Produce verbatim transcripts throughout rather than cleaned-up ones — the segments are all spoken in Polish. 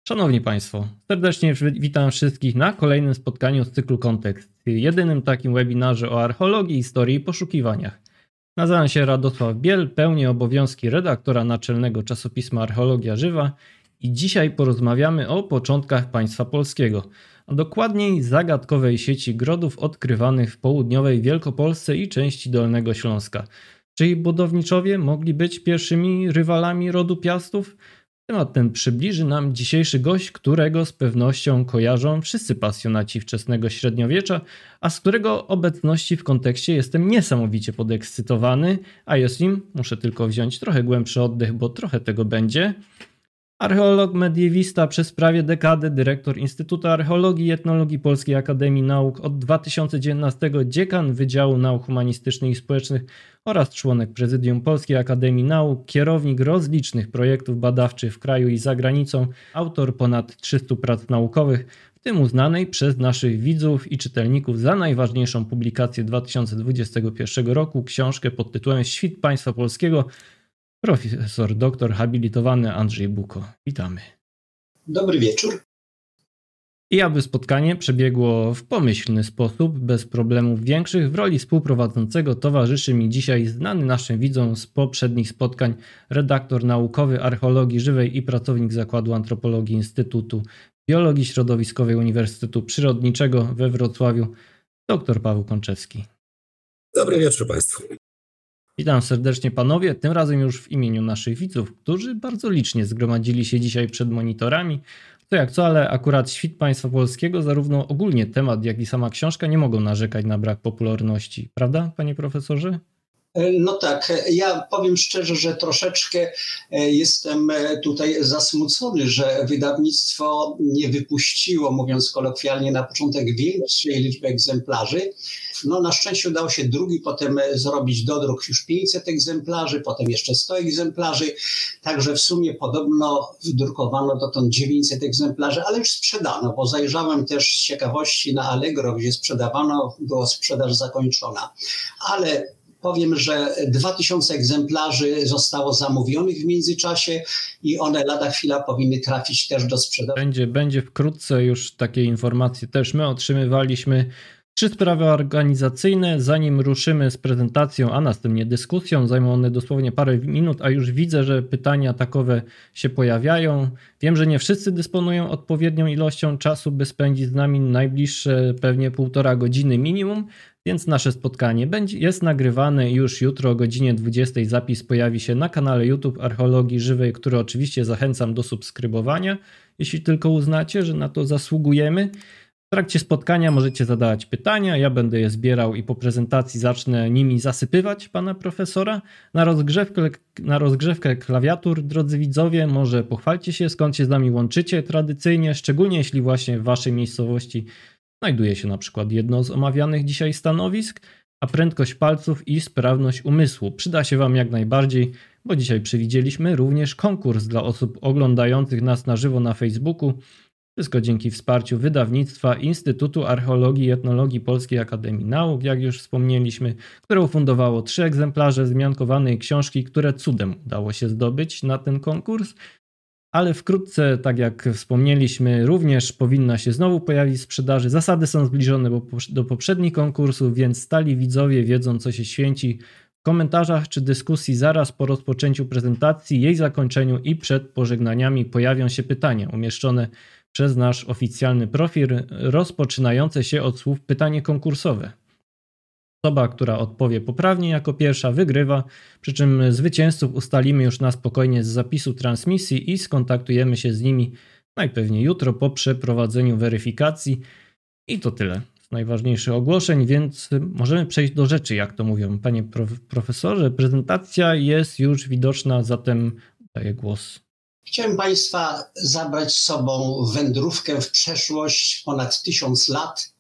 Szanowni Państwo, serdecznie witam wszystkich na kolejnym spotkaniu z cyklu Kontekst, jedynym takim webinarze o archeologii, historii i poszukiwaniach. Nazywam się Radosław Biel, pełnię obowiązki redaktora naczelnego czasopisma Archeologia Żywa i dzisiaj porozmawiamy o początkach państwa polskiego, a dokładniej zagadkowej sieci grodów odkrywanych w południowej Wielkopolsce i części Dolnego Śląska. Czy ich budowniczowie mogli być pierwszymi rywalami rodu Piastów? Temat ten przybliży nam dzisiejszy gość, którego z pewnością kojarzą wszyscy pasjonaci wczesnego średniowiecza, a z którego obecności w kontekście jestem niesamowicie podekscytowany, a jest nim, muszę tylko wziąć trochę głębszy oddech, bo trochę tego będzie, archeolog, mediewista przez prawie dekadę, dyrektor Instytutu Archeologii i Etnologii Polskiej Akademii Nauk, od dwa tysiące dziewiętnastego dziekan Wydziału Nauk Humanistycznych i Społecznych oraz członek Prezydium Polskiej Akademii Nauk, kierownik rozlicznych projektów badawczych w kraju i za granicą, autor ponad trzystu prac naukowych, w tym uznanej przez naszych widzów i czytelników za najważniejszą publikację dwa tysiące dwudziestego pierwszego roku książkę pod tytułem Świt Państwa Polskiego, profesor doktor habilitowany Andrzej Buko. Witamy. Dobry wieczór. I aby spotkanie przebiegło w pomyślny sposób, bez problemów większych, w roli współprowadzącego towarzyszy mi dzisiaj znany naszym widzom z poprzednich spotkań redaktor naukowy archeologii żywej i pracownik Zakładu Antropologii Instytutu Biologii Środowiskowej Uniwersytetu Przyrodniczego we Wrocławiu, dr Paweł Konczewski. Dobry wieczór Państwu. Witam serdecznie panowie, tym razem już w imieniu naszych widzów, którzy bardzo licznie zgromadzili się dzisiaj przed monitorami. To jak co, ale akurat Świt Państwa Polskiego, zarówno ogólnie temat, jak i sama książka nie mogą narzekać na brak popularności. Prawda, panie profesorze? No tak, ja powiem szczerze, że troszeczkę jestem tutaj zasmucony, że wydawnictwo nie wypuściło, mówiąc kolokwialnie, na początek większej liczby egzemplarzy. No na szczęście udało się drugi, potem zrobić dodruk już pięćset egzemplarzy, potem jeszcze sto egzemplarzy, także w sumie podobno wydrukowano dotąd dziewięćset egzemplarzy, ale już sprzedano, bo zajrzałem też z ciekawości na Allegro, gdzie sprzedawano, była sprzedaż zakończona. Ale powiem, że dwa tysiące egzemplarzy zostało zamówionych w międzyczasie i one lada chwila powinny trafić też do sprzedaży. Będzie, będzie wkrótce już takie informacje też my otrzymywaliśmy. Trzy sprawy organizacyjne, zanim ruszymy z prezentacją, a następnie dyskusją. Zajmą one dosłownie parę minut, a już widzę, że pytania takowe się pojawiają. Wiem, że nie wszyscy dysponują odpowiednią ilością czasu, by spędzić z nami najbliższe pewnie półtora godziny minimum, więc nasze spotkanie będzie, jest nagrywane i już jutro o godzinie dwudziestej zapis pojawi się na kanale YouTube Archeologii Żywej, który oczywiście zachęcam do subskrybowania, jeśli tylko uznacie, że na to zasługujemy. W trakcie spotkania możecie zadawać pytania, ja będę je zbierał i po prezentacji zacznę nimi zasypywać pana profesora. Na rozgrzewkę, na rozgrzewkę klawiatur, drodzy widzowie, może pochwalcie się, skąd się z nami łączycie tradycyjnie, szczególnie jeśli właśnie w waszej miejscowości znajduje się na przykład jedno z omawianych dzisiaj stanowisk, a prędkość palców i sprawność umysłu przyda się wam jak najbardziej, bo dzisiaj przewidzieliśmy również konkurs dla osób oglądających nas na żywo na Facebooku. Wszystko dzięki wsparciu wydawnictwa Instytutu Archeologii i Etnologii Polskiej Akademii Nauk, jak już wspomnieliśmy, które ufundowało trzy egzemplarze zmiankowanej książki, które cudem udało się zdobyć na ten konkurs. Ale wkrótce, tak jak wspomnieliśmy, również powinna się znowu pojawić w sprzedaży. Zasady są zbliżone do poprzednich konkursów, więc stali widzowie wiedzą, co się święci. W komentarzach czy dyskusji zaraz po rozpoczęciu prezentacji, jej zakończeniu i przed pożegnaniami pojawią się pytania umieszczone przez nasz oficjalny profil, rozpoczynające się od słów pytanie konkursowe. Osoba, która odpowie poprawnie jako pierwsza, wygrywa, przy czym zwycięzców ustalimy już na spokojnie z zapisu transmisji i skontaktujemy się z nimi najpewniej jutro po przeprowadzeniu weryfikacji. I to tyle z najważniejszych ogłoszeń, więc możemy przejść do rzeczy, jak to mówią. Panie profesorze, prezentacja jest już widoczna, zatem daję głos. Chciałem Państwa zabrać z sobą w wędrówkę w przeszłość ponad tysiąc lat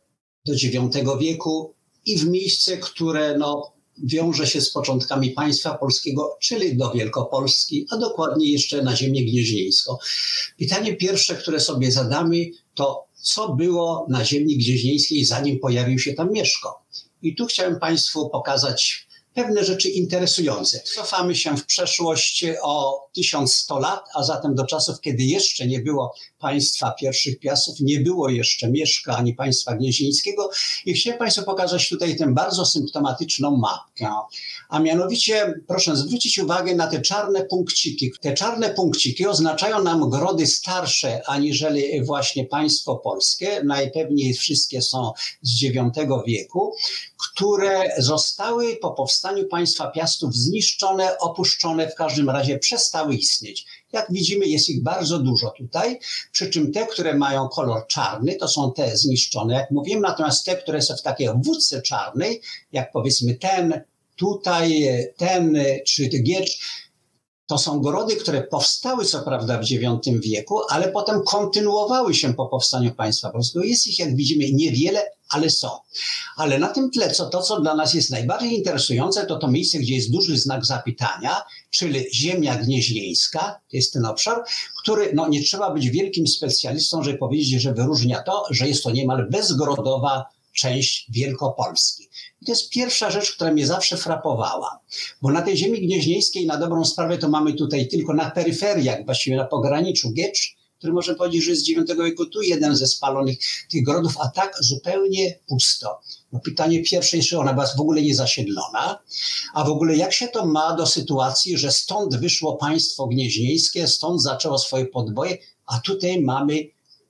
do dziewiątego wieku i w miejsce, które no, wiąże się z początkami państwa polskiego, czyli do Wielkopolski, a dokładnie jeszcze na ziemię gnieźnieńską. Pytanie pierwsze, które sobie zadamy, to co było na ziemi gnieźnieńskiej, zanim pojawił się tam Mieszko. I tu chciałem Państwu pokazać pewne rzeczy interesujące. Cofamy się w przeszłość o tysiąc sto lat, a zatem do czasów, kiedy jeszcze nie było państwa pierwszych Piastów, nie było jeszcze Mieszka ani państwa gnieźnieńskiego i chciałem Państwu pokazać tutaj tę bardzo symptomatyczną mapkę. A mianowicie proszę zwrócić uwagę na te czarne punkciki. Te czarne punkciki oznaczają nam grody starsze aniżeli właśnie państwo polskie. Najpewniej wszystkie są z dziewiątego wieku, które zostały po powstaniu państwa Piastów zniszczone, opuszczone, w każdym razie przestały istnieć. Jak widzimy, jest ich bardzo dużo tutaj, przy czym te, które mają kolor czarny, to są te zniszczone, jak mówiłem, natomiast te, które są w takiej wódce czarnej, jak powiedzmy ten, tutaj, ten czy Giecz, to są grody, które powstały co prawda w dziewiątym wieku, ale potem kontynuowały się po powstaniu państwa polskiego. Jest ich, jak widzimy, niewiele, ale są. Ale na tym tle, co, to co dla nas jest najbardziej interesujące, to to miejsce, gdzie jest duży znak zapytania, czyli ziemia gnieźnieńska, to jest ten obszar, który, no nie trzeba być wielkim specjalistą, żeby powiedzieć, że wyróżnia to, że jest to niemal bezgrodowa część Wielkopolski. I to jest pierwsza rzecz, która mnie zawsze frapowała, bo na tej ziemi gnieźnieńskiej na dobrą sprawę to mamy tutaj tylko na peryferiach, właściwie na pograniczu Giecz, który można powiedzieć, że jest z dziewiątego wieku, tu jeden ze spalonych tych grodów, a tak zupełnie pusto. No pytanie pierwsze jest, czy ona była w ogóle niezasiedlona, a w ogóle jak się to ma do sytuacji, że stąd wyszło państwo gnieźnieńskie, stąd zaczęło swoje podboje, a tutaj mamy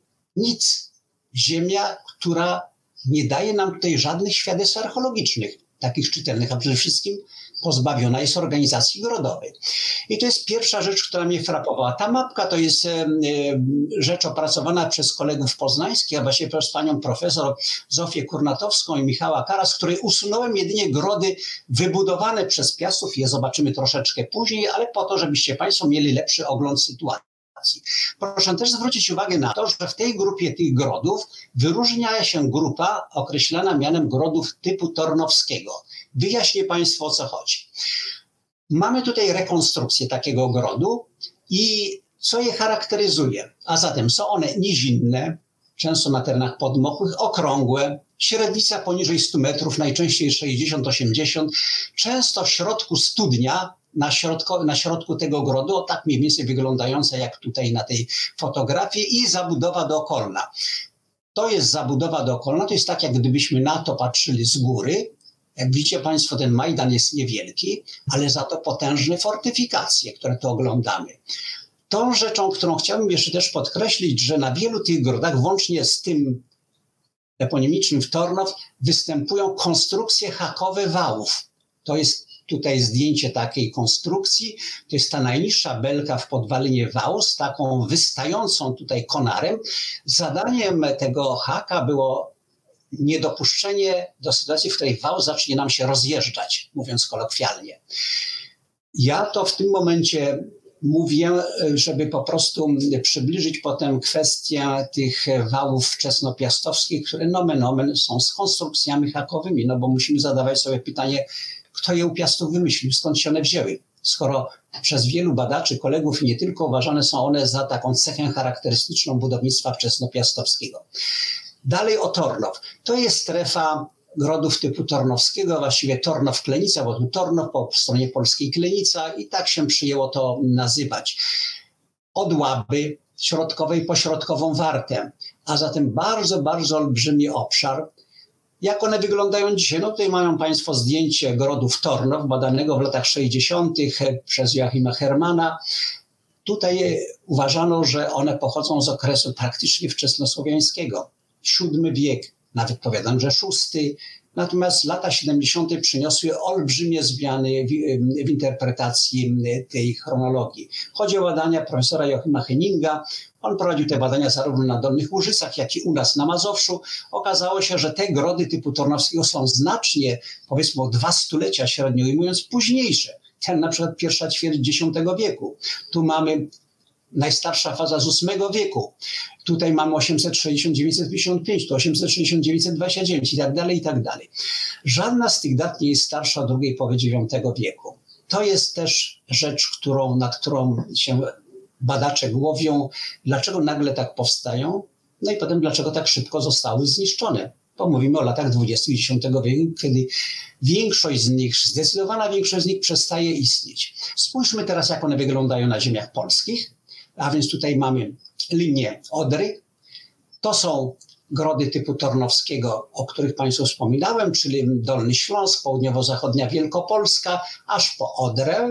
nic. Ziemia, która nie daje nam tutaj żadnych świadectw archeologicznych, takich czytelnych, a przede wszystkim pozbawiona jest organizacji grodowej. I to jest pierwsza rzecz, która mnie frapowała. Ta mapka to jest e, rzecz opracowana przez kolegów poznańskich, a właściwie przez panią profesor Zofię Kurnatowską i Michała Kara, z której usunąłem jedynie grody wybudowane przez Piastów. Je zobaczymy troszeczkę później, ale po to, żebyście Państwo mieli lepszy ogląd sytuacji. Proszę też zwrócić uwagę na to, że w tej grupie tych grodów wyróżnia się grupa określana mianem grodów typu tornowskiego. Wyjaśnię Państwu, o co chodzi. Mamy tutaj rekonstrukcję takiego grodu i co je charakteryzuje? A zatem są one nizinne, często na terenach podmokłych, okrągłe, średnica poniżej stu metrów, najczęściej sześćdziesiąt osiemdziesiąt, często w środku studnia, Na środku, na środku tego grodu, o tak mniej więcej wyglądająca jak tutaj na tej fotografii i zabudowa dookolna. To jest zabudowa dookolna, to jest tak, jak gdybyśmy na to patrzyli z góry. Jak widzicie Państwo, ten Majdan jest niewielki, ale za to potężne fortyfikacje, które tu oglądamy. Tą rzeczą, którą chciałbym jeszcze też podkreślić, że na wielu tych grodach, włącznie z tym eponimicznym w Tornow, występują konstrukcje hakowe wałów. To jest tutaj zdjęcie takiej konstrukcji. To jest ta najniższa belka w podwalinie wału z taką wystającą tutaj konarem. Zadaniem tego haka było niedopuszczenie do sytuacji, w której wał zacznie nam się rozjeżdżać, mówiąc kolokwialnie. Ja to w tym momencie mówię, żeby po prostu przybliżyć potem kwestię tych wałów wczesnopiastowskich, które nomen omen są z konstrukcjami hakowymi, no bo musimy zadawać sobie pytanie, kto je u Piastów wymyślił, skąd się one wzięły, skoro przez wielu badaczy, kolegów nie tylko uważane są one za taką cechę charakterystyczną budownictwa wczesnopiastowskiego. Dalej o Tornow. To jest strefa grodów typu tornowskiego, właściwie Tornow-Klenica, bo tu Tornow, po stronie polskiej Klenica i tak się przyjęło to nazywać. Od Łaby środkowej po środkową Wartę, a zatem bardzo, bardzo olbrzymi obszar. Jak one wyglądają dzisiaj? No tutaj mają Państwo zdjęcie grodów Tornow, badanego w latach sześćdziesiątych przez Joachima Hermana. Tutaj uważano, że one pochodzą z okresu praktycznie wczesnosłowiańskiego. siódmy wiek, nawet powiadam, że szósty. Natomiast lata siedemdziesiąte przyniosły olbrzymie zmiany w, w interpretacji tej chronologii. Chodzi o badania profesora Joachima Henninga. On prowadził te badania zarówno na Dolnych Łużycach, jak i u nas na Mazowszu. Okazało się, że te grody typu tornowskiego są znacznie, powiedzmy o dwa stulecia średnio ujmując, późniejsze. Ten na przykład pierwsza ćwierć dziesiątego wieku. Tu mamy najstarsza faza z ósmego wieku. Tutaj mamy osiemset sześćdziesiąt do dziewięćset pięćdziesiąt pięć, to osiemset sześćdziesiąt do dziewięćset dwadzieścia dziewięć i tak dalej, i tak dalej. Żadna z tych dat nie jest starsza od drugiej połowy dziewiątego wieku. To jest też rzecz, którą, nad którą się badacze głowią, dlaczego nagle tak powstają, no i potem dlaczego tak szybko zostały zniszczone. bo mówimy o latach dwudziestych dziesiątego wieku, kiedy większość z nich, zdecydowana większość z nich przestaje istnieć. Spójrzmy teraz, jak one wyglądają na ziemiach polskich, a więc tutaj mamy linię Odry. To są grody typu Tornowskiego, o których Państwu wspominałem, czyli Dolny Śląsk, południowo-zachodnia Wielkopolska, aż po Odrę,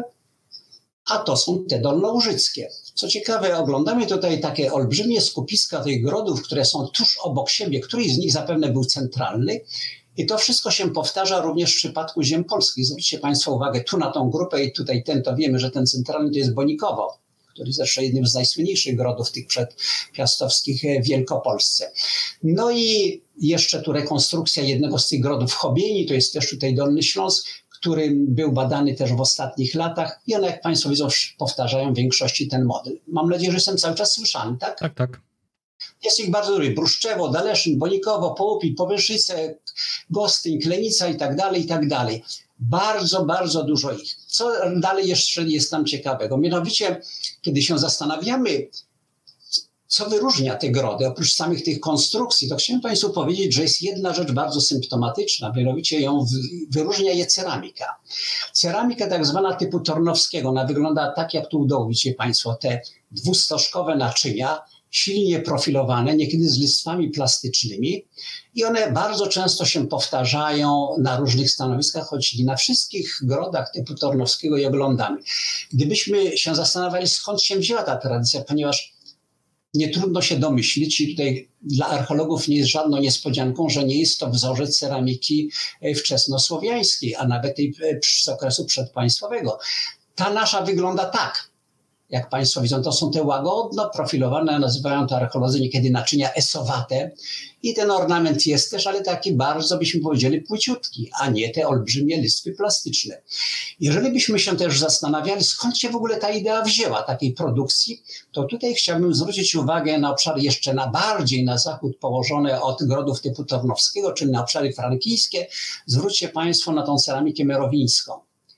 a to są te dolnołużyckie. Co ciekawe, oglądamy tutaj takie olbrzymie skupiska tych grodów, które są tuż obok siebie. Któryś z nich zapewne był centralny i to wszystko się powtarza również w przypadku ziem polskich. Zwróćcie Państwo uwagę tu na tą grupę i tutaj ten, to wiemy, że ten centralny to jest Bonikowo, który zresztą jednym z najsłynniejszych grodów tych przedpiastowskich w Wielkopolsce. No i jeszcze tu rekonstrukcja jednego z tych grodów w Chobieni, to jest też tutaj Dolny Śląsk, który był badany też w ostatnich latach i one, jak Państwo widzą, powtarzają w większości ten model. Mam nadzieję, że jestem cały czas słyszany, tak? Tak, tak. Jest ich bardzo dużo. Bruszczewo, Daleszyn, Bonikowo, Połupi, Powyszyce, Gostyń, Klenica i tak dalej, i tak dalej. Bardzo, bardzo dużo ich. Co dalej jeszcze jest tam ciekawego? Mianowicie, kiedy się zastanawiamy, co wyróżnia te grody, oprócz samych tych konstrukcji, to chciałem Państwu powiedzieć, że jest jedna rzecz bardzo symptomatyczna, mianowicie ją wyróżnia je ceramika. Ceramika tak zwana typu Tornowskiego, ona wygląda tak, jak tu u dołu widzicie Państwo, te dwustożkowe naczynia, silnie profilowane, niekiedy z listwami plastycznymi i one bardzo często się powtarzają na różnych stanowiskach, choć nie na wszystkich grodach typu Tornowskiego je oglądamy. Gdybyśmy się zastanawiali, skąd się wzięła ta tradycja, ponieważ nie trudno się domyślić i tutaj dla archeologów nie jest żadną niespodzianką, że nie jest to wzorzec ceramiki wczesnosłowiańskiej, a nawet tej z okresu przedpaństwowego. Ta nasza wygląda tak. Jak Państwo widzą, to są te łagodno profilowane, nazywają to archeolodzy niekiedy naczynia esowate i ten ornament jest też, ale taki bardzo, byśmy powiedzieli, płyciutki, a nie te olbrzymie listwy plastyczne. Jeżeli byśmy się też zastanawiali, skąd się w ogóle ta idea wzięła takiej produkcji, to tutaj chciałbym zwrócić uwagę na obszary jeszcze na bardziej na zachód położone od grodów typu Tornowskiego, czyli na obszary frankijskie. Zwróćcie Państwo na tą ceramikę merowińską.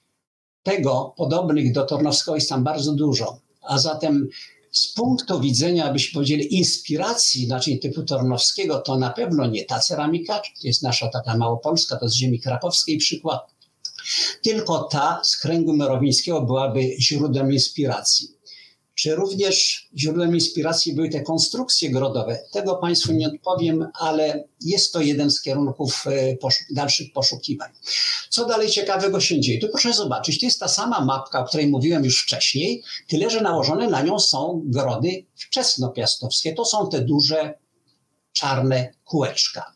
Tego, podobnych do Tornowskiego, jest tam bardzo dużo. A zatem z punktu widzenia, byśmy powiedzieli, inspiracji, znaczy typu Tornowskiego, to na pewno nie ta ceramika, to jest nasza taka małopolska, to z ziemi krakowskiej przykład, tylko ta z kręgu merowińskiego byłaby źródłem inspiracji. Czy również źródłem inspiracji były te konstrukcje grodowe? Tego Państwu nie odpowiem, ale jest to jeden z kierunków poszu- dalszych poszukiwań. Co dalej ciekawego się dzieje? Tu proszę zobaczyć, to jest ta sama mapka, o której mówiłem już wcześniej, tyle że nałożone na nią są grody wczesnopiastowskie. To są te duże, czarne kółeczka.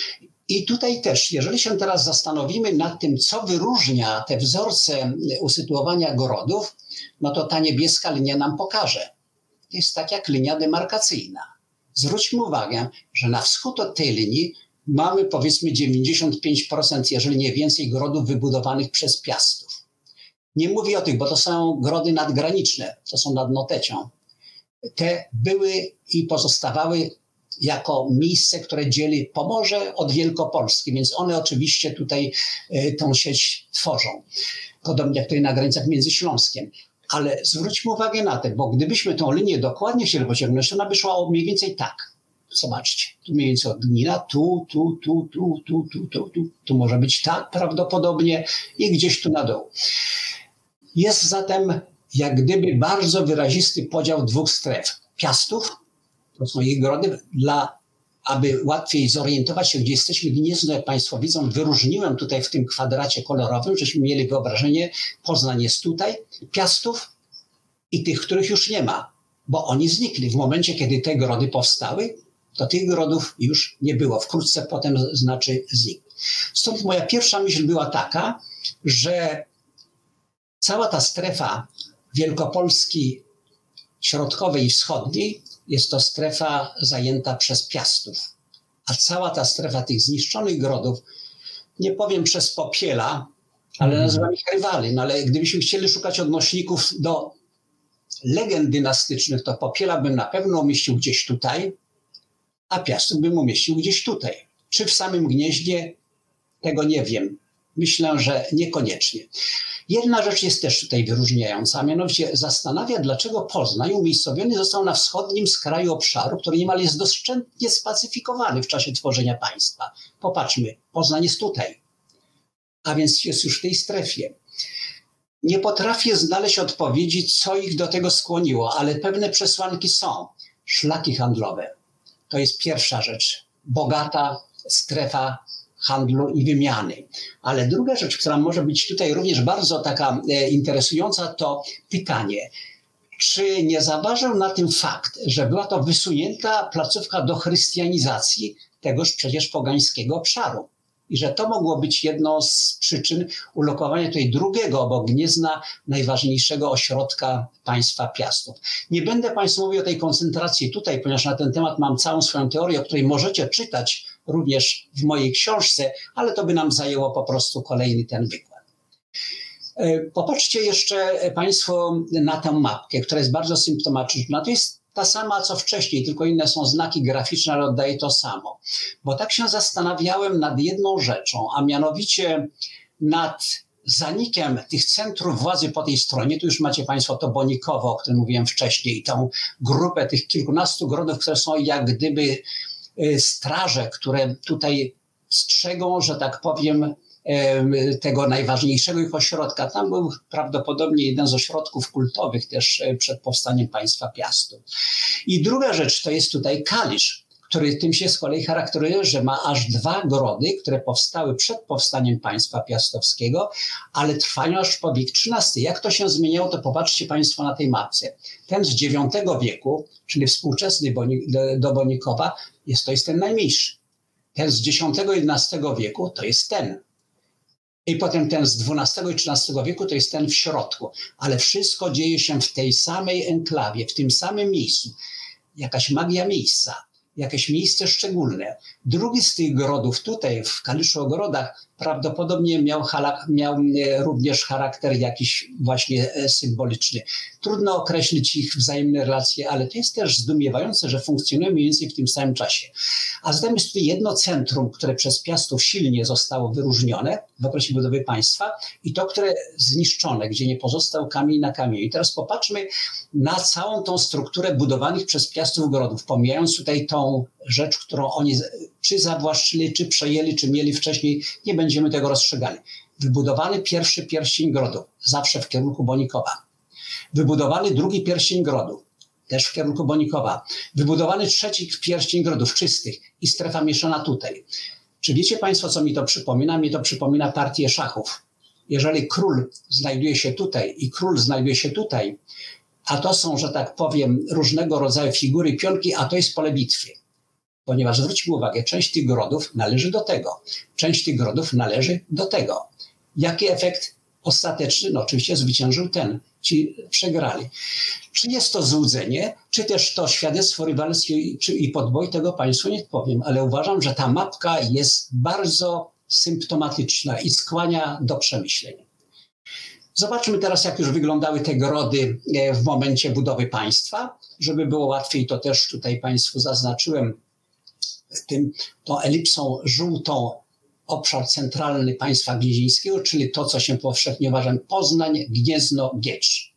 I tutaj też, jeżeli się teraz zastanowimy nad tym, co wyróżnia te wzorce usytuowania grodów, no to ta niebieska linia nam pokaże. To jest tak jak linia demarkacyjna. Zwróćmy uwagę, że na wschód od tej linii mamy powiedzmy dziewięćdziesiąt pięć procent, jeżeli nie więcej, grodów wybudowanych przez Piastów. Nie mówię o tych, bo to są grody nadgraniczne, to są nad Notecią. Te były i pozostawały jako miejsce, które dzieli Pomorze od Wielkopolski, więc one oczywiście tutaj y, tą sieć tworzą. Podobnie jak tutaj na granicach między Śląskiem. Ale zwróćmy uwagę na to, bo gdybyśmy tą linię dokładnie chcieli pociągnąć, to ona by szła mniej więcej tak. Zobaczcie, tu mniej więcej od Gnina, tu, tu, tu, tu, tu, tu, tu, tu, tu może być tak prawdopodobnie i gdzieś tu na dół. Jest zatem jak gdyby bardzo wyrazisty podział dwóch stref. Piastów, to są ich grody, dla, aby łatwiej zorientować się, gdzie jesteśmy w Gniezno, jak Państwo widzą, wyróżniłem tutaj w tym kwadracie kolorowym, żeśmy mieli wyobrażenie, Poznań jest tutaj, Piastów i tych, których już nie ma, bo oni znikli. W momencie, kiedy te grody powstały, to tych grodów już nie było. Wkrótce potem znaczy znikł. Stąd moja pierwsza myśl była taka, że cała ta strefa Wielkopolski środkowej i wschodniej jest to strefa zajęta przez Piastów. A cała ta strefa tych zniszczonych grodów, nie powiem przez Popiela, ale nazywam ich rywali. No ale gdybyśmy chcieli szukać odnośników do legend dynastycznych, to Popiela bym na pewno umieścił gdzieś tutaj, a Piastów bym umieścił gdzieś tutaj. Czy w samym Gnieźnie? Tego nie wiem. Myślę, że niekoniecznie. Jedna rzecz jest też tutaj wyróżniająca, a mianowicie zastanawia, dlaczego Poznań umiejscowiony został na wschodnim skraju obszaru, który niemal jest doszczętnie spacyfikowany w czasie tworzenia państwa. Popatrzmy, Poznań jest tutaj, a więc jest już w tej strefie. Nie potrafię znaleźć odpowiedzi, co ich do tego skłoniło, ale pewne przesłanki są. Szlaki handlowe. To jest pierwsza rzecz. Bogata strefa handlu i wymiany. Ale druga rzecz, która może być tutaj również bardzo taka e, interesująca, to pytanie, czy nie zaważył na tym fakt, że była to wysunięta placówka do chrystianizacji tegoż przecież pogańskiego obszaru i że to mogło być jedną z przyczyn ulokowania tutaj drugiego obok Gniezna najważniejszego ośrodka państwa Piastów. Nie będę Państwu mówił o tej koncentracji tutaj, ponieważ na ten temat mam całą swoją teorię, o której możecie czytać również w mojej książce, ale to by nam zajęło po prostu kolejny ten wykład. Popatrzcie jeszcze Państwo na tę mapkę, która jest bardzo symptomatyczna. To jest ta sama co wcześniej, tylko inne są znaki graficzne, ale oddaje to samo. Bo tak się zastanawiałem nad jedną rzeczą, a mianowicie nad zanikiem tych centrów władzy po tej stronie. Tu już macie Państwo to Bonikowo, o którym mówiłem wcześniej, i tą grupę tych kilkunastu grodów, które są jak gdyby straże, które tutaj strzegą, że tak powiem, tego najważniejszego ich ośrodka. Tam był prawdopodobnie jeden z ośrodków kultowych też przed powstaniem państwa Piastów. I druga rzecz to jest tutaj Kalisz, który tym się z kolei charakteryzuje, że ma aż dwa grody, które powstały przed powstaniem państwa piastowskiego, ale trwają aż po wiek trzynasty. Jak to się zmieniało, to popatrzcie Państwo na tej mapce. Ten z dziewiątego wieku, czyli współczesny do Bonikowa, jest, to jest ten najmniejszy. Ten z dziesiątego jedenastego wieku to jest ten. I potem ten z dwunastego i trzynastego wieku to jest ten w środku. Ale wszystko dzieje się w tej samej enklawie, w tym samym miejscu. Jakaś magia miejsca, jakieś miejsce szczególne. Drugi z tych grodów tutaj w Kaliszu-Ogrodach prawdopodobnie miał, miał również charakter jakiś właśnie symboliczny. Trudno określić ich wzajemne relacje, ale to jest też zdumiewające, że funkcjonują mniej więcej w tym samym czasie. A zatem jest tutaj jedno centrum, które przez Piastów silnie zostało wyróżnione w okresie budowy państwa i to, które zniszczone, gdzie nie pozostał kamień na kamieniu. I teraz popatrzmy na całą tą strukturę budowanych przez Piastów grodów, pomijając tutaj tą rzecz, którą oni czy zawłaszczyli, czy przejęli, czy mieli wcześniej, nie będziemy tego rozstrzygali. Wybudowany pierwszy pierścień grodów, zawsze w kierunku Bonikowa. Wybudowany drugi pierścień grodów, też w kierunku Bonikowa. Wybudowany trzeci pierścień grodów czystych i strefa mieszana tutaj. Czy wiecie Państwo, co mi to przypomina? Mi to przypomina partię szachów. Jeżeli król znajduje się tutaj i król znajduje się tutaj, a to są, że tak powiem, różnego rodzaju figury, pionki, a to jest pole bitwy. Ponieważ zwróćmy uwagę, część tych grodów należy do tego, część tych grodów należy do tego. Jaki efekt ostateczny? No oczywiście zwyciężył ten, ci przegrali. Czy jest to złudzenie, czy też to świadectwo rywalskie i podboj, tego Państwu nie powiem, ale uważam, że ta mapka jest bardzo symptomatyczna i skłania do przemyśleń. Zobaczmy teraz, jak już wyglądały te grody w momencie budowy państwa. Żeby było łatwiej, to też tutaj Państwu zaznaczyłem tym, tą elipsą żółtą obszar centralny państwa gnieźnieńskiego, czyli to, co się powszechnie uważa Poznań, Gniezno, Giecz.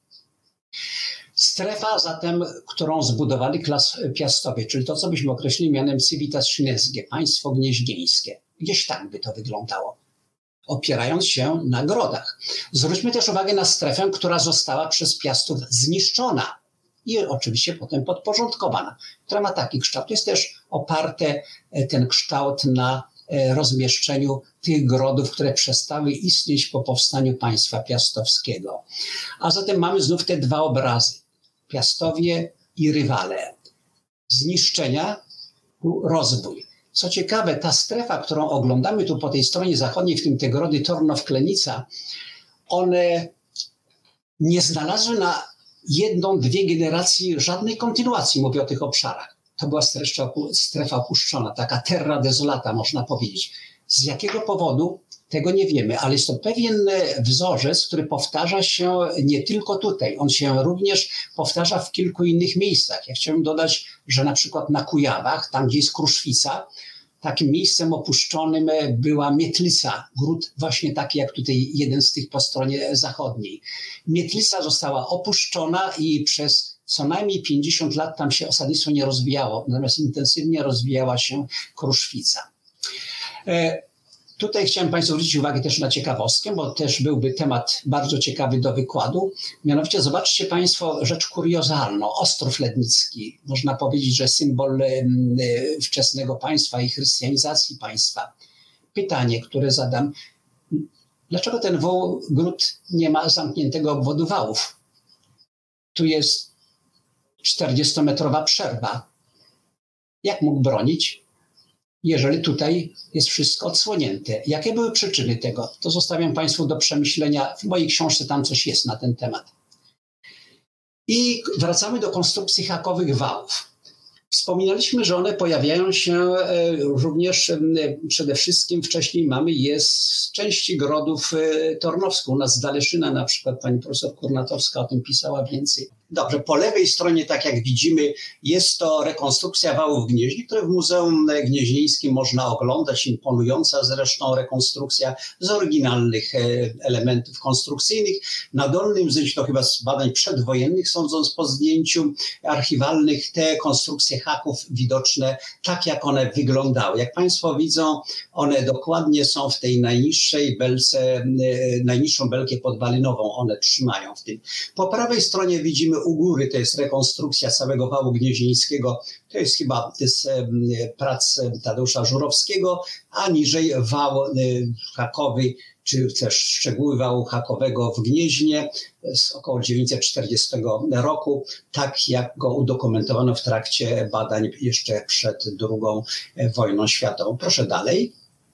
Strefa zatem, którą zbudowali klas Piastowie, czyli to, co byśmy określili mianem civitas chineskie, państwo gnieźnieńskie. Gdzieś tak by to wyglądało, opierając się na grodach. Zwróćmy też uwagę na strefę, która została przez Piastów zniszczona i oczywiście potem podporządkowana, która ma taki kształt. Jest też oparte ten kształt na rozmieszczeniu tych grodów, które przestały istnieć po powstaniu państwa piastowskiego. A zatem mamy znów te dwa obrazy. Piastowie i rywale. Zniszczenia, rozwój. Co ciekawe, ta strefa, którą oglądamy tu po tej stronie zachodniej, w tym te grody Tornow-Klenica, one nie znalazły na jedną, dwie generacje żadnej kontynuacji, mówię o tych obszarach. To była strefa opuszczona, taka terra desolata, można powiedzieć. Z jakiego powodu? Tego nie wiemy, ale jest to pewien wzorzec, który powtarza się nie tylko tutaj. On się również powtarza w kilku innych miejscach. Ja chciałem dodać, że na przykład na Kujawach, tam gdzie jest Kruszwica, takim miejscem opuszczonym była Mietlica, gród właśnie taki jak tutaj jeden z tych po stronie zachodniej. Mietlica została opuszczona i przez co najmniej pięćdziesiąt lat tam się osadnictwo nie rozwijało, natomiast intensywnie rozwijała się Kruszwica. E, Tutaj chciałem Państwu zwrócić uwagę też na ciekawostkę, bo też byłby temat bardzo ciekawy do wykładu. Mianowicie zobaczcie Państwo rzecz kuriozalną. Ostrów Lednicki, można powiedzieć, że symbol wczesnego państwa i chrystianizacji państwa. Pytanie, które zadam. Dlaczego ten wół, gród nie ma zamkniętego obwodu wałów? Tu jest czterdziestometrowa przerwa. Jak mógł bronić, jeżeli tutaj jest wszystko odsłonięte? Jakie były przyczyny tego? To zostawiam Państwu do przemyślenia. W mojej książce tam coś jest na ten temat. I wracamy do konstrukcji hakowych wałów. Wspominaliśmy, że one pojawiają się również przede wszystkim wcześniej mamy je z części grodów Tornowską. U nas z Daleszyna na przykład pani profesor Kurnatowska o tym pisała więcej. Dobrze, po lewej stronie, tak jak widzimy, jest to rekonstrukcja wałów Gnieźni, które w Muzeum Gnieźnieńskim można oglądać, imponująca zresztą rekonstrukcja z oryginalnych elementów konstrukcyjnych. Na dolnym zdjęciu, to chyba z badań przedwojennych, sądząc po zdjęciu archiwalnych, te konstrukcje haków widoczne tak, jak one wyglądały. Jak Państwo widzą, one dokładnie są w tej najniższej belce, najniższą belkę podwalinową, one trzymają w tym. Po prawej stronie widzimy u góry, to jest rekonstrukcja całego wału gnieźnieńskiego, to jest chyba to jest prac Tadeusza Żurowskiego, a niżej wał hakowy, czy też szczegóły wału hakowego w Gnieźnie z około dziewięćset czterdziestego roku, tak jak go udokumentowano w trakcie badań jeszcze przed drugą wojną światową. Proszę dalej.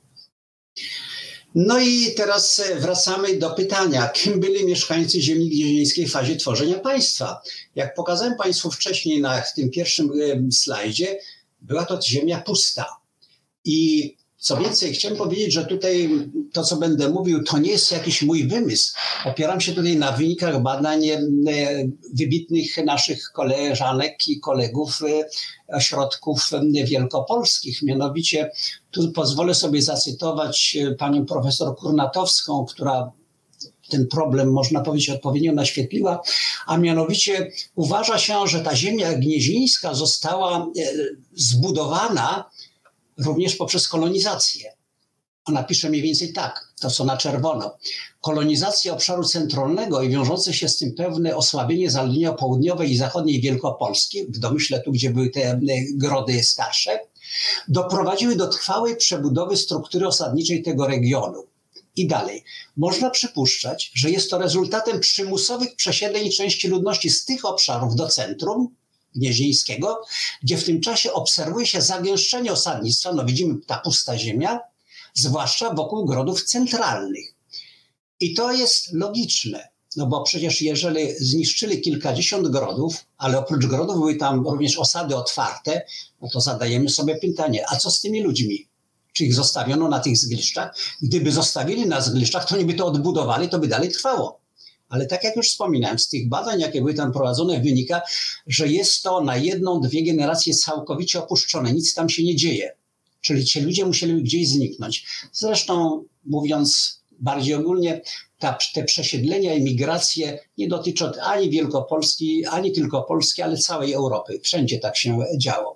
No i teraz wracamy do pytania, kim byli mieszkańcy ziemi gnieźnieńskiej w fazie tworzenia państwa. Jak pokazałem Państwu wcześniej na w tym pierwszym slajdzie, była to ziemia pusta. I co więcej, chciałem powiedzieć, że tutaj to, co będę mówił, to nie jest jakiś mój wymysł. Opieram się tutaj na wynikach badań wybitnych naszych koleżanek i kolegów ośrodków wielkopolskich. Mianowicie tu pozwolę sobie zacytować panią profesor Kurnatowską, która ten problem, można powiedzieć, odpowiednio naświetliła, a mianowicie uważa się, że ta ziemia gnieźnieńska została zbudowana również poprzez kolonizację. Ona pisze mniej więcej tak, to co na czerwono. Kolonizacja obszaru centralnego i wiążące się z tym pewne osłabienie zaludnienia południowej i zachodniej Wielkopolski, w domyśle tu, gdzie były te grody starsze, doprowadziły do trwałej przebudowy struktury osadniczej tego regionu. I dalej. Można przypuszczać, że jest to rezultatem przymusowych przesiedleń części ludności z tych obszarów do centrum gnieźnieńskiego, gdzie w tym czasie obserwuje się zagęszczenie osadnictwa, no widzimy ta pusta ziemia, zwłaszcza wokół grodów centralnych. I to jest logiczne, no bo przecież jeżeli zniszczyli kilkadziesiąt grodów, ale oprócz grodów były tam również osady otwarte, no to zadajemy sobie pytanie, a co z tymi ludźmi? Czy ich zostawiono na tych zgliszczach? Gdyby zostawili na zgliszczach, to oni by to odbudowali, to by dalej trwało. Ale tak jak już wspominałem, z tych badań, jakie były tam prowadzone, wynika, że jest to na jedną, dwie generacje całkowicie opuszczone. Nic tam się nie dzieje. Czyli ci ludzie musieli gdzieś zniknąć. Zresztą, mówiąc bardziej ogólnie, ta, te przesiedlenia i migracje nie dotyczą ani Wielkopolski, ani tylko Polski, ale całej Europy. Wszędzie tak się działo.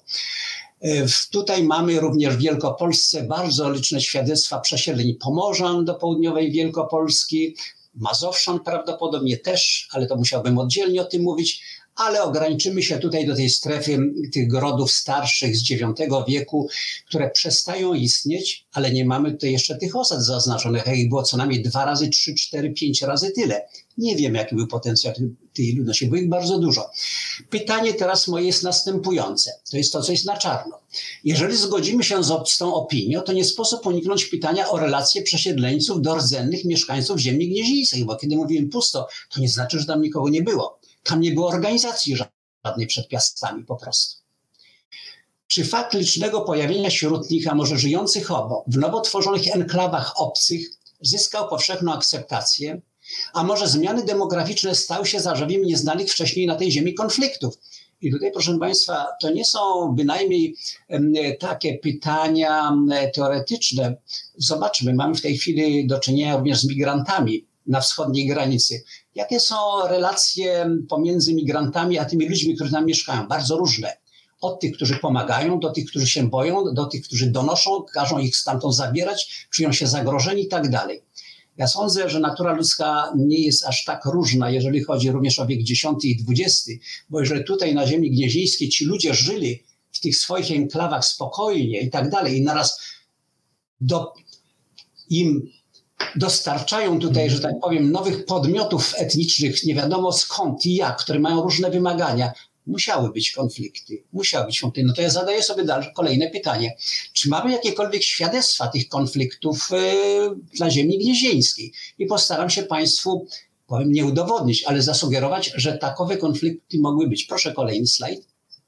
Tutaj mamy również w Wielkopolsce bardzo liczne świadectwa przesiedleń Pomorzan do południowej Wielkopolski, Mazowszan prawdopodobnie też, ale to musiałbym oddzielnie o tym mówić, ale ograniczymy się tutaj do tej strefy tych grodów starszych z dziewiątego wieku, które przestają istnieć, ale nie mamy tutaj jeszcze tych osad zaznaczonych, a ich było co najmniej dwa razy, trzy, cztery, pięć razy tyle. Nie wiem, jaki był potencjał tej ludności, było ich bardzo dużo. Pytanie teraz moje jest następujące. To jest to, co jest na czarno. Jeżeli zgodzimy się z, z tą opinią, to nie sposób uniknąć pytania o relacje przesiedleńców do rdzennych mieszkańców ziemi gnieźnieńskiej, bo kiedy mówiłem pusto, to nie znaczy, że tam nikogo nie było. Tam nie było organizacji żadnej przed Piastami po prostu. Czy fakt licznego pojawienia wśród nich, a może żyjących obok, w nowo tworzonych enklawach obcych zyskał powszechną akceptację, a może zmiany demograficzne stały się zarzewiem nieznanych wcześniej na tej ziemi konfliktów? I tutaj, proszę Państwa, to nie są bynajmniej takie pytania teoretyczne. Zobaczmy, mamy w tej chwili do czynienia również z migrantami na wschodniej granicy. Jakie są relacje pomiędzy migrantami a tymi ludźmi, którzy tam mieszkają? Bardzo różne. Od tych, którzy pomagają, do tych, którzy się boją, do tych, którzy donoszą, każą ich stamtąd zabierać, czują się zagrożeni i tak dalej. Ja sądzę, że natura ludzka nie jest aż tak różna, jeżeli chodzi również o wiek dziesiąty i dwudziesty, bo jeżeli tutaj na ziemi gnieźnieńskiej ci ludzie żyli w tych swoich enklawach spokojnie i tak dalej i naraz do, im dostarczają tutaj, że tak powiem, nowych podmiotów etnicznych, nie wiadomo skąd i jak, które mają różne wymagania, musiały być konflikty, musiały być konflikty. No to ja zadaję sobie dalsze, kolejne pytanie. Czy mamy jakiekolwiek świadectwa tych konfliktów yy, na ziemi gnieźnieńskiej? I postaram się Państwu, powiem, nie udowodnić, ale zasugerować, że takowe konflikty mogły być. Proszę kolejny slajd.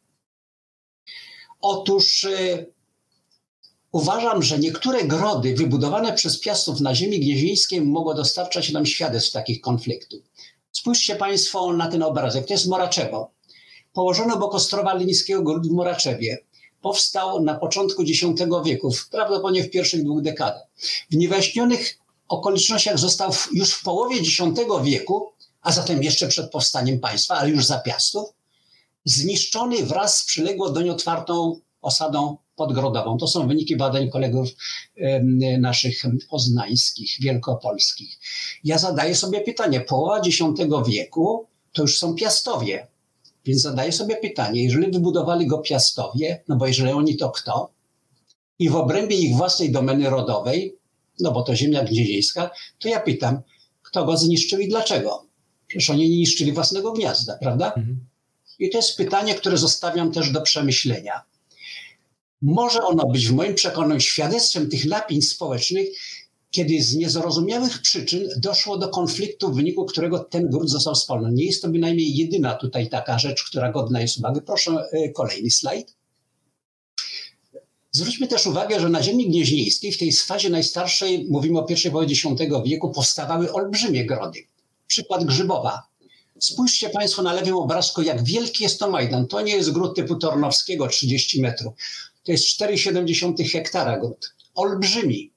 Otóż yy, uważam, że niektóre grody wybudowane przez Piastów na ziemi gnieźnieńskiej mogą dostarczać nam świadectw takich konfliktów. Spójrzcie Państwo na ten obrazek. To jest Moraczewo. Położony obok Ostrowa Lińskiego Grodu w Moraczewie. Powstał na początku dziesiątego wieku, prawdopodobnie w pierwszych dwóch dekadach. W niewyjaśnionych okolicznościach został już w połowie dziesiątego wieku, a zatem jeszcze przed powstaniem państwa, ale już za Piastów, zniszczony wraz z przyległą doń otwartą osadą podgrodową. To są wyniki badań kolegów e, naszych poznańskich, wielkopolskich. Ja zadaję sobie pytanie, połowa dziesiątego wieku to już są Piastowie. Więc zadaję sobie pytanie, jeżeli wybudowali go Piastowie, no bo jeżeli oni to kto? I w obrębie ich własnej domeny rodowej, no bo to ziemia gnieźnieńska, to ja pytam, kto go zniszczył i dlaczego? Przecież oni nie niszczyli własnego gniazda, prawda? Mhm. I to jest pytanie, które zostawiam też do przemyślenia. Może ono być w moim przekonaniu świadectwem tych napięć społecznych, kiedy z niezrozumiałych przyczyn doszło do konfliktu, w wyniku którego ten gród został spalony. Nie jest to bynajmniej jedyna tutaj taka rzecz, która godna jest uwagi. Proszę kolejny slajd. Zwróćmy też uwagę, że na ziemi gnieźnieńskiej w tej fazie najstarszej, mówimy o pierwszej połowie dziesiątego wieku, powstawały olbrzymie grody. Przykład Grzybowa. Spójrzcie Państwo na lewym obrazku, jak wielki jest to Majdan. To nie jest gród typu Tornowskiego, trzydzieści metrów. To jest cztery przecinek siedem hektara gród. Olbrzymi.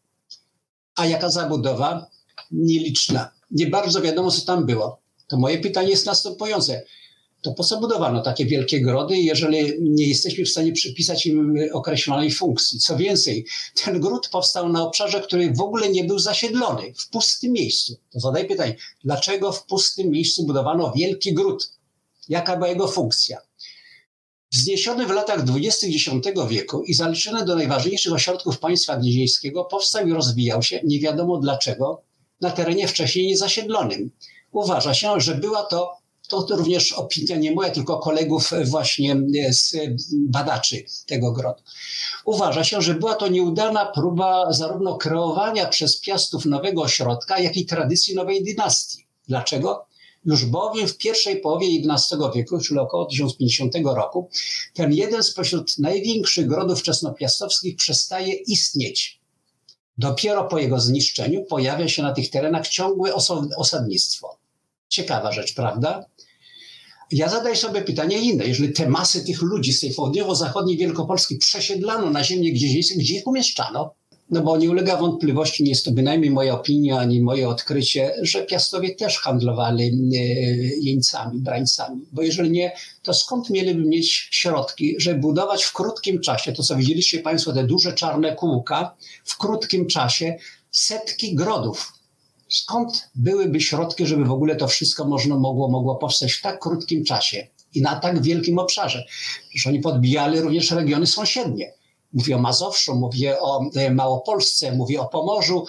A jaka zabudowa? Nieliczna. Nie bardzo wiadomo, co tam było. To moje pytanie jest następujące. To po co budowano takie wielkie grody, jeżeli nie jesteśmy w stanie przypisać im określonej funkcji? Co więcej, ten gród powstał na obszarze, który w ogóle nie był zasiedlony, w pustym miejscu. To zadaj pytanie, dlaczego w pustym miejscu budowano wielki gród? Jaka była jego funkcja? Wzniesiony w latach dwudziestych dziesiątego wieku i zaliczony do najważniejszych ośrodków państwa gnieźnieńskiego, powstał i rozwijał się, nie wiadomo dlaczego, na terenie wcześniej niezasiedlonym. Uważa się, że była to, to również opinia nie moja, tylko kolegów właśnie z badaczy tego grodu. Uważa się, że była to nieudana próba zarówno kreowania przez Piastów nowego ośrodka, jak i tradycji nowej dynastii. Dlaczego? Już bowiem w pierwszej połowie jedenastego wieku, czyli około tysiąc pięćdziesiątego roku, ten jeden spośród największych grodów wczesnopiastowskich przestaje istnieć. Dopiero po jego zniszczeniu pojawia się na tych terenach ciągłe osadnictwo. Ciekawa rzecz, prawda? Ja zadaję sobie pytanie inne. Jeżeli te masy tych ludzi z tej południowo-zachodniej Wielkopolski przesiedlano na ziemię gnieźnieńską, gdzie ich umieszczano? No bo nie ulega wątpliwości, nie jest to bynajmniej moja opinia, ani moje odkrycie, że Piastowie też handlowali jeńcami, brańcami. Bo jeżeli nie, to skąd mieliby mieć środki, żeby budować w krótkim czasie, to co widzieliście Państwo, te duże czarne kółka, w krótkim czasie setki grodów. Skąd byłyby środki, żeby w ogóle to wszystko można, mogło, mogło powstać w tak krótkim czasie i na tak wielkim obszarze? Przecież oni podbijali również regiony sąsiednie. Mówię o Mazowszu, mówię o Małopolsce, mówię o Pomorzu.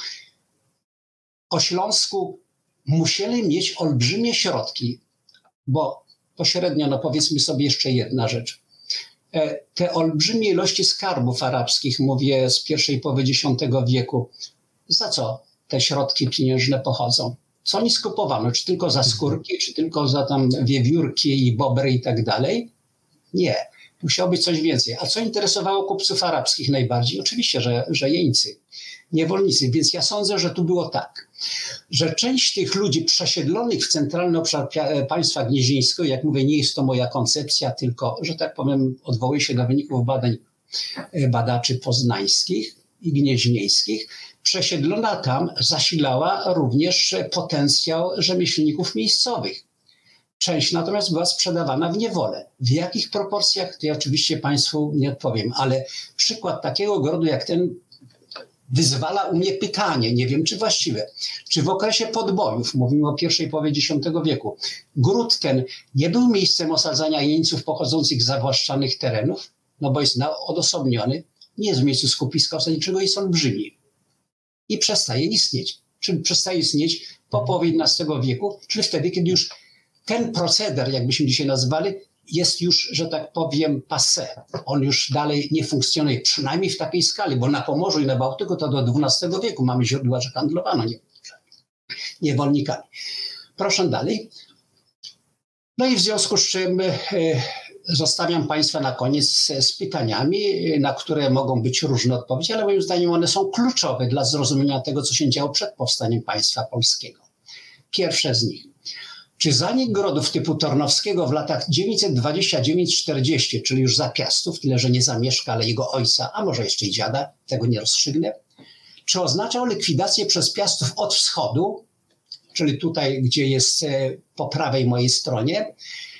O Śląsku musieli mieć olbrzymie środki, bo pośrednio, no powiedzmy sobie jeszcze jedna rzecz. Te olbrzymie ilości skarbów arabskich, mówię z pierwszej połowy dziesiątego wieku, za co te środki pieniężne pochodzą? Co oni skupowano? Czy tylko za skórki, czy tylko za tam wiewiórki i bobry i tak dalej? Nie. Musiało być coś więcej. A co interesowało kupców arabskich najbardziej? Oczywiście, że, że jeńcy, niewolnicy. Więc ja sądzę, że tu było tak, że część tych ludzi przesiedlonych w centralny obszar państwa gnieźnieńskiego, jak mówię, nie jest to moja koncepcja, tylko, że tak powiem, odwołuję się do wyników badań badaczy poznańskich i gnieźnieńskich, przesiedlona tam zasilała również potencjał rzemieślników miejscowych. Część natomiast była sprzedawana w niewolę. W jakich proporcjach, to ja oczywiście Państwu nie odpowiem, ale przykład takiego grodu jak ten wyzwala u mnie pytanie, nie wiem czy właściwe, czy w okresie podbojów, mówimy o pierwszej połowie dziesiątego wieku, gród ten nie był miejscem osadzania jeńców pochodzących z zawłaszczanych terenów, no bo jest odosobniony, nie jest w miejscu skupiska osadniczego, jest olbrzymi i przestaje istnieć. Czyli przestaje istnieć po połowie jedenastego wieku, czyli wtedy, kiedy już ten proceder, jakbyśmy dzisiaj nazwali, jest już, że tak powiem, passé. On już dalej nie funkcjonuje, przynajmniej w takiej skali, bo na Pomorzu i na Bałtyku to do dwunastego wieku mamy źródła, że handlowano niewolnikami. Proszę dalej. No i w związku z czym e, zostawiam Państwa na koniec z, z pytaniami, na które mogą być różne odpowiedzi, ale moim zdaniem one są kluczowe dla zrozumienia tego, co się działo przed powstaniem państwa polskiego. Pierwsze z nich. Czy zanik grodów typu Tornowskiego w latach dziewięćset dwadzieścia dziewięć czterdzieści, czyli już za Piastów, tyle że nie za Mieszka, ale jego ojca, a może jeszcze i dziada, tego nie rozstrzygnę, czy oznaczał likwidację przez Piastów od wschodu, czyli tutaj, gdzie jest po prawej mojej stronie,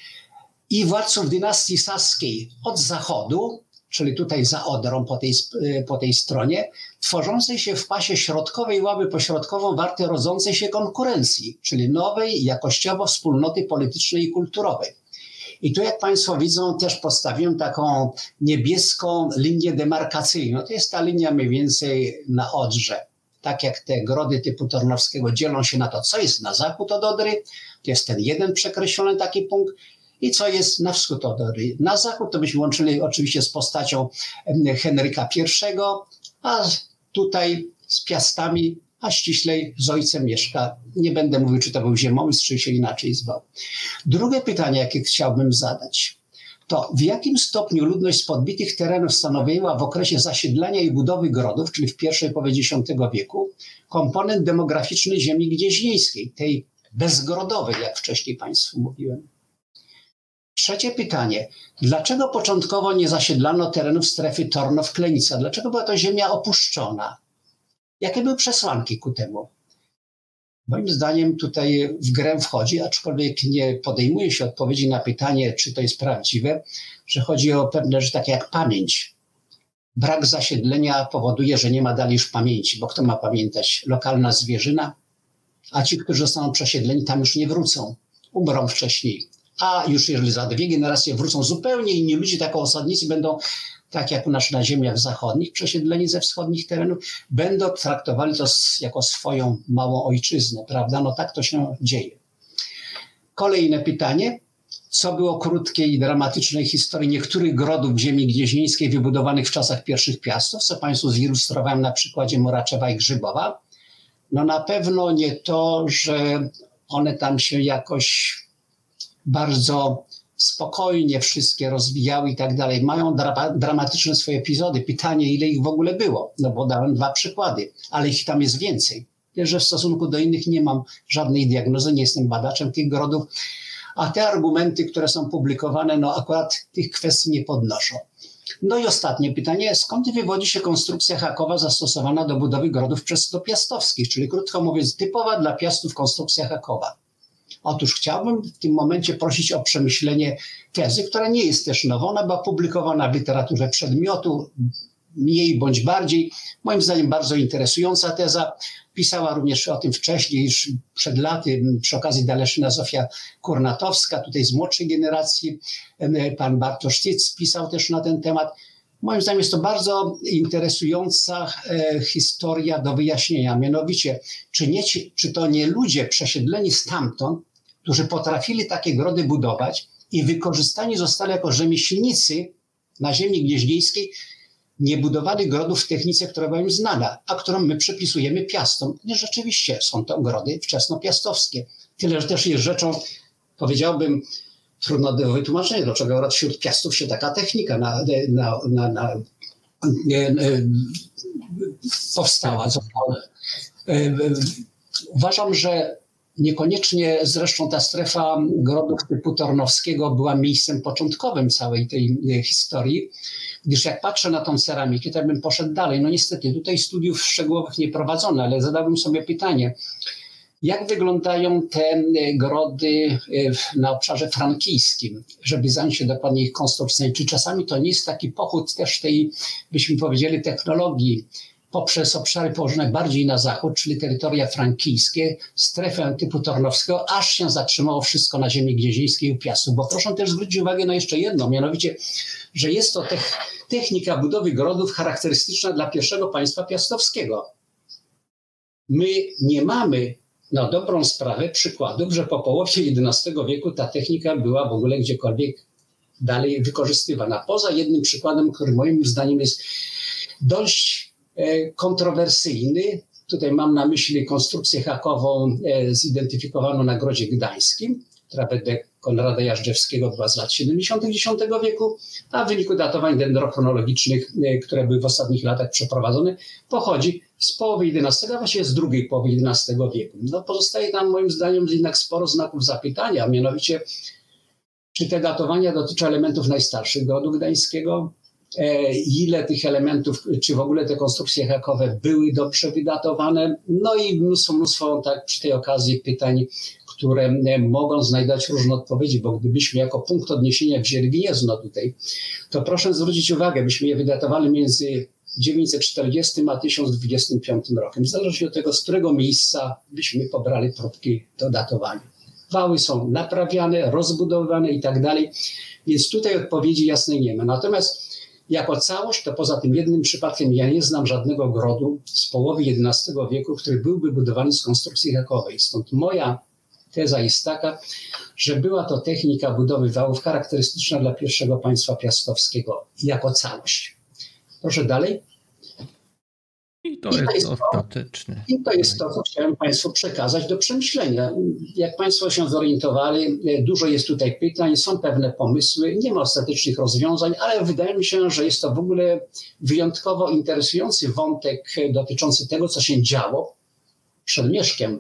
i władców dynastii saskiej od zachodu, czyli tutaj za Odrą po tej, po tej stronie, tworzącej się w pasie środkowej ławy pośrodkową warty rodzącej się konkurencji, czyli nowej jakościowo wspólnoty politycznej i kulturowej. I tu, jak Państwo widzą, też postawiłem taką niebieską linię demarkacyjną. To jest ta linia mniej więcej na Odrze. Tak jak te grody typu Tornowskiego dzielą się na to, co jest na zachód od Odry, to jest ten jeden przekreślony taki punkt, i co jest na wschód od Odry. Na zachód to byśmy łączyli oczywiście z postacią Henryka pierwszego, a tutaj z Piastami, a ściślej z ojcem Mieszka. Nie będę mówił, czy to był Ziemomistrz, czy się inaczej zwał. Drugie pytanie, jakie chciałbym zadać, to w jakim stopniu ludność z podbitych terenów stanowiła w okresie zasiedlenia i budowy grodów, czyli w pierwszej połowie dziesiątego wieku, komponent demograficzny ziemi gnieźnieńskiej, tej bezgrodowej, jak wcześniej Państwu mówiłem. Trzecie pytanie. Dlaczego początkowo nie zasiedlano terenów strefy Tornow-Klenica? Dlaczego była to ziemia opuszczona? Jakie były przesłanki ku temu? Moim zdaniem tutaj w grę wchodzi, aczkolwiek nie podejmuje się odpowiedzi na pytanie, czy to jest prawdziwe, że chodzi o pewne rzeczy takie jak pamięć. Brak zasiedlenia powoduje, że nie ma dalej już pamięci, bo kto ma pamiętać? Lokalna zwierzyna, a ci, którzy zostaną przesiedleni, tam już nie wrócą. Umrą wcześniej. A już jeżeli za dwie generacje wrócą zupełnie inni ludzie, jako osadnicy będą, tak jak u nas na ziemiach zachodnich, przesiedleni ze wschodnich terenów, będą traktowali to jako swoją małą ojczyznę, prawda? No tak to się dzieje. Kolejne pytanie. Co było krótkiej i dramatycznej historii niektórych grodów ziemi gnieźnieńskiej wybudowanych w czasach pierwszych Piastów, co Państwu zilustrowałem na przykładzie Moraczewa i Grzybowa? No na pewno nie to, że one tam się jakoś bardzo spokojnie wszystkie rozwijały i tak dalej. Mają dra- dramatyczne swoje epizody. Pytanie, ile ich w ogóle było? No bo dałem dwa przykłady, ale ich tam jest więcej. Wiesz, że w stosunku do innych nie mam żadnej diagnozy, nie jestem badaczem tych grodów, a te argumenty, które są publikowane, no akurat tych kwestii nie podnoszą. No i ostatnie pytanie, skąd wywodzi się konstrukcja hakowa zastosowana do budowy grodów przez piastowskich, czyli krótko mówiąc, typowa dla Piastów konstrukcja hakowa. Otóż chciałbym w tym momencie prosić o przemyślenie tezy, która nie jest też nowa, ona była publikowana w literaturze przedmiotu, mniej bądź bardziej, moim zdaniem bardzo interesująca teza. Pisała również o tym wcześniej, już przed laty, przy okazji Daleszyna Zofia Kurnatowska, tutaj z młodszej generacji, pan Bartosz Tic pisał też na ten temat. Moim zdaniem jest to bardzo interesująca e, historia do wyjaśnienia. Mianowicie, czy, nie, czy to nie ludzie przesiedleni stamtąd, którzy potrafili takie grody budować i wykorzystani zostali jako rzemieślnicy na ziemi gnieźnieńskiej, nie budowali grodów w technice, która była im znana, a którą my przypisujemy Piastom. I rzeczywiście są to grody wczesnopiastowskie. Tyle, że też jest rzeczą, powiedziałbym, trudno do wytłumaczenia, dlaczego akurat wśród Piastów się taka technika na, na, na, na, nie, nie, powstała. Uważam, że niekoniecznie zresztą ta strefa grodów typu Tornowskiego była miejscem początkowym całej tej historii, gdyż jak patrzę na tą ceramikę, to bym poszedł dalej. No niestety tutaj studiów szczegółowych nie prowadzono, ale zadałbym sobie pytanie, jak wyglądają te grody na obszarze frankijskim, żeby zająć się dokładnie ich konstrukcją? Czy czasami to nie jest taki pochód też tej, byśmy powiedzieli, technologii poprzez obszary położone bardziej na zachód, czyli terytoria frankijskie, strefę typu Tornowskiego, aż się zatrzymało wszystko na ziemi gnieźnieńskiej u Piastów. Bo proszę też zwrócić uwagę na jeszcze jedno, mianowicie, że jest to technika budowy grodów charakterystyczna dla pierwszego państwa piastowskiego. My nie mamy na dobrą sprawę przykładów, że po połowie jedenastego wieku ta technika była w ogóle gdziekolwiek dalej wykorzystywana. Poza jednym przykładem, który moim zdaniem jest dość kontrowersyjny. Tutaj mam na myśli konstrukcję hakową zidentyfikowaną na Grodzie Gdańskim, która wedle Konrada Jażdżewskiego była z lat siedemdziesiątych dziesiątego wieku, a w wyniku datowań dendrochronologicznych, które były w ostatnich latach przeprowadzone, pochodzi z połowy jedenastego, a właściwie z drugiej połowy jedenastego wieku. No, pozostaje tam moim zdaniem jednak sporo znaków zapytania, mianowicie czy te datowania dotyczą elementów najstarszych grodu gdańskiego, ile tych elementów, czy w ogóle te konstrukcje hakowe były dobrze wydatowane, no i mnóstwo, mnóstwo tak przy tej okazji pytań, które mogą znajdować różne odpowiedzi, bo gdybyśmy jako punkt odniesienia wzięli Gniezno tutaj, to proszę zwrócić uwagę, byśmy je wydatowali między dziewięćset czterdziestym a tysiąc dwudziestym piątym rokiem. Zależy od tego, z którego miejsca byśmy pobrali próbki do datowania. Wały są naprawiane, rozbudowywane i tak dalej, więc tutaj odpowiedzi jasnej nie ma. Natomiast jako całość, to poza tym jednym przypadkiem ja nie znam żadnego grodu z połowy jedenastego wieku, który byłby budowany z konstrukcji hakowej. Stąd moja teza jest taka, że była to technika budowy wałów charakterystyczna dla pierwszego państwa piastowskiego jako całość. Proszę dalej. I to, I to jest, jest ostateczne. I to jest to, co chciałem Państwu przekazać do przemyślenia. Jak Państwo się zorientowali, dużo jest tutaj pytań, są pewne pomysły, nie ma ostatecznych rozwiązań, ale wydaje mi się, że jest to w ogóle wyjątkowo interesujący wątek dotyczący tego, co się działo przed Mieszkiem,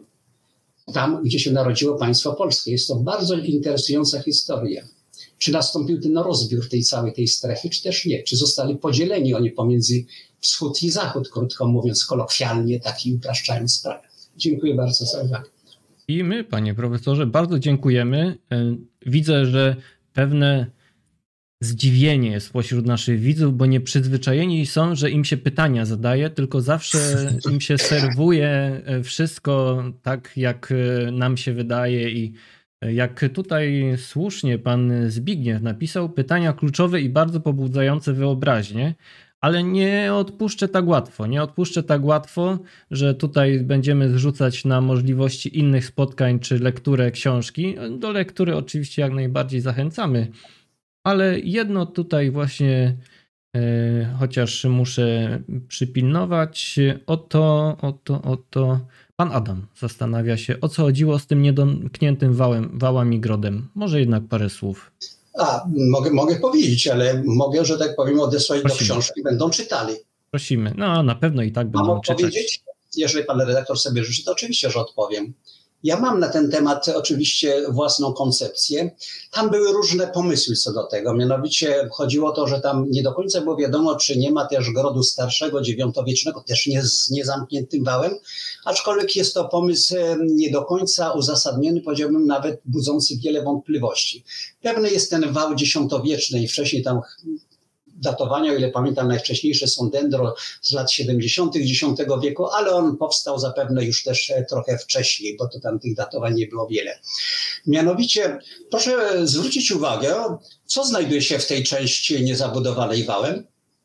tam, gdzie się narodziło państwo polskie. Jest to bardzo interesująca historia. Czy nastąpił ten rozbiór tej całej tej strefy, czy też nie? Czy zostali podzieleni oni pomiędzy wschód i zachód, krótko mówiąc, kolokwialnie, tak i upraszczając sprawę. Dziękuję bardzo za uwagę. I my, panie profesorze, bardzo dziękujemy. Widzę, że pewne zdziwienie jest pośród naszych widzów, bo nieprzyzwyczajeni są, że im się pytania zadaje, tylko zawsze im się serwuje wszystko tak, jak nam się wydaje i jak tutaj słusznie pan Zbigniew napisał, pytania kluczowe i bardzo pobudzające wyobraźnię, ale nie odpuszczę tak łatwo, nie odpuszczę tak łatwo, że tutaj będziemy zrzucać na możliwości innych spotkań czy lekturę książki. Do lektury oczywiście jak najbardziej zachęcamy, ale jedno tutaj właśnie e, chociaż muszę przypilnować, oto, oto, oto pan Adam zastanawia się, o co chodziło z tym niedomkniętym wałem, wałami i grodem. Może jednak parę słów. A, mogę, mogę powiedzieć, ale mogę, że tak powiem, odesłać Prosimy. do książki, będą czytali. Prosimy. No na pewno i tak będą Mam czytać. odpowiedzieć? Jeżeli pan redaktor sobie życzy, to oczywiście, że odpowiem. Ja mam na ten temat oczywiście własną koncepcję. Tam były różne pomysły co do tego. Mianowicie chodziło o to, że tam nie do końca było wiadomo, czy nie ma też grodu starszego, dziewiątowiecznego, też nie z niezamkniętym wałem, aczkolwiek jest to pomysł nie do końca uzasadniony, powiedziałbym nawet budzący wiele wątpliwości. Pewny jest ten wał dziesiątowieczny i wcześniej tam datowania, o ile pamiętam, najwcześniejsze są dendro z lat siedemdziesiątych dziesiątego wieku, ale on powstał zapewne już też trochę wcześniej, bo to tam tych datowań nie było wiele. Mianowicie, proszę zwrócić uwagę, co znajduje się w tej części niezabudowanej wałem?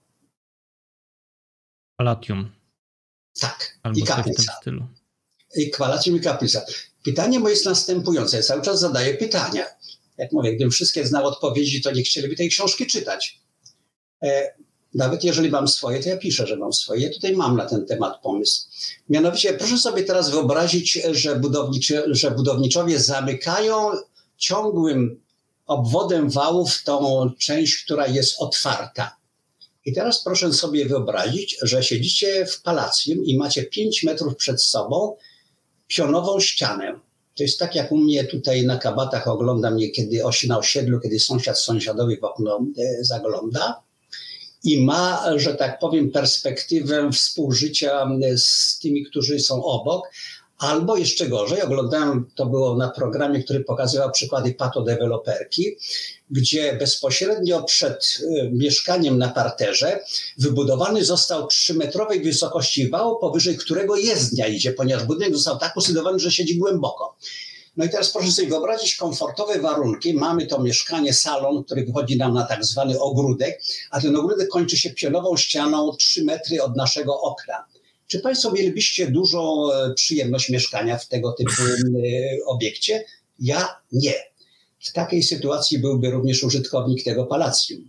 Palatium. Tak, albo i kaplica. W tym stylu. I kwalatium i kaplica. Pytanie moje jest następujące. Ja cały czas zadaję pytania. Jak mówię, gdybym wszystkie znał odpowiedzi, to nie chcieliby tej książki czytać. Nawet jeżeli mam swoje, to ja piszę, że mam swoje. Ja tutaj mam na ten temat pomysł. Mianowicie proszę sobie teraz wyobrazić, że, budowniczy, że budowniczowie zamykają ciągłym obwodem wałów tą część, która jest otwarta. I teraz proszę sobie wyobrazić, że siedzicie w palacjum i macie pięć metrów przed sobą pionową ścianę. To jest tak, jak u mnie tutaj na Kabatach oglądam niekiedy na osiedlu, kiedy sąsiad sąsiadowi w okno zagląda i ma, że tak powiem, perspektywę współżycia z tymi, którzy są obok. Albo jeszcze gorzej, oglądałem, to było na programie, który pokazywał przykłady patodeweloperki, gdzie bezpośrednio przed y, mieszkaniem na parterze wybudowany został trzymetrowej wysokości wał, powyżej którego jezdnia idzie, ponieważ budynek został tak usytuowany, że siedzi głęboko. No i teraz proszę sobie wyobrazić komfortowe warunki. Mamy to mieszkanie, salon, który wychodzi nam na tak zwany ogródek, a ten ogródek kończy się pionową ścianą trzy metry od naszego okna. Czy Państwo mielibyście dużą przyjemność mieszkania w tego typu obiekcie? Ja nie. W takiej sytuacji byłby również użytkownik tego palacjum.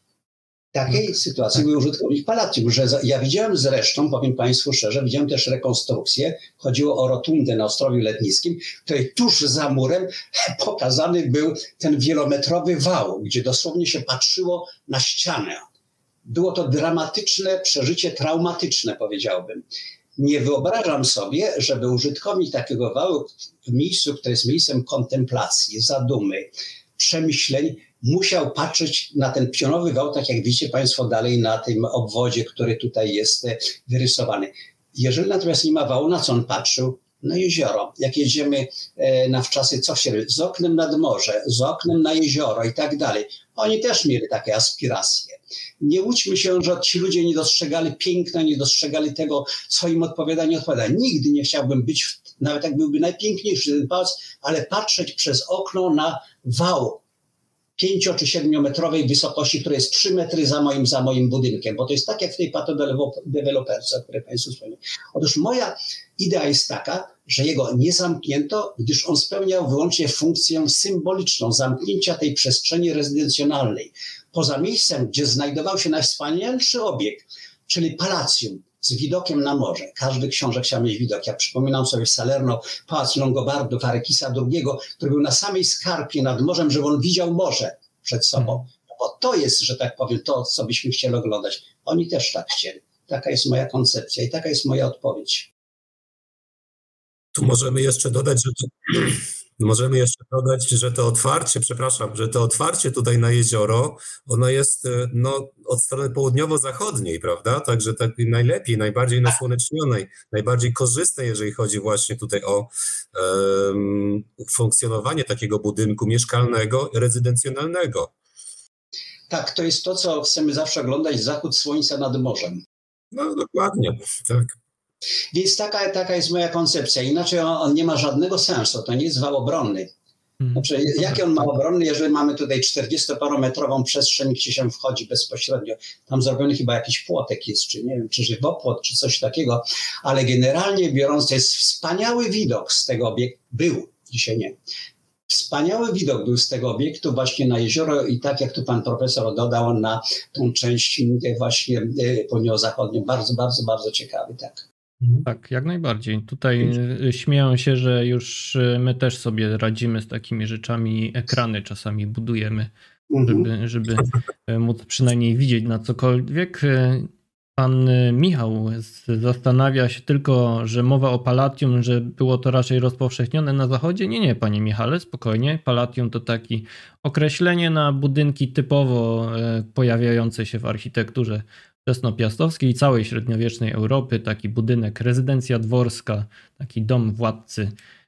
W takiej sytuacji był użytkownik palacjum, że ja widziałem zresztą, powiem Państwu szczerze, widziałem też rekonstrukcję, chodziło o rotundę na Ostrowiu Letnickim, w której tuż za murem pokazany był ten wielometrowy wał, gdzie dosłownie się patrzyło na ścianę. Było to dramatyczne przeżycie, traumatyczne, powiedziałbym. Nie wyobrażam sobie, żeby użytkownik takiego wału w miejscu, które jest miejscem kontemplacji, zadumy, przemyśleń, musiał patrzeć na ten pionowy wał, tak jak widzicie Państwo dalej na tym obwodzie, który tutaj jest wyrysowany. Jeżeli natomiast nie ma wału, na co on patrzył? Na jezioro. Jak jedziemy na wczasy, co się robi? Z oknem nad morze, z oknem na jezioro i tak dalej. Oni też mieli takie aspiracje. Nie łudźmy się, że ci ludzie nie dostrzegali piękna, nie dostrzegali tego, co im odpowiada, nie odpowiada. Nigdy nie chciałbym być, w, nawet jak byłby najpiękniejszy ten pałac, ale patrzeć przez okno na wał pięcio- czy siedmiometrowej wysokości, która jest trzy metry za moim, za moim budynkiem, bo to jest tak jak w tej patodeweloperce, o której Państwu wspomniałem. Otóż moja idea jest taka, że jego nie zamknięto, gdyż on spełniał wyłącznie funkcję symboliczną zamknięcia tej przestrzeni rezydencjonalnej. Poza miejscem, gdzie znajdował się najwspanialszy obiekt, czyli palacjum z widokiem na morze. Każdy książę chciał mieć widok. Ja przypominam sobie w Salerno pałac Longobardów Arekisa drugiego, który był na samej skarpie nad morzem, żeby on widział morze przed sobą. Bo to jest, że tak powiem, to, co byśmy chcieli oglądać. Oni też tak chcieli. Taka jest moja koncepcja i taka jest moja odpowiedź. Tu możemy jeszcze dodać, że to, możemy jeszcze dodać, że to otwarcie, przepraszam, że to otwarcie tutaj na jezioro, ono jest no, od strony południowo-zachodniej, prawda? Także tak najlepiej, najbardziej nasłonecznionej, najbardziej korzystnej, jeżeli chodzi właśnie tutaj o um, funkcjonowanie takiego budynku mieszkalnego, rezydencjonalnego. Tak, to jest to, co chcemy zawsze oglądać, zachód słońca nad morzem. No dokładnie, tak. Więc taka, taka jest moja koncepcja. Inaczej on, on nie ma żadnego sensu. To nie jest wał obronny. Znaczy, jaki on ma obronny, jeżeli mamy tutaj czterdziestoparometrową przestrzeń, gdzie się wchodzi bezpośrednio. Tam zrobiony chyba jakiś płotek jest, czy nie wiem, czy żywopłot, czy coś takiego. Ale generalnie biorąc, to jest wspaniały widok z tego obiektu. Był, dzisiaj nie. Wspaniały widok był z tego obiektu właśnie na jezioro i tak jak tu pan profesor dodał, na tą część właśnie południowo-zachodnią. Bardzo, bardzo, bardzo ciekawy, tak. Tak, jak najbardziej. Tutaj śmieją się, że już my też sobie radzimy z takimi rzeczami. Ekrany czasami budujemy, żeby, żeby móc przynajmniej widzieć na cokolwiek. Pan Michał zastanawia się tylko, że mowa o Palatium, że było to raczej rozpowszechnione na zachodzie. Nie, nie, panie Michale, spokojnie. Palatium to takie określenie na budynki typowo pojawiające się w architekturze wczesnopiastowskiej i całej średniowiecznej Europy. Taki budynek, rezydencja dworska, taki dom władcy.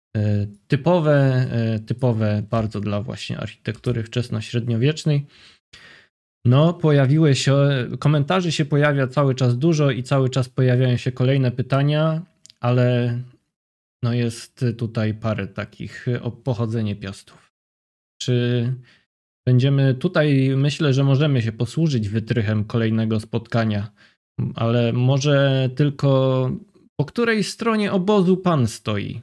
Typowe, typowe bardzo dla właśnie architektury wczesnośredniowiecznej. No, pojawiły się, komentarzy się pojawia cały czas dużo i cały czas pojawiają się kolejne pytania, ale no jest tutaj parę takich o pochodzenie Piastów. Czy będziemy tutaj, myślę, że możemy się posłużyć wytrychem kolejnego spotkania, ale może tylko po której stronie obozu pan stoi?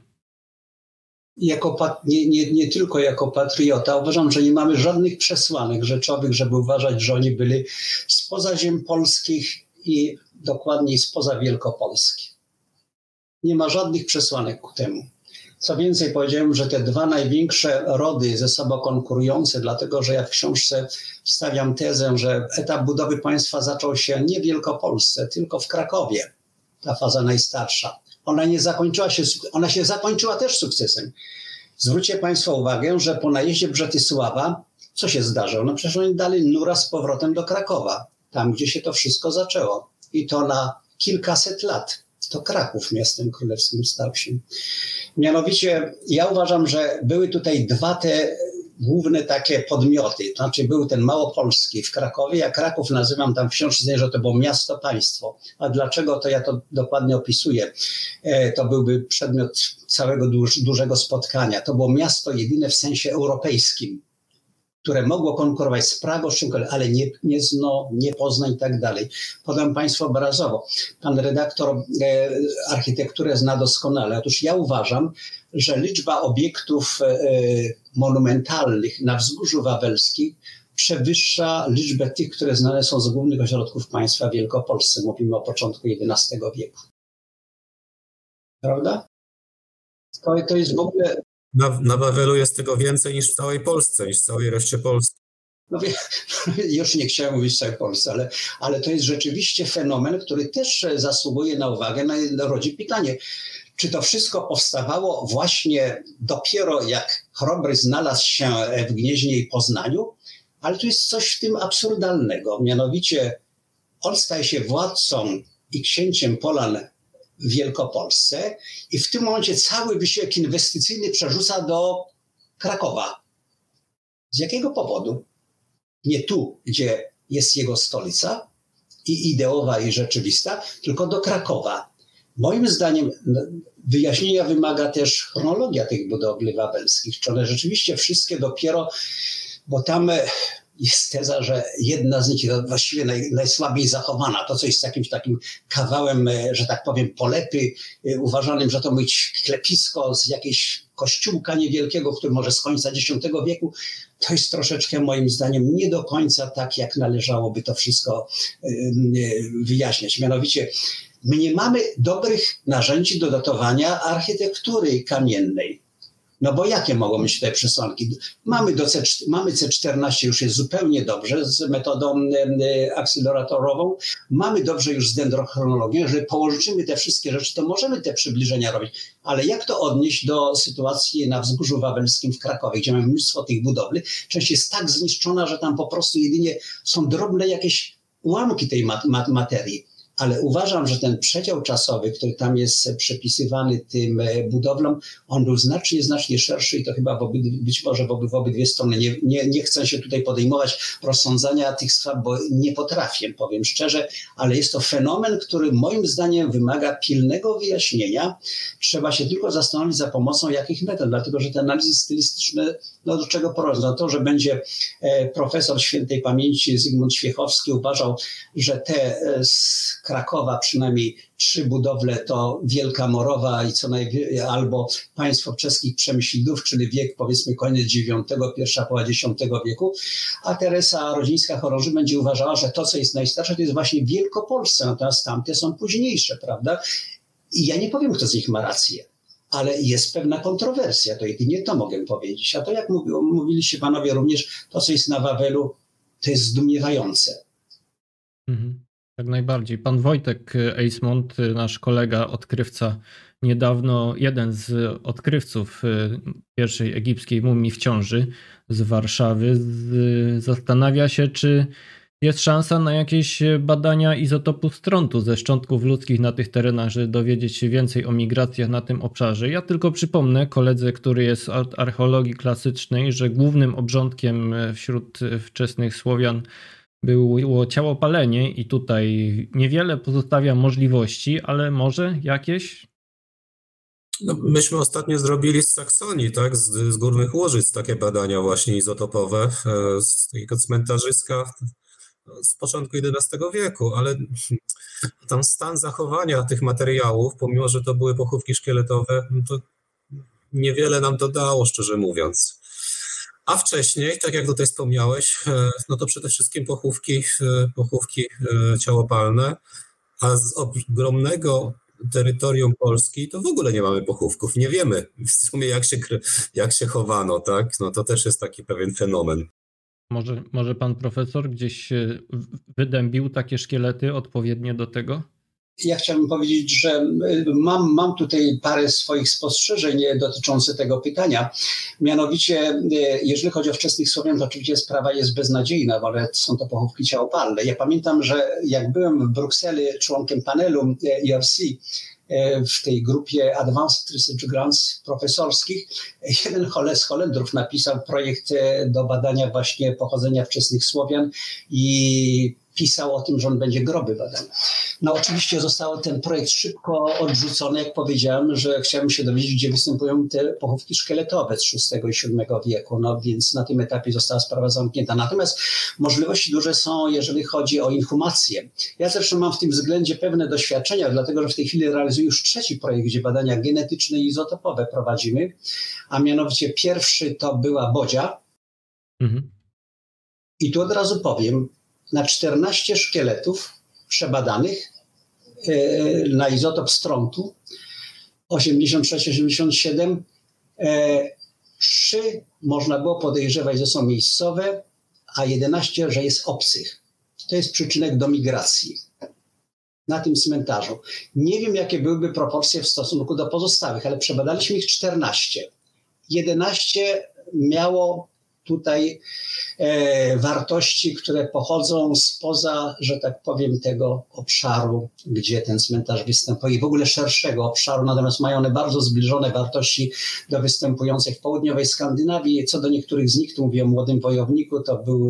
Jako, nie, nie, nie tylko jako patriota, uważam, że nie mamy żadnych przesłanek rzeczowych, żeby uważać, że oni byli spoza ziem polskich i dokładniej spoza Wielkopolski. Nie ma żadnych przesłanek ku temu. Co więcej, powiedziałem, że te dwa największe rody ze sobą konkurujące, dlatego że ja w książce stawiam tezę, że etap budowy państwa zaczął się nie w Wielkopolsce, tylko w Krakowie, ta faza najstarsza. Ona nie zakończyła się, ona się zakończyła też sukcesem. Zwróćcie Państwo uwagę, że po najeździe Brzetysława, co się zdarzyło? No przecież oni dali nura z powrotem do Krakowa, tam gdzie się to wszystko zaczęło. I to na kilkaset lat. To Kraków miastem królewskim stał się. Mianowicie ja uważam, że były tutaj dwa te główne takie podmioty. To znaczy był ten małopolski w Krakowie. Ja Kraków nazywam tam w książce, że to było miasto-państwo. A dlaczego, to ja to dokładnie opisuję. To byłby przedmiot całego duż, dużego spotkania. To było miasto jedyne w sensie europejskim, które mogło konkurować z Pragą, ale nie, nie Zno, nie Poznań i tak dalej. Podam Państwu obrazowo. Pan redaktor e, architekturę zna doskonale. Otóż ja uważam, że liczba obiektów e, monumentalnych na Wzgórzu Wawelskim przewyższa liczbę tych, które znane są z głównych ośrodków państwa w Wielkopolsce. Mówimy o początku jedenastego wieku. Prawda? To, to jest w ogóle... Na, na Wawelu jest tego więcej niż w całej Polsce, niż w całej reszcie Polski. No wie, już nie chciałem mówić w całej Polsce, ale, ale to jest rzeczywiście fenomen, który też zasługuje na uwagę, na, na rodzi pytanie. Czy to wszystko powstawało właśnie dopiero jak Chrobry znalazł się w Gnieźnie i Poznaniu? Ale tu jest coś w tym absurdalnego. Mianowicie on staje się władcą i księciem Polan w Wielkopolsce i w tym momencie cały wysiłek inwestycyjny przerzuca do Krakowa. Z jakiego powodu? Nie tu, gdzie jest jego stolica i ideowa i rzeczywista, tylko do Krakowa. Moim zdaniem wyjaśnienia wymaga też chronologia tych budowli wawelskich. Czy one rzeczywiście wszystkie dopiero, bo tam jest teza, że jedna z nich jest właściwie naj, najsłabiej zachowana. To, co jest jakimś takim kawałem, że tak powiem, polepy, uważanym, że to ma być klepisko z jakiejś kościółka niewielkiego, który może z końca dziesiątego wieku, to jest troszeczkę moim zdaniem nie do końca tak, jak należałoby to wszystko wyjaśniać. Mianowicie my nie mamy dobrych narzędzi do datowania architektury kamiennej. No bo jakie mogą być tutaj przesłanki? Mamy, do C, mamy C czternaście, już jest zupełnie dobrze z metodą e, akceleratorową. Mamy dobrze już z dendrochronologią. Jeżeli położymy te wszystkie rzeczy, to możemy te przybliżenia robić. Ale jak to odnieść do sytuacji na Wzgórzu Wawelskim w Krakowie, gdzie mamy mnóstwo tych budowli? Część jest tak zniszczona, że tam po prostu jedynie są drobne jakieś ułamki tej mat- mat- materii. Ale uważam, że ten przedział czasowy, który tam jest przypisywany tym budowlom, on był znacznie, znacznie szerszy i to chyba w oby, być może w, oby, w obydwie strony. Nie, nie, nie chcę się tutaj podejmować rozsądzania tych spraw, bo nie potrafię, powiem szczerze, ale jest to fenomen, który moim zdaniem wymaga pilnego wyjaśnienia. Trzeba się tylko zastanowić, za pomocą jakich metod, dlatego że te analizy stylistyczne, no do czego prowadzą? No to, że będzie e, profesor świętej pamięci Zygmunt Świechowski uważał, że te e, z Krakowa przynajmniej trzy budowle to Wielka Morowa i co najwyżej, albo państwo czeskich Przemyślidów, czyli wiek powiedzmy koniec dziewiątego, pierwsza połowa dziesiątego wieku, a Teresa Rodzińska-Chorąży będzie uważała, że to, co jest najstarsze, to jest właśnie w Wielkopolsce, natomiast tamte są późniejsze, prawda? I ja nie powiem, kto z nich ma rację, ale jest pewna kontrowersja, to jedynie to mogę powiedzieć. A to, jak mówi, mówiliście panowie również, to, co jest na Wawelu, to jest zdumiewające. Mhm. Jak najbardziej. Pan Wojtek Eismont, nasz kolega, odkrywca, niedawno jeden z odkrywców pierwszej egipskiej mumii w ciąży z Warszawy, z, zastanawia się, czy jest szansa na jakieś badania izotopu strontu ze szczątków ludzkich na tych terenach, żeby dowiedzieć się więcej o migracjach na tym obszarze. Ja tylko przypomnę koledze, który jest od archeologii klasycznej, że głównym obrządkiem wśród wczesnych Słowian było ciałopalenie i tutaj niewiele pozostawia możliwości, ale może jakieś? No, myśmy ostatnio zrobili z Saksonii, tak, z, z Górnych Łożyc takie badania właśnie izotopowe, z takiego cmentarzyska z początku jedenastego wieku, ale tam stan zachowania tych materiałów, pomimo że to były pochówki szkieletowe, no to niewiele nam to dało, szczerze mówiąc. A wcześniej, tak jak tutaj wspomniałeś, no to przede wszystkim pochówki, pochówki ciałopalne, a z ogromnego terytorium Polski to w ogóle nie mamy pochówków, nie wiemy w sumie jak się, jak się chowano, tak? No to też jest taki pewien fenomen. Może, może pan profesor gdzieś wydębił takie szkielety odpowiednie do tego? Ja chciałbym powiedzieć, że mam, mam tutaj parę swoich spostrzeżeń dotyczących tego pytania. Mianowicie, jeżeli chodzi o wczesnych Słowian, to oczywiście sprawa jest beznadziejna, ale są to pochówki ciałopalne. Ja pamiętam, że jak byłem w Brukseli członkiem panelu E R C, w tej grupie Advanced Research Grants profesorskich, jeden z Holendrów napisał projekt do badania właśnie pochodzenia wczesnych Słowian i pisał o tym, że on będzie groby badał. No oczywiście został ten projekt szybko odrzucony, jak powiedziałem, że chciałem się dowiedzieć, gdzie występują te pochówki szkieletowe z szóstego i siódmego wieku, no więc na tym etapie została sprawa zamknięta. Natomiast możliwości duże są, jeżeli chodzi o inhumację. Ja zresztą mam w tym względzie pewne doświadczenia, dlatego że w tej chwili realizuję już trzeci projekt, gdzie badania genetyczne i izotopowe prowadzimy, a mianowicie pierwszy to była bodzia. Mhm. I tu od razu powiem, na czternaście szkieletów przebadanych e, na izotop strontu osiemdziesiąt sześć osiemdziesiąt siedem, e, trzy można było podejrzewać, że są miejscowe, a jedenaście, że jest obcych. To jest przyczynek do migracji na tym cmentarzu. Nie wiem, jakie byłyby proporcje w stosunku do pozostałych, ale przebadaliśmy ich czternaście. jedenaście miało tutaj e, wartości, które pochodzą spoza, że tak powiem, tego obszaru, gdzie ten cmentarz występuje, w ogóle szerszego obszaru, natomiast mają one bardzo zbliżone wartości do występujących w południowej Skandynawii. Co do niektórych z nich, tu mówię o młodym wojowniku, to, był,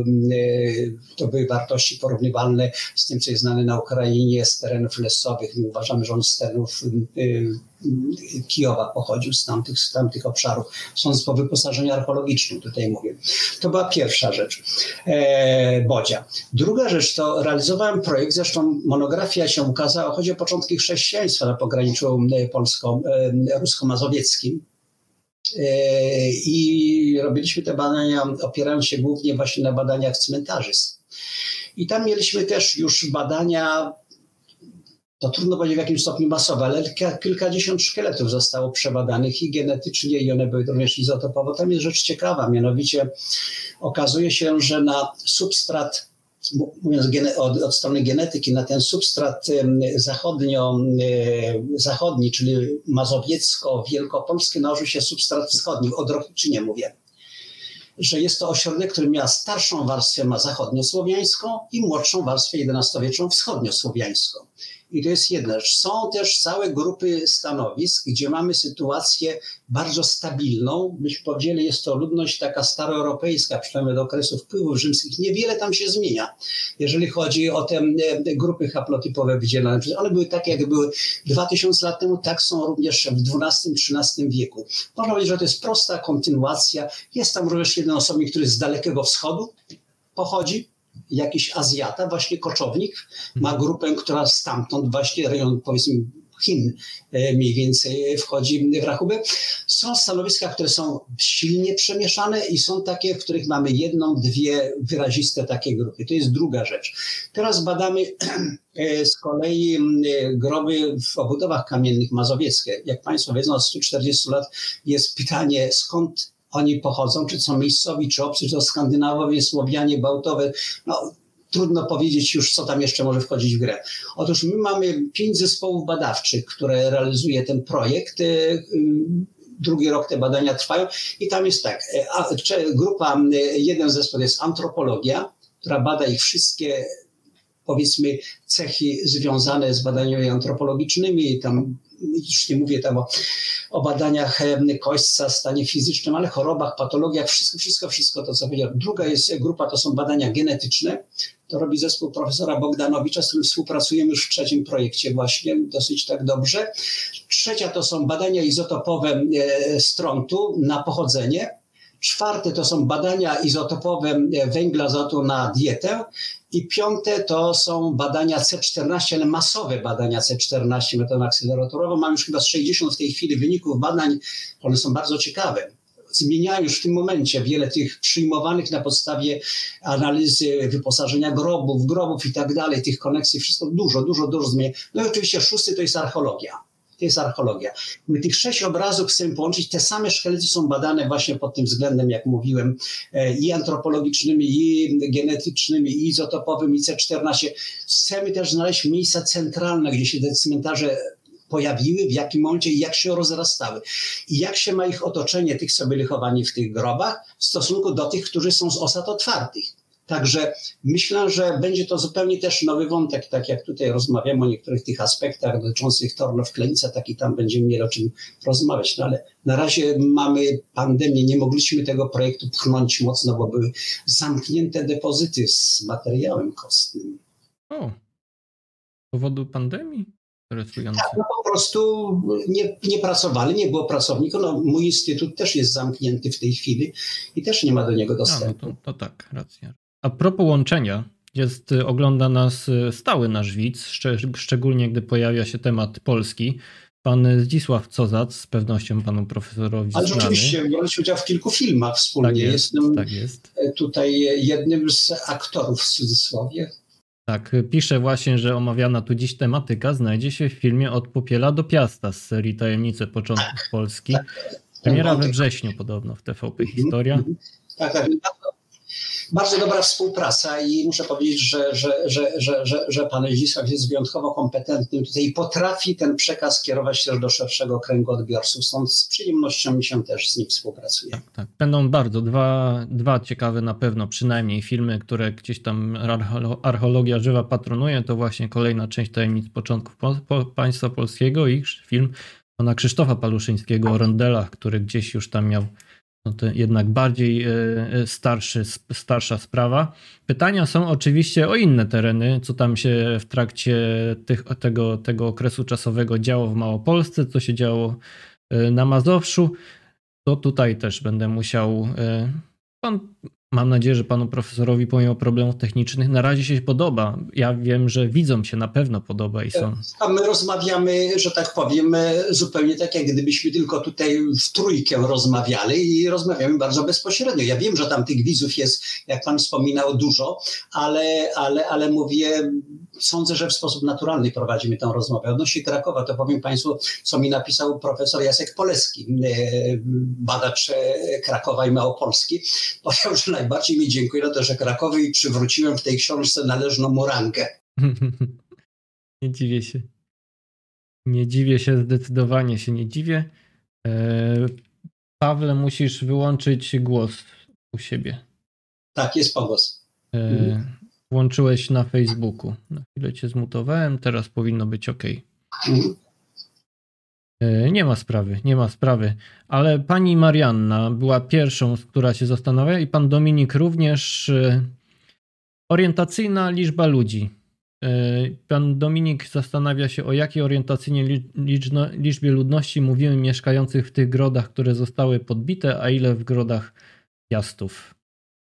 e, to były wartości porównywalne z tym, co jest znane na Ukrainie, z terenów lesowych. My uważamy, że on z terenów e, Kijowa pochodził, z tamtych, z tamtych obszarów, sądz po wyposażeniu archeologicznym, tutaj mówię. To była pierwsza rzecz, e, bodzia. Druga rzecz to realizowałem projekt, zresztą monografia się ukazała, chodzi o początki chrześcijaństwa na pograniczu polsko-rusko-mazowieckim. E, I robiliśmy te badania, opierając się głównie właśnie na badaniach cmentarzysk. I tam mieliśmy też już badania, to trudno powiedzieć w jakim stopniu masowe, ale kilkadziesiąt szkieletów zostało przebadanych i genetycznie, i one były również izotopowo. Tam jest rzecz ciekawa, mianowicie okazuje się, że na substrat, mówiąc od, od strony genetyki, na ten substrat zachodnio, zachodni, czyli mazowiecko-wielkopolski, nałożył się substrat wschodni, o Drohiczynie mówię, że jest to ośrodek, który miał starszą warstwę ma zachodniosłowiańską i młodszą warstwę jedenastowieczną wschodniosłowiańską. I to jest jedna rzecz. Są też całe grupy stanowisk, gdzie mamy sytuację bardzo stabilną. Byśmy powiedzieli, jest to ludność taka staroeuropejska, przynajmniej do okresu wpływów rzymskich. Niewiele tam się zmienia, jeżeli chodzi o te grupy haplotypowe wydzielane. One były takie, jak były dwa tysiące lat temu, tak są również w dwunastym trzynastym wieku. Można powiedzieć, że to jest prosta kontynuacja. Jest tam również jeden osobnik, który z Dalekiego Wschodu pochodzi, jakiś Azjata, właśnie koczownik, ma grupę, która stamtąd właśnie rejon, powiedzmy, Chin mniej więcej wchodzi w rachubę. Są stanowiska, które są silnie przemieszane i są takie, w których mamy jedną, dwie wyraziste takie grupy. To jest druga rzecz. Teraz badamy z kolei groby w obudowach kamiennych mazowieckie. Jak Państwo wiedzą, od stu czterdziestu lat jest pytanie, skąd oni pochodzą, czy są miejscowi, czy obcy, czy to Skandynawowie, Słowianie, Bałtowie. No, trudno powiedzieć już, co tam jeszcze może wchodzić w grę. Otóż my mamy pięć zespołów badawczych, które realizuje ten projekt. Drugi rok te badania trwają i tam jest tak, grupa, jeden zespół jest antropologia, która bada ich wszystkie, powiedzmy, cechy związane z badaniami antropologicznymi, tam już nie mówię tam o, o badaniach kośćca, stanie fizycznym, ale chorobach, patologiach, wszystko, wszystko, wszystko to, co powiedziałem. Druga jest grupa, to są badania genetyczne. To robi zespół profesora Bogdanowicza, z którym współpracujemy już w trzecim projekcie właśnie, dosyć tak dobrze. Trzecia to są badania izotopowe strontu na pochodzenie. Czwarte to są badania izotopowe węgla, azotu na dietę. I piąte to są badania C czternaście, ale masowe badania C czternaście metodą akcelerotorową. Mam już chyba z sześćdziesiąt w tej chwili wyników badań, one są bardzo ciekawe. Zmieniają już w tym momencie wiele tych przyjmowanych na podstawie analizy wyposażenia grobów, grobów i tak dalej, tych koneksji, wszystko dużo, dużo, dużo zmienia. No i oczywiście szósty to jest archeologia. To jest archeologia. My tych sześć obrazów chcemy połączyć. Te same szkielety są badane właśnie pod tym względem, jak mówiłem, i antropologicznymi, i genetycznymi, i izotopowymi, i C czternaście. Chcemy też znaleźć miejsca centralne, gdzie się te cmentarze pojawiły, w jakim momencie i jak się rozrastały. I jak się ma ich otoczenie, tych co byli chowani w tych grobach, w stosunku do tych, którzy są z osad otwartych. Także myślę, że będzie to zupełnie też nowy wątek, tak jak tutaj rozmawiamy o niektórych tych aspektach dotyczących Tornow-Klenica, tak i tam będziemy mieli o czym rozmawiać. No ale na razie mamy pandemię, nie mogliśmy tego projektu pchnąć mocno, bo były zamknięte depozyty z materiałem kostnym. O, z powodu pandemii? Interesujące. Tak, no po prostu nie, nie pracowali, nie było pracowników. No, mój instytut też jest zamknięty w tej chwili i też nie ma do niego dostępu. A, no to, to tak, racja. A propos łączenia, jest, ogląda nas stały nasz widz, szczeg szczególnie gdy pojawia się temat Polski. Pan Zdzisław Cozac, z pewnością panu profesorowi Ale znany. rzeczywiście braliśmy udział w kilku filmach wspólnie. Tak jest, Jestem tak jest. tutaj jednym z aktorów w cudzysłowie. Tak, pisze właśnie, że omawiana tu dziś tematyka znajdzie się w filmie Od popiela do piasta z serii Tajemnice Początków tak, Polski. Tak, Premiera we wrześniu podobno w T V P Historia. Mm -hmm. Tak, tak. Bardzo dobra współpraca i muszę powiedzieć, że, że, że, że, że, że pan Zdzisław jest wyjątkowo kompetentny tutaj i potrafi ten przekaz kierować też do szerszego kręgu odbiorców. Stąd z przyjemnością mi się też z nim współpracuje. Tak, tak. Będą bardzo dwa, dwa ciekawe na pewno przynajmniej filmy, które gdzieś tam archeologia żywa patronuje. To właśnie kolejna część Tajemnic Początków po, po, Państwa Polskiego i film pana Krzysztofa Paluszyńskiego o rondelach, który gdzieś już tam miał no to jednak bardziej starszy, starsza sprawa. Pytania są oczywiście o inne tereny, co tam się w trakcie tych, tego, tego okresu czasowego działo w Małopolsce, co się działo na Mazowszu. To tutaj też będę musiał... Pan, mam nadzieję, że panu profesorowi pomimo problemów technicznych na razie się podoba. Ja wiem, że widzom się na pewno podoba i są. A my rozmawiamy, że tak powiem, zupełnie tak, jak gdybyśmy tylko tutaj w trójkę rozmawiali i rozmawiamy bardzo bezpośrednio. Ja wiem, że tam tych widzów jest, jak pan wspominał, dużo, ale, ale, ale mówię, sądzę, że w sposób naturalny prowadzimy tę rozmowę. Odnośnie Krakowa, to powiem państwu, co mi napisał profesor Jacek Poleski, badacz Krakowa i Małopolski. Powiedział, że najbardziej mi dziękuję za to, że Krakowi przywróciłem w tej książce należną mu rangę. Nie dziwię się. Nie dziwię się, zdecydowanie się nie dziwię. Pawle, musisz wyłączyć głos u siebie. Tak, jest pogłos. E, włączyłeś na Facebooku. Na chwilę cię zmutowałem, teraz powinno być ok. Mhm. E, nie ma sprawy, nie ma sprawy. Ale pani Marianna była pierwszą, która się zastanawia i pan Dominik również. E, orientacyjna liczba ludzi. Pan Dominik zastanawia się, o jakiej orientacyjnej liczbie ludności mówimy mieszkających w tych grodach, które zostały podbite, a ile w grodach piastów.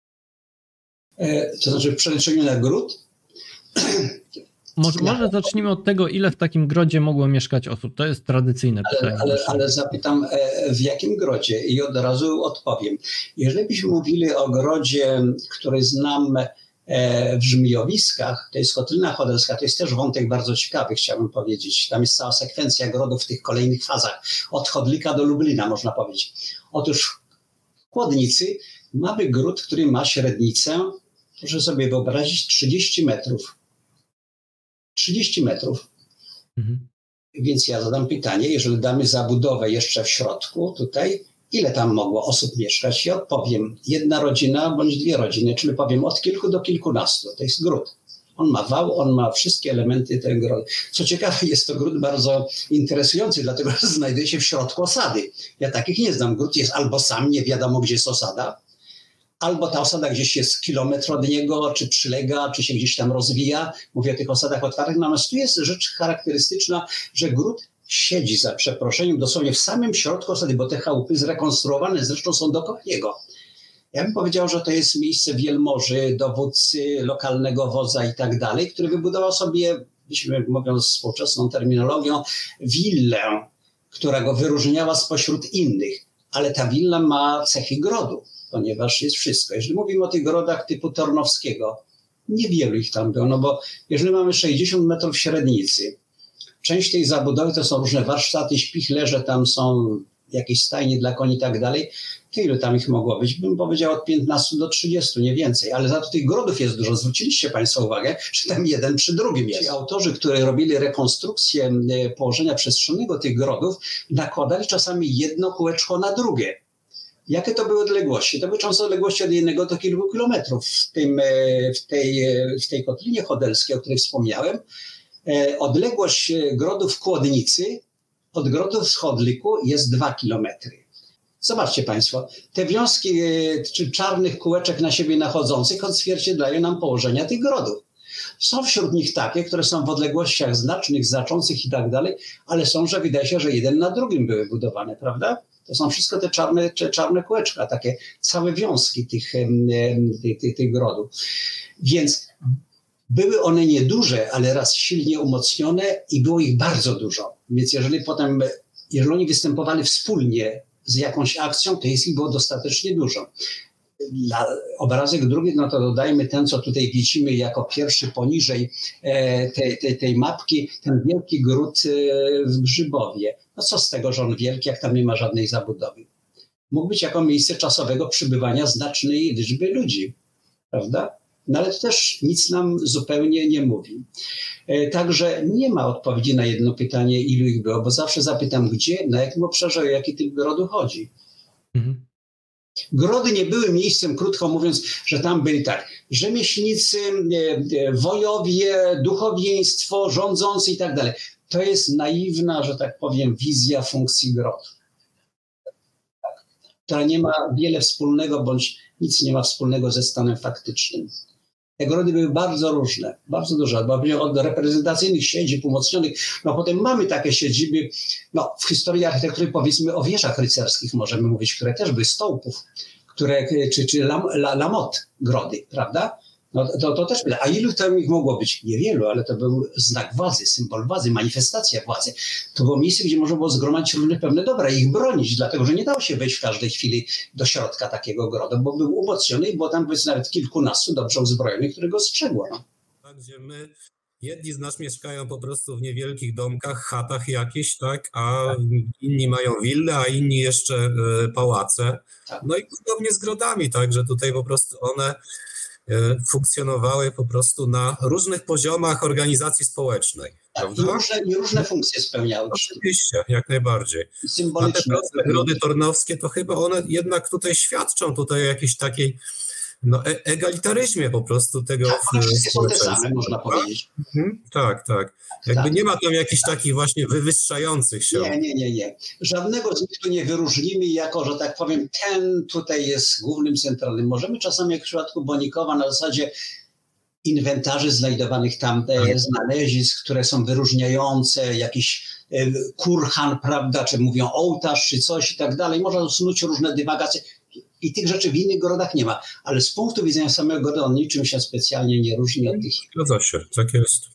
To znaczy w przeliczeniu na gród? Może, może zacznijmy od tego, ile w takim grodzie mogło mieszkać osób. To jest tradycyjne pytanie. Ale, ale, ale zapytam, w jakim grodzie? I od razu odpowiem. Jeżeli byśmy mówili o grodzie, który znam w Żmijowiskach, to jest Kotlina Chodelska, to jest też wątek bardzo ciekawy, chciałbym powiedzieć. Tam jest cała sekwencja grodów w tych kolejnych fazach, od Chodlika do Lublina, można powiedzieć. Otóż w Kłodnicy mamy gród, który ma średnicę, proszę sobie wyobrazić, trzydzieści metrów. trzydzieści metrów. Mhm. Więc ja zadam pytanie, jeżeli damy zabudowę jeszcze w środku, tutaj, ile tam mogło osób mieszkać? Ja odpowiem, jedna rodzina bądź dwie rodziny, czyli powiem od kilku do kilkunastu. To jest gród. On ma wał, on ma wszystkie elementy tego grodu. Co ciekawe, jest to gród bardzo interesujący, dlatego że znajduje się w środku osady. Ja takich nie znam. Gród jest albo sam, nie wiadomo gdzie jest osada, albo ta osada gdzieś jest kilometr od niego, czy przylega, czy się gdzieś tam rozwija. Mówię o tych osadach otwartych. Natomiast tu jest rzecz charakterystyczna, że gród siedzi, za przeproszeniem, dosłownie w samym środku osady, bo te chałupy zrekonstruowane zresztą są dookoła niego. Ja bym powiedział, że to jest miejsce wielmoży, dowódcy, lokalnego wodza i tak dalej, który wybudował sobie, mówiąc współczesną terminologią, willę, która go wyróżniała spośród innych. Ale ta willa ma cechy grodu, ponieważ jest wszystko. Jeżeli mówimy o tych grodach typu Tornowskiego, niewielu ich tam było, no bo jeżeli mamy sześćdziesiąt metrów średnicy, Część tej zabudowy to są różne warsztaty, śpichlerze, tam są jakieś stajnie dla koni i tak dalej. To ilu tam ich mogło być? Bym powiedział od piętnastu do trzydziestu, nie więcej. Ale za to tych grodów jest dużo. Zwróciliście Państwo uwagę, że tam jeden przy drugim jest. Ci autorzy, którzy robili rekonstrukcję położenia przestrzennego tych grodów, nakładali czasami jedno kółeczko na drugie. Jakie to były odległości? To były często odległości od jednego do kilku kilometrów. W, tym, w, tej, w tej kotlinie chodelskiej, o której wspomniałem, odległość grodów w Kłodnicy od grodów w Chodliku jest dwa kilometry. Zobaczcie Państwo, te wiązki czy czarnych kółeczek na siebie nachodzących odzwierciedlają nam położenia tych grodów. Są wśród nich takie, które są w odległościach znacznych, znaczących i tak dalej, ale są, że wydaje się, że jeden na drugim były budowane, prawda? To są wszystko te czarne, te czarne kółeczka, takie całe wiązki tych, tych, tych, tych grodów. Więc były one nieduże, ale raz silnie umocnione i było ich bardzo dużo. Więc jeżeli potem, jeżeli oni występowali wspólnie z jakąś akcją, to jest ich było dostatecznie dużo. Dla obrazek drugi, no to dodajmy ten, co tutaj widzimy jako pierwszy poniżej tej, tej, tej mapki, ten wielki gród w Grzybowie. No co z tego, że on wielki, jak tam nie ma żadnej zabudowy? Mógł być jako miejsce czasowego przybywania znacznej liczby ludzi, prawda? No ale to też nic nam zupełnie nie mówi. Także nie ma odpowiedzi na jedno pytanie, ilu ich było, bo zawsze zapytam, gdzie, na jakim obszarze, o jaki typ grodu chodzi. Mhm. Grody nie były miejscem, krótko mówiąc, że tam byli tak, rzemieślnicy, wojowie, duchowieństwo, rządzący i tak dalej. To jest naiwna, że tak powiem, wizja funkcji grodu, która nie ma wiele wspólnego, bądź nic nie ma wspólnego ze stanem faktycznym. Te grody były bardzo różne, bardzo duże, bo od reprezentacyjnych siedzib umocnionych, no potem mamy takie siedziby, no w historii architektury powiedzmy o wieżach rycerskich możemy mówić, które też były stołpów, które, czy, czy lam, la, lamot grody, prawda? No to, to też, a ilu tam ich mogło być? Niewielu, ale to był znak władzy, symbol władzy, manifestacja władzy. To było miejsce, gdzie można było zgromadzić różne pewne dobra i ich bronić, dlatego że nie dało się wejść w każdej chwili do środka takiego grodu, bo był umocniony i było tam nawet kilkunastu dobrze uzbrojonych, które go strzegło. No. Tak, gdzie my, jedni z nas mieszkają po prostu w niewielkich domkach, chatach jakichś, tak, a tak. Inni mają wille, a inni jeszcze y, pałace. Tak. No i podobnie z grodami, tak, że tutaj po prostu one funkcjonowały po prostu na różnych poziomach organizacji społecznej. Tak, i, różne, i różne funkcje spełniały. Oczywiście, jak najbardziej. Symboliczne. A te grody tornowskie, to chyba one jednak tutaj świadczą tutaj o jakiejś takiej no, e- egalitaryzmie po prostu tego. Tak, one wszystkie są te same, można powiedzieć. Mhm, tak, tak. Jakby tak. Nie ma tam jakichś takich właśnie wywyższających się. Nie, nie, nie, nie. Żadnego z nich tu nie wyróżnimy jako, że tak powiem, ten tutaj jest głównym, centralnym. Możemy czasami, jak w przypadku Bonikowa, na zasadzie inwentarzy znajdowanych tam, tak. znalezisk, które są wyróżniające, jakiś e, kurhan, prawda, czy mówią ołtarz, czy coś i tak dalej. Można usunąć różne dywagacje. I tych rzeczy w innych grodach nie ma. Ale z punktu widzenia samego grodu on niczym się specjalnie nie różni od tych. Zgadza się, tak jest.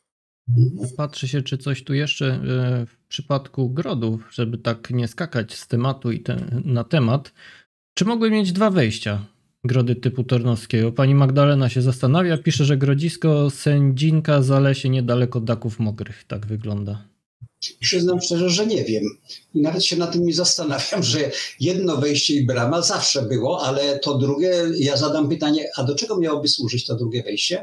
Patrzy się, czy coś tu jeszcze w przypadku grodów, żeby tak nie skakać z tematu i te, na temat. Czy mogły mieć dwa wejścia grody typu tornowskiego? Pani Magdalena się zastanawia, pisze, że grodzisko Sędzinka Zalesie niedaleko Daków Mokrych. Tak wygląda. Przyznam szczerze, że nie wiem. I nawet się na tym nie zastanawiam, że jedno wejście i brama zawsze było, ale to drugie, ja zadam pytanie, a do czego miałoby służyć to drugie wejście?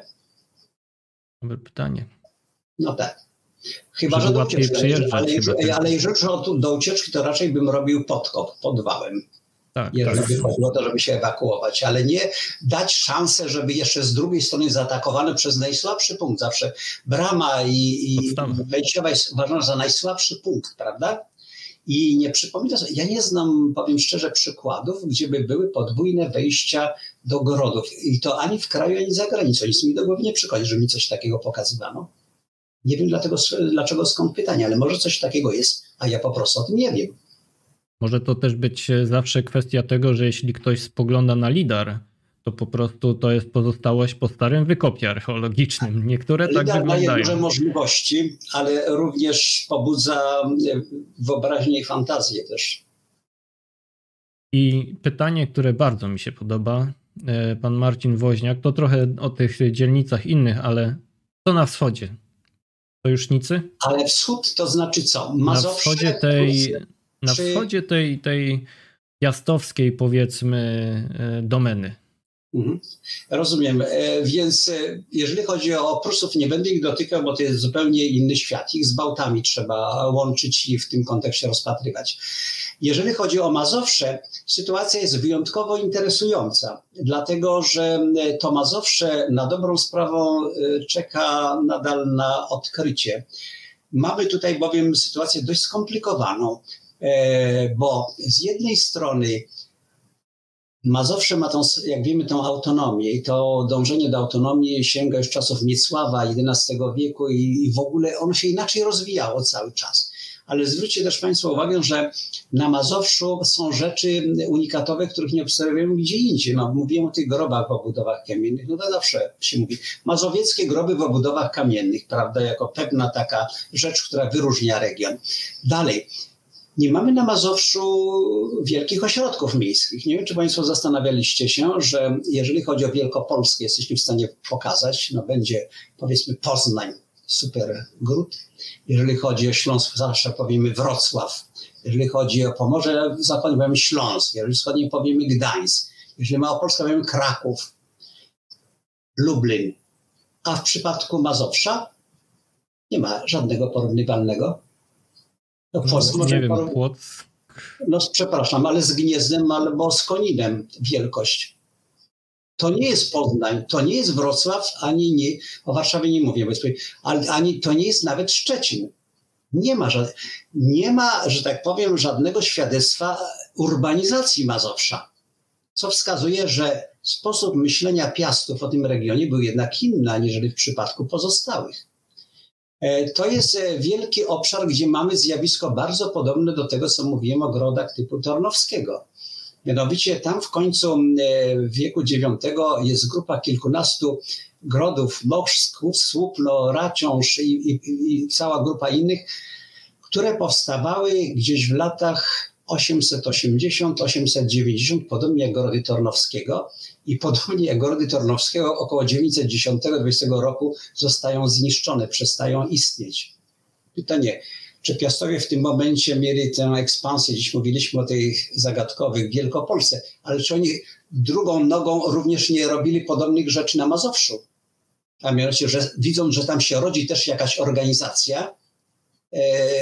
Dobre pytanie. No tak. Chyba, że do ucieczki. Ale, jeżeli, ale jeżeli do ucieczki, to raczej bym robił podkop pod wałem. Tak, jeżeli tak. by chodziło o to, żeby się ewakuować, ale nie dać szansę, żeby jeszcze z drugiej strony zaatakowano przez najsłabszy punkt. Zawsze brama i, i wejściowa jest uważana za najsłabszy punkt, prawda? I nie przypomina sobie, ja nie znam, powiem szczerze, przykładów, gdzie by były podwójne wejścia do grodów. I to ani w kraju, ani za granicą. Nic mi do głowy nie przychodzi, że mi coś takiego pokazywano. Nie wiem dlatego, dlaczego, skąd pytanie, ale może coś takiego jest, a ja po prostu o tym nie wiem. Może to też być zawsze kwestia tego, że jeśli ktoś spogląda na lidar, to po prostu to jest pozostałość po starym wykopie archeologicznym. Niektóre lidar tak wyglądają. Lidar daje duże możliwości, ale również pobudza wyobraźnię i fantazję też. I pytanie, które bardzo mi się podoba, pan Marcin Woźniak, to trochę o tych dzielnicach innych, ale to na wschodzie. Sojusznicy? Ale wschód to znaczy co? Mazowsze, na wschodzie tej, na czy... wschodzie tej, tej piastowskiej, powiedzmy, domeny. Mhm. Rozumiem, więc jeżeli chodzi o Prusów, nie będę ich dotykał, bo to jest zupełnie inny świat. Ich z Bałtami trzeba łączyć i w tym kontekście rozpatrywać. Jeżeli chodzi o Mazowsze, sytuacja jest wyjątkowo interesująca, dlatego że to Mazowsze na dobrą sprawę czeka nadal na odkrycie. Mamy tutaj bowiem sytuację dość skomplikowaną, bo z jednej strony Mazowsze ma tą, jak wiemy, tą autonomię i to dążenie do autonomii sięga już czasów Miecława jedenastego wieku i, i w ogóle ono się inaczej rozwijało cały czas. Ale zwróćcie też Państwo uwagę, że na Mazowszu są rzeczy unikatowe, których nie obserwujemy gdzie indziej. No, mówiłem o tych grobach w obudowach kamiennych, no to zawsze się mówi. Mazowieckie groby w obudowach kamiennych, prawda, jako pewna taka rzecz, która wyróżnia region. Dalej. Nie mamy na Mazowszu wielkich ośrodków miejskich. Nie wiem, czy Państwo zastanawialiście się, że jeżeli chodzi o Wielkopolskę, jesteśmy w stanie pokazać, no będzie powiedzmy Poznań, super gród. Jeżeli chodzi o Śląsk, zawsze powiemy Wrocław. Jeżeli chodzi o Pomorze Zachodnie, powiemy Śląsk. Jeżeli wschodnie powiemy Gdańsk. Jeżeli Małopolska, powiemy Kraków, Lublin. A w przypadku Mazowsza nie ma żadnego porównywalnego. No, no, nie wiem, porów... Płock. No przepraszam, ale z Gniezdem albo z Koninem wielkość. To nie jest Poznań, to nie jest Wrocław, ani nie, o Warszawie nie mówię, ale ani to nie jest nawet Szczecin. Nie ma, ża- nie ma, że tak powiem, żadnego świadectwa urbanizacji Mazowsza, co wskazuje, że sposób myślenia Piastów o tym regionie był jednak inny, aniżeli w przypadku pozostałych. To jest wielki obszar, gdzie mamy zjawisko bardzo podobne do tego, co mówiłem o grodach typu Tornowskiego. Mianowicie tam w końcu wieku dziewiątego jest grupa kilkunastu grodów, Moszków, Słupno, Raciąż i, i, i cała grupa innych, które powstawały gdzieś w latach osiemset osiemdziesiąt osiemset dziewięćdziesiąt, podobnie jak grody Tornowskiego. I podobnie jak grody Tornowskiego około dziewięćset dziesiątego dwudziestego roku zostają zniszczone, przestają istnieć. Pytanie, czy Piastowie w tym momencie mieli tę ekspansję, dziś mówiliśmy o tej zagadkowej Wielkopolsce, ale czy oni drugą nogą również nie robili podobnych rzeczy na Mazowszu? A mianowicie, że widzą, że tam się rodzi też jakaś organizacja e,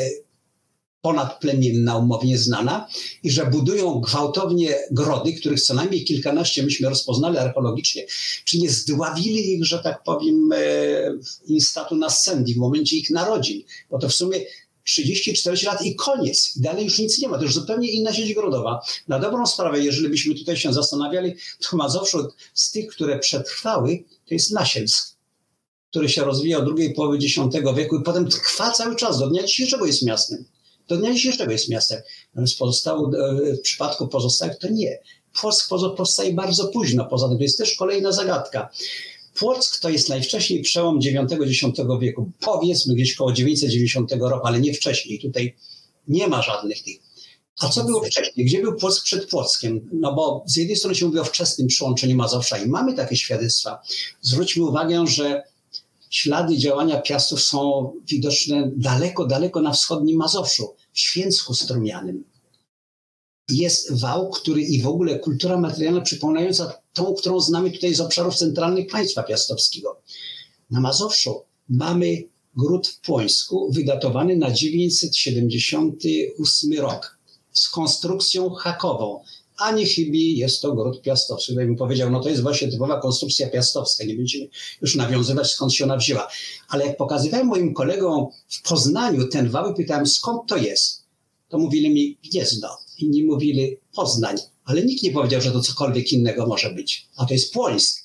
ponadplemienna, umownie znana i że budują gwałtownie grody, których co najmniej kilkanaście myśmy rozpoznali archeologicznie, czy nie zdławili ich, że tak powiem, e, instatu nascendi w momencie ich narodzin, bo to w sumie trzydzieści czterdzieści lat i koniec. I dalej już nic nie ma. To już zupełnie inna sieć grodowa. Na dobrą sprawę, jeżeli byśmy tutaj się zastanawiali, to Mazowszu z tych, które przetrwały, to jest Nasielsk, który się rozwijał w drugiej połowie dziesiątego wieku i potem trwa cały czas. Do dnia dzisiejszego jest miastem. Do dnia dzisiejszego jest miastem. Natomiast pozostało, w przypadku pozostałych to nie. Płock powstaje bardzo późno. Poza tym to jest też kolejna zagadka. Płock to jest najwcześniej przełom dziewiątego dziesiątego wieku. Powiedzmy gdzieś koło dziewięćset dziewięćdziesiątego roku, ale nie wcześniej. Tutaj nie ma żadnych tych. A co było wcześniej? Gdzie był Płock przed Płockiem? No bo z jednej strony się mówi o wczesnym przyłączeniu Mazowsza i mamy takie świadectwa. Zwróćmy uwagę, że ślady działania Piastów są widoczne daleko, daleko na wschodnim Mazowszu, w Święcku Strumianym. Jest wał, który i w ogóle kultura materialna przypominająca tą, którą znamy tutaj z obszarów centralnych państwa piastowskiego. Na Mazowszu mamy gród w Płońsku wydatowany na dziewięćset siedemdziesiąty ósmy rok z konstrukcją hakową. A nie chybi, jest to gród piastowski. Tutaj bym powiedział, no to jest właśnie typowa konstrukcja piastowska. Nie będziemy już nawiązywać, skąd się ona wzięła. Ale jak pokazywałem moim kolegom w Poznaniu ten wał i pytałem, skąd to jest, to mówili mi Gniezno. Inni mówili Poznań. Ale nikt nie powiedział, że to cokolwiek innego może być. A to jest Płońsk.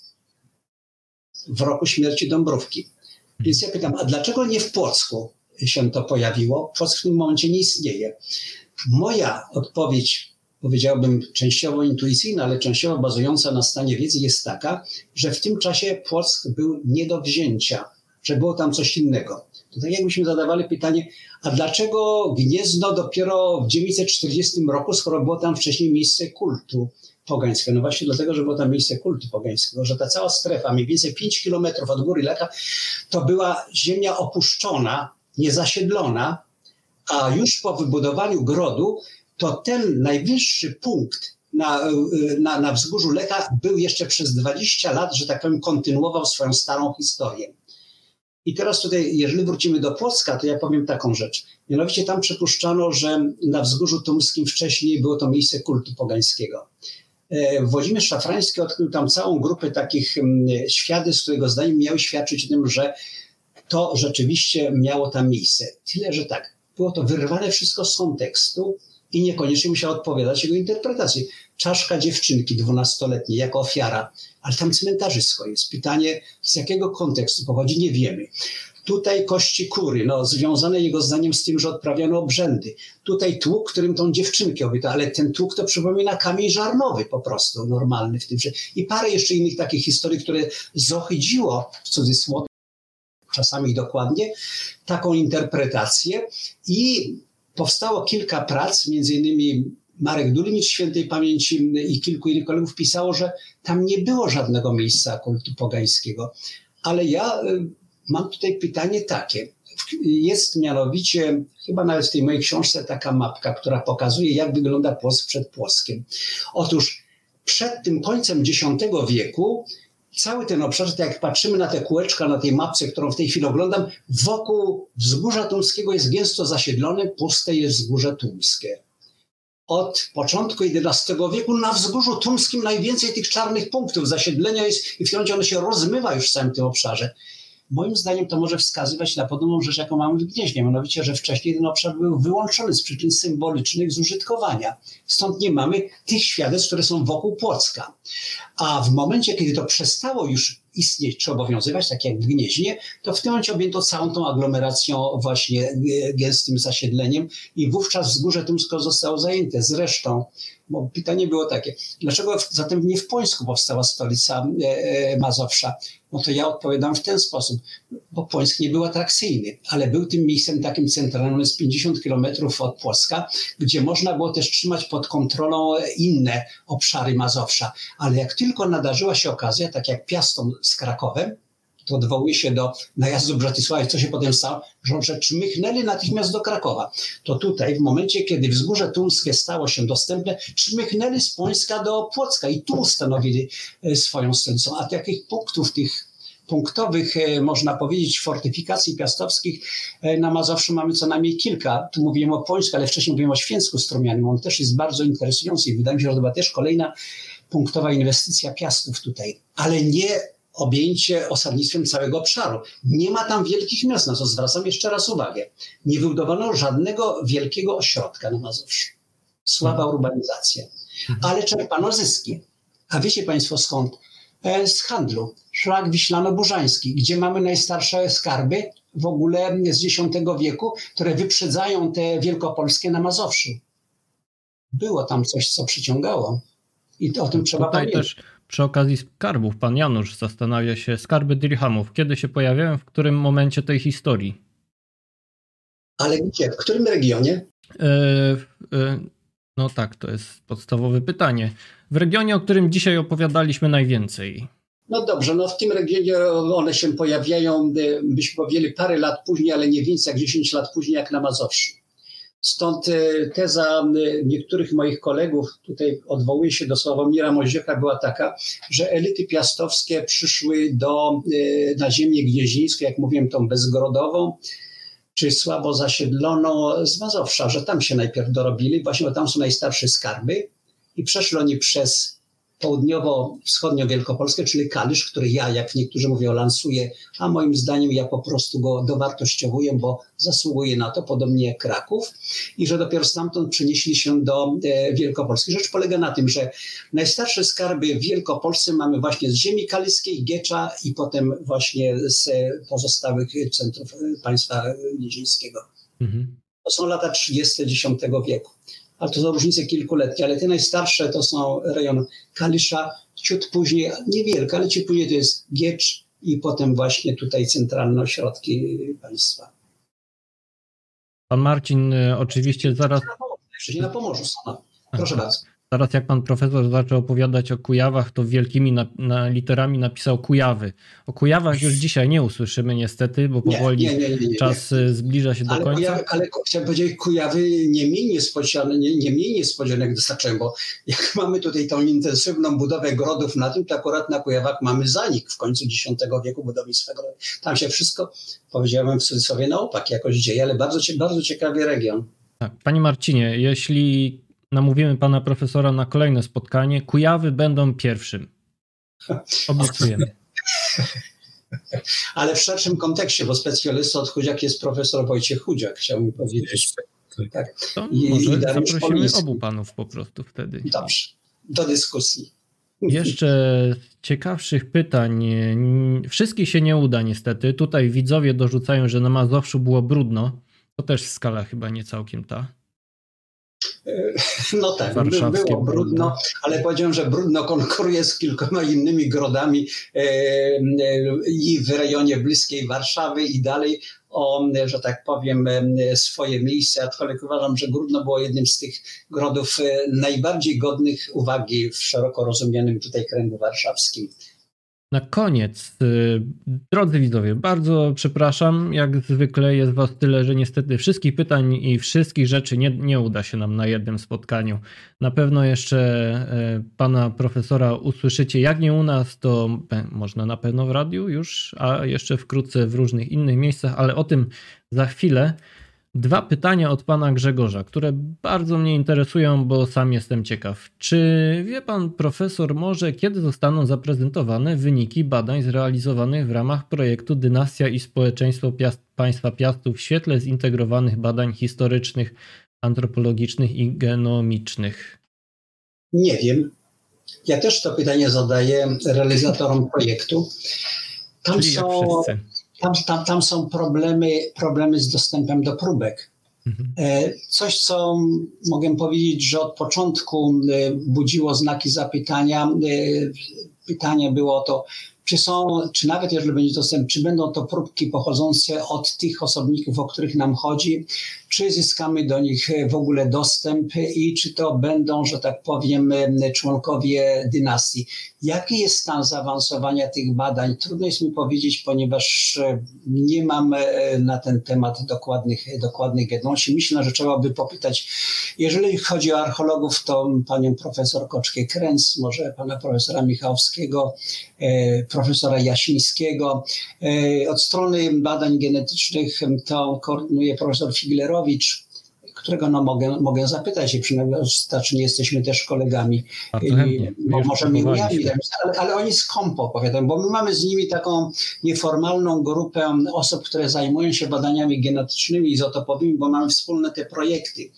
W roku śmierci Dąbrówki. Więc ja pytam, a dlaczego nie w Płocku się to pojawiło? Płock w tym momencie nie istnieje. Moja odpowiedź, powiedziałbym częściowo intuicyjna, ale częściowo bazująca na stanie wiedzy jest taka, że w tym czasie Płock był nie do wzięcia, że było tam coś innego. To tak jakbyśmy zadawali pytanie, a dlaczego Gniezno dopiero w dziewięćset czterdziestym roku, skoro było tam wcześniej miejsce kultu? pogańskiego? No właśnie dlatego, że było tam miejsce kultu pogańskiego, że ta cała strefa, mniej więcej pięć kilometrów od góry Leka, to była ziemia opuszczona, niezasiedlona, a już po wybudowaniu grodu to ten najwyższy punkt na, na, na wzgórzu Leka był jeszcze przez dwadzieścia lat, że tak powiem, kontynuował swoją starą historię. I teraz tutaj, jeżeli wrócimy do Płocka, to ja powiem taką rzecz. Mianowicie tam przypuszczano, że na wzgórzu tumskim wcześniej było to miejsce kultu pogańskiego. Włodzimierz Szafrański odkrył tam całą grupę takich świadectw, którego zdaniem miały świadczyć o tym, że to rzeczywiście miało tam miejsce. Tyle, że tak, było to wyrwane wszystko z kontekstu i niekoniecznie musiało odpowiadać jego interpretacji. Czaszka dziewczynki dwunastoletniej jako ofiara, ale tam cmentarzysko jest. Pytanie, z jakiego kontekstu pochodzi, nie wiemy. Tutaj kości kury, no, związane jego zdaniem z tym, że odprawiano obrzędy. Tutaj tłuk, którym tą dziewczynkę obyto, ale ten tłuk to przypomina kamień żarnowy po prostu, normalny w tym. I parę jeszcze innych takich historii, które zohydziło, w cudzysłowie, czasami dokładnie, taką interpretację i powstało kilka prac, między innymi Marek Dulmicz świętej pamięci i kilku innych kolegów pisało, że tam nie było żadnego miejsca kultu pogańskiego. Ale ja mam tutaj pytanie takie. Jest mianowicie, chyba nawet w tej mojej książce, taka mapka, która pokazuje, jak wygląda Płock przed Płockiem. Otóż przed tym końcem dziesiątego wieku cały ten obszar, tak jak patrzymy na te kółeczka na tej mapce, którą w tej chwili oglądam, wokół wzgórza tumskiego jest gęsto zasiedlone, puste jest wzgórze tumskie. Od początku jedenastego wieku na wzgórzu tumskim najwięcej tych czarnych punktów zasiedlenia jest i w tym momencie ono się rozmywa już w całym tym obszarze. Moim zdaniem to może wskazywać na podobną rzecz, jaką mamy w Gnieźnie, mianowicie, że wcześniej ten obszar był wyłączony z przyczyn symbolicznych z użytkowania. Stąd nie mamy tych świadectw, które są wokół Płocka. A w momencie, kiedy to przestało już istnieć czy obowiązywać, tak jak w Gnieźnie, to w tym momencie objęto całą tą aglomeracją właśnie gęstym zasiedleniem i wówczas wzgórze tumsko zostało zajęte. Zresztą, bo pytanie było takie, dlaczego zatem nie w Płońsku powstała stolica Mazowsza? No to ja odpowiadam w ten sposób, bo Płońsk nie był atrakcyjny, ale był tym miejscem takim centralnym z pięćdziesiąt kilometrów od Płocka, gdzie można było też trzymać pod kontrolą inne obszary Mazowsza. Ale jak tylko nadarzyła się okazja, tak jak Piastom z Krakowem, to odwołuje się do najazdu Brzatysławy, co się potem stało, że czmychnęli natychmiast do Krakowa. To tutaj, w momencie, kiedy wzgórze tumskie stało się dostępne, czmychnęli z Płońska do Płocka i tu ustanowili swoją stolicą. A takich punktów, tych punktowych, można powiedzieć, fortyfikacji piastowskich na Mazowszu mamy co najmniej kilka. Tu mówiłem o Płońsku, ale wcześniej mówiłem o Święcku Strumianym. On też jest bardzo interesujący i wydaje mi się, że to była też kolejna punktowa inwestycja Piastów tutaj. Ale nie objęcie osadnictwem całego obszaru. Nie ma tam wielkich miast, na co zwracam jeszcze raz uwagę. Nie wybudowano żadnego wielkiego ośrodka na Mazowszu. Słaba urbanizacja. Ale czerpano zyski. A wiecie Państwo skąd? Z handlu. Szlak Wiślano-Burzański, gdzie mamy najstarsze skarby w ogóle z dziesiątego wieku, które wyprzedzają te wielkopolskie na Mazowszu. Było tam coś, co przyciągało. I to o tym trzeba Tutaj pamiętać. Też przy okazji skarbów pan Janusz zastanawia się, skarby dirhamów, kiedy się pojawiają, w którym momencie tej historii? Ale gdzie? W którym regionie? Yy, yy, no tak, to jest podstawowe pytanie. W regionie, o którym dzisiaj opowiadaliśmy najwięcej. No dobrze, no w tym regionie one się pojawiają, byśmy powiedzieli, parę lat później, ale nie więcej jak dziesięć lat później, jak na Mazowszu. Stąd teza niektórych moich kolegów, tutaj odwołuje się do Sławomira Moździoka, była taka, że elity piastowskie przyszły do, na ziemię gnieźnieńską, jak mówiłem, tą bezgrodową, czy słabo zasiedloną z Mazowsza, że tam się najpierw dorobili, właśnie bo tam są najstarsze skarby i przeszli oni przez południowo-wschodnią Wielkopolskę, czyli Kalisz, który ja, jak niektórzy mówią, lansuję, a moim zdaniem ja po prostu go dowartościowuję, bo zasługuje na to, podobnie jak Kraków, i że dopiero stamtąd przenieśli się do e, Wielkopolski. Rzecz polega na tym, że najstarsze skarby w Wielkopolsce mamy właśnie z ziemi kaliskiej, Giecza i potem właśnie z e, pozostałych centrów e, państwa gnieźnieńskiego. Mhm. To są lata trzydzieste dziesiątego wieku. Ale to są różnice kilkuletnie, ale te najstarsze to są rejon Kalisza, ciut później, niewielka, ale ciut później to jest Giecz i potem właśnie tutaj centralne ośrodki państwa. Pan Marcin oczywiście zaraz... Przecież na Pomorzu są. Proszę bardzo. Teraz jak pan profesor zaczął opowiadać o Kujawach, to wielkimi na, na literami napisał Kujawy. O Kujawach już dzisiaj nie usłyszymy niestety, bo powoli nie, nie, nie, nie, nie. czas zbliża się do ale końca. Kujawy, ale chciałem powiedzieć, Kujawy nie mniej niespodziane, nie, nie mniej niespodzianek dostarczają, bo jak mamy tutaj tą intensywną budowę grodów na tym, to akurat na Kujawach mamy zanik w końcu dziesiątego wieku budownictwa grodów. Tam się wszystko, powiedziałem w cudzysłowie, na opak jakoś dzieje, ale bardzo, bardzo ciekawy region. Tak. Panie Marcinie, jeśli namówimy pana profesora na kolejne spotkanie, Kujawy będą pierwszym. Obiecujemy. Ale w szerszym kontekście, bo specjalistą od Chudziak jest profesor Wojciech Chudziak, chciałbym powiedzieć. Tak. To I, może i zaprosimy Poliński. Obu panów po prostu wtedy. Dobrze, do dyskusji. Jeszcze ciekawszych pytań. Wszystkich się nie uda niestety. Tutaj widzowie dorzucają, że na Mazowszu było brudno. To też skala chyba nie całkiem ta. No tak, było brudno, ale powiedziałem, że brudno konkuruje z kilkoma innymi grodami e, e, i w rejonie bliskiej Warszawy i dalej o, że tak powiem, swoje miejsce. Aczkolwiek uważam, że Grodno było jednym z tych grodów najbardziej godnych uwagi w szeroko rozumianym tutaj kręgu warszawskim. Na koniec, drodzy widzowie, bardzo przepraszam, jak zwykle jest was tyle, że niestety wszystkich pytań i wszystkich rzeczy nie, nie uda się nam na jednym spotkaniu. Na pewno jeszcze pana profesora usłyszycie, jak nie u nas, to można na pewno w radiu już, a jeszcze wkrótce w różnych innych miejscach, ale o tym za chwilę. Dwa pytania od pana Grzegorza, które bardzo mnie interesują, bo sam jestem ciekaw. Czy wie pan profesor może, kiedy zostaną zaprezentowane wyniki badań zrealizowanych w ramach projektu Dynastia i społeczeństwo Piast- państwa Piastów w świetle zintegrowanych badań historycznych, antropologicznych i genomicznych? Nie wiem. Ja też to pytanie zadaję realizatorom projektu. Tam Czyli są... jak wszyscy. Tam, tam, tam są problemy, problemy z dostępem do próbek. Mhm. Coś, co mogę powiedzieć, że od początku budziło znaki zapytania. Pytanie było to, czy są, czy nawet jeżeli będzie dostęp, czy będą to próbki pochodzące od tych osobników, o których nam chodzi, czy zyskamy do nich w ogóle dostęp i czy to będą, że tak powiem, członkowie dynastii. Jaki jest stan zaawansowania tych badań? Trudno jest mi powiedzieć, ponieważ nie mam na ten temat dokładnych, dokładnych wiadomości. Myślę, że trzeba by popytać, jeżeli chodzi o archeologów, to panią profesor Koczkę-Kręc, może pana profesora Michałowskiego, profesora Jasińskiego. Od strony badań genetycznych to koordynuje profesor Figlerowicz, którego no mogę, mogę zapytać i przynajmniej czy nie jesteśmy też kolegami. I, bo możemy ujawnić, ale, ale oni skąpo opowiadają, bo my mamy z nimi taką nieformalną grupę osób, które zajmują się badaniami genetycznymi, izotopowymi, bo mamy wspólne te projekty.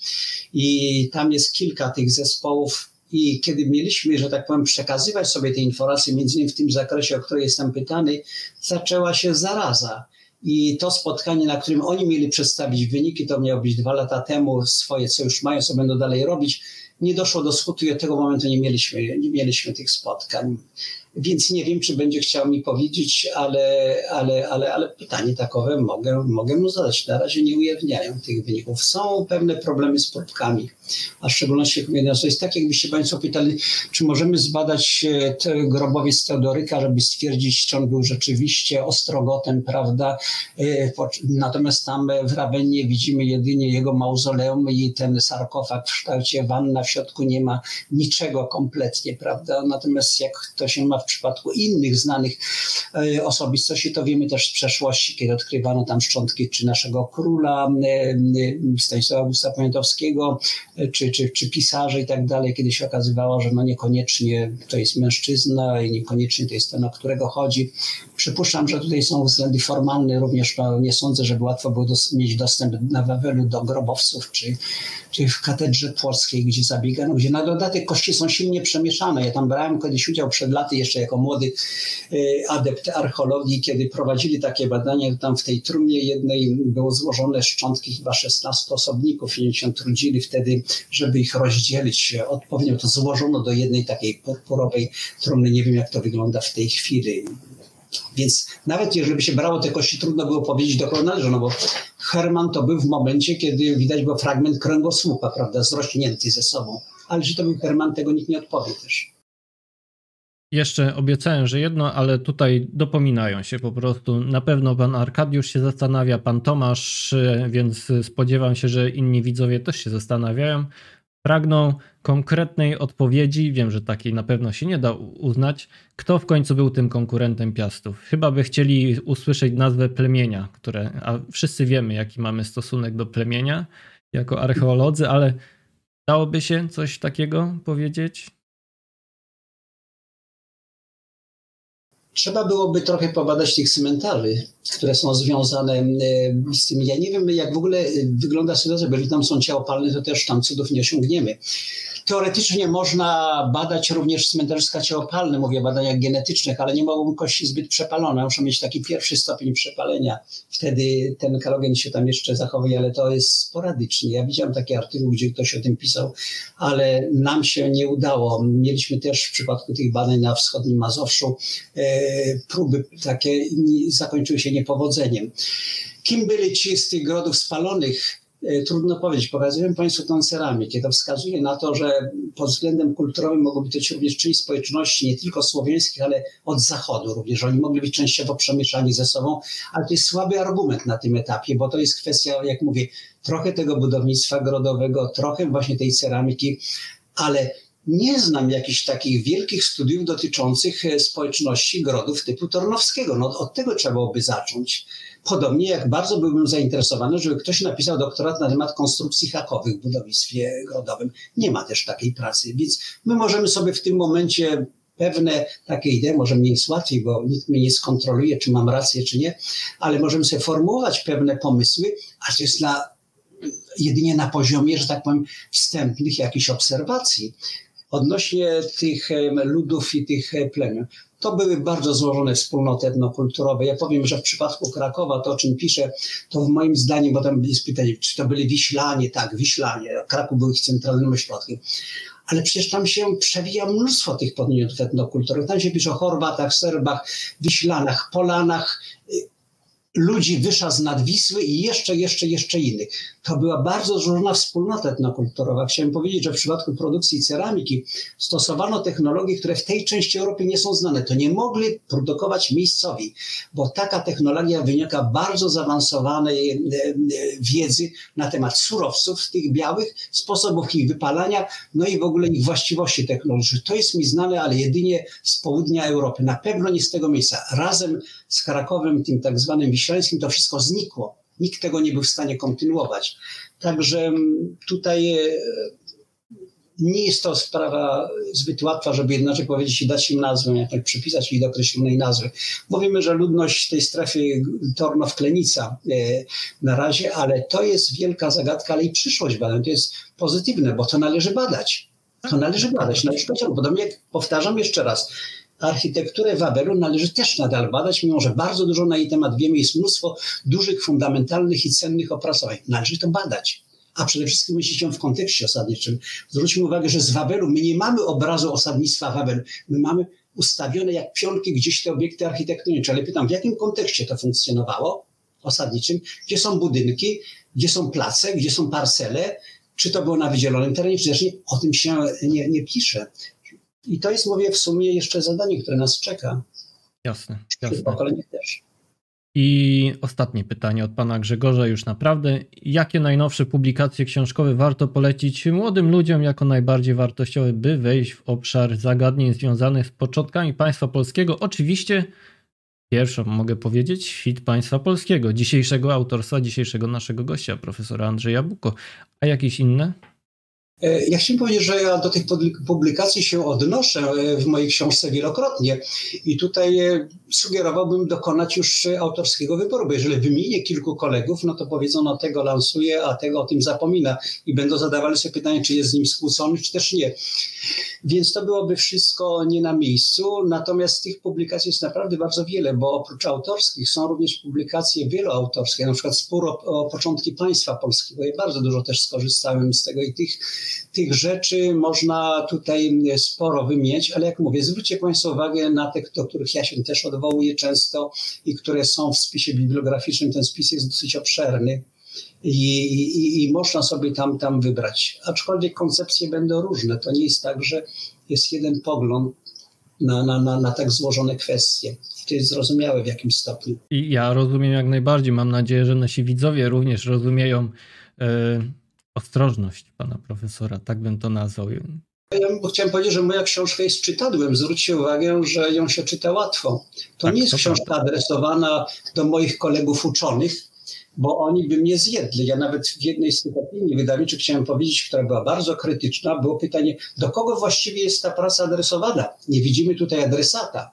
I tam jest kilka tych zespołów. I kiedy mieliśmy, że tak powiem, przekazywać sobie te informacje, między innymi w tym zakresie, o której jestem pytany, zaczęła się zaraza. I to spotkanie, na którym oni mieli przedstawić wyniki, to miało być dwa lata temu, swoje, co już mają, co będą dalej robić, nie doszło do skutku i od tego momentu nie mieliśmy, nie mieliśmy tych spotkań. Więc nie wiem, czy będzie chciał mi powiedzieć, ale, ale, ale, ale pytanie takowe mogę, mogę mu zadać. Na razie nie ujawniają tych wyników. Są pewne problemy z próbkami, a w szczególności to jest tak, jakbyście państwo pytali, czy możemy zbadać grobowiec Teodoryka, żeby stwierdzić, czy on był rzeczywiście ostrogotem, prawda? Natomiast tam w Rawennie widzimy jedynie jego mauzoleum i ten sarkofag w kształcie wanna, w środku nie ma niczego kompletnie, prawda? Natomiast jak to się ma w przypadku innych znanych e, osobistości, to wiemy też z przeszłości, kiedy odkrywano tam szczątki czy naszego króla, e, Stanisława Augusta Poniatowskiego, e, czy, czy, czy pisarzy i tak dalej, kiedy się okazywało, że no niekoniecznie to jest mężczyzna i niekoniecznie to jest ten, o którego chodzi. Przypuszczam, że tutaj są względy formalne, również no, nie sądzę, żeby łatwo było dos- mieć dostęp na Wawelu do grobowców, czy, czy w katedrze płockiej, gdzie zabiegano, gdzie na dodatek kości są silnie przemieszane. Ja tam brałem kiedyś udział przed laty, jeszcze jako młody adept archeologii, kiedy prowadzili takie badania, to tam w tej trumnie jednej było złożone szczątki chyba szesnastu osobników i się trudzili wtedy, żeby ich rozdzielić odpowiednio. To złożono do jednej takiej purpurowej trumny. Nie wiem, jak to wygląda w tej chwili. Więc nawet jeżeli by się brało te kości, trudno było powiedzieć, do kogo należą, no bo Herman to był w momencie, kiedy widać był fragment kręgosłupa, prawda, zrośnięty ze sobą. ale że to był Herman, tego nikt nie odpowie też. Jeszcze obiecałem, że jedno, ale tutaj dopominają się po prostu. Na pewno pan Arkadiusz się zastanawia, pan Tomasz, więc spodziewam się, że inni widzowie też się zastanawiają. Pragną konkretnej odpowiedzi, wiem, że takiej na pewno się nie da uznać, kto w końcu był tym konkurentem Piastów. Chyba by chcieli usłyszeć nazwę plemienia, które, a wszyscy wiemy, jaki mamy stosunek do plemienia jako archeolodzy, ale dałoby się coś takiego powiedzieć? Trzeba byłoby trochę pobadać tych cmentarzy, które są związane z tym. Ja nie wiem, jak w ogóle wygląda sytuacja, bo jeżeli tam są ciała palne, to też tam cudów nie osiągniemy. Teoretycznie można badać również cmentarzyska ciałopalne, mówię o badaniach genetycznych, ale nie mogą być kości zbyt przepalone. Muszą mieć taki pierwszy stopień przepalenia. Wtedy ten kalogen się tam jeszcze zachowuje, ale to jest sporadycznie. Ja widziałem taki artykuł, gdzie ktoś o tym pisał, ale nam się nie udało. Mieliśmy też w przypadku tych badań na wschodnim Mazowszu e, próby takie zakończyły się niepowodzeniem. Kim byli ci z tych grodów spalonych? Trudno powiedzieć. Pokazuję Państwu tą ceramikę. To wskazuje na to, że pod względem kulturowym mogą być również część społeczności, nie tylko słowiańskich, ale od zachodu również. Oni mogli być częściowo przemieszani ze sobą, ale to jest słaby argument na tym etapie, bo to jest kwestia, jak mówię, trochę tego budownictwa grodowego, trochę właśnie tej ceramiki, ale nie znam jakichś takich wielkich studiów dotyczących społeczności grodów typu Tornowskiego. No od tego trzeba byłoby zacząć. Podobnie jak bardzo byłbym zainteresowany, żeby ktoś napisał doktorat na temat konstrukcji hakowych w budownictwie grodowym. Nie ma też takiej pracy, więc my możemy sobie w tym momencie pewne takie idee, może mnie jest łatwiej, bo nikt mnie nie skontroluje, czy mam rację, czy nie, ale możemy sobie formułować pewne pomysły, a to jest na, jedynie na poziomie, że tak powiem, wstępnych jakichś obserwacji odnośnie tych ludów i tych plemion. To były bardzo złożone wspólnoty etnokulturowe. Ja powiem, że w przypadku Krakowa, to o czym piszę, to w moim zdaniem, bo tam jest pytanie, czy to byli Wiślanie, tak, Wiślanie, Kraków był ich centralnym ośrodkiem. Ale przecież tam się przewija mnóstwo tych podmiotów etnokulturowych. Tam się pisze o Chorwatach, Serbach, Wiślanach, Polanach, ludzi Wysza z nad Wisły i jeszcze, jeszcze, jeszcze innych. To była bardzo złożona wspólnota etnokulturowa. Chciałem powiedzieć, że w przypadku produkcji ceramiki stosowano technologie, które w tej części Europy nie są znane. To nie mogli produkować miejscowi, bo taka technologia wynika bardzo zaawansowanej wiedzy na temat surowców tych białych, sposobów ich wypalania, no i w ogóle ich właściwości technologicznych. To jest mi znane, ale jedynie z południa Europy. Na pewno nie z tego miejsca. Razem z Krakowem, tym tak zwanym wiślańskim, to wszystko znikło. Nikt tego nie był w stanie kontynuować. Także tutaj nie jest to sprawa zbyt łatwa, żeby jednacznie powiedzieć i dać im nazwę, jak przypisać ich do określonej nazwy. Mówimy, że ludność w tej strefie Tornow-Klenica na razie, ale to jest wielka zagadka, ale i przyszłość badań. To jest pozytywne, bo to należy badać. To należy badać. Na przykład, podobnie jak powtarzam jeszcze raz, architekturę Wawelu należy też nadal badać, mimo że bardzo dużo na jej temat wiemy. Jest mnóstwo dużych, fundamentalnych i cennych opracowań. Należy to badać. A przede wszystkim myślić się w kontekście osadniczym. Zwróćmy uwagę, że z Wawelu my nie mamy obrazu osadnictwa Wawelu. My mamy ustawione jak pionki gdzieś te obiekty architektoniczne. Ale pytam, w jakim kontekście to funkcjonowało osadniczym? Gdzie są budynki? Gdzie są place? Gdzie są parcele? Czy to było na wydzielonym terenie? Czy też nie? O tym się nie, nie pisze. I to jest, mówię, w sumie jeszcze zadanie, które nas czeka. Jasne, jasne. Pokolenie też. I ostatnie pytanie od pana Grzegorza już naprawdę. Jakie najnowsze publikacje książkowe warto polecić młodym ludziom jako najbardziej wartościowe, by wejść w obszar zagadnień związanych z początkami państwa polskiego? Oczywiście pierwszą mogę powiedzieć świt państwa polskiego, dzisiejszego autorstwa, dzisiejszego naszego gościa, profesora Andrzeja Buko. A jakieś inne? Ja chciałem powiedzieć, że ja do tych publikacji się odnoszę w mojej książce wielokrotnie i tutaj sugerowałbym dokonać już autorskiego wyboru, bo jeżeli wymienię kilku kolegów, no to powiedzą, no tego lansuje, a tego o tym zapomina i będą zadawali sobie pytanie, czy jest z nim skłócony, czy też nie. Więc to byłoby wszystko nie na miejscu, natomiast tych publikacji jest naprawdę bardzo wiele, bo oprócz autorskich są również publikacje wieloautorskie, na przykład Spór o, o początki państwa polskiego. Ja bardzo dużo też skorzystałem z tego i tych Tych rzeczy można tutaj sporo wymienić, ale jak mówię, zwróćcie Państwo uwagę na te, do których ja się też odwołuję często i które są w spisie bibliograficznym. Ten spis jest dosyć obszerny. i, i, i można sobie tam, tam wybrać. Aczkolwiek koncepcje będą różne. To nie jest tak, że jest jeden pogląd na, na, na, na tak złożone kwestie. To jest zrozumiałe w jakimś stopniu. I ja rozumiem jak najbardziej. Mam nadzieję, że nasi widzowie również rozumieją yy, ostrożność pana profesora. Tak bym to nazwał. Ja chciałem powiedzieć, że moja książka jest czytadłem. Zwróćcie uwagę, że ją się czyta łatwo. To tak, nie jest to książka prawda. adresowana do moich kolegów uczonych, bo oni by mnie zjedli. Ja nawet w jednej z tych opinii wydawniczych chciałem powiedzieć, która była bardzo krytyczna, było pytanie, do kogo właściwie jest ta praca adresowana? Nie widzimy tutaj adresata.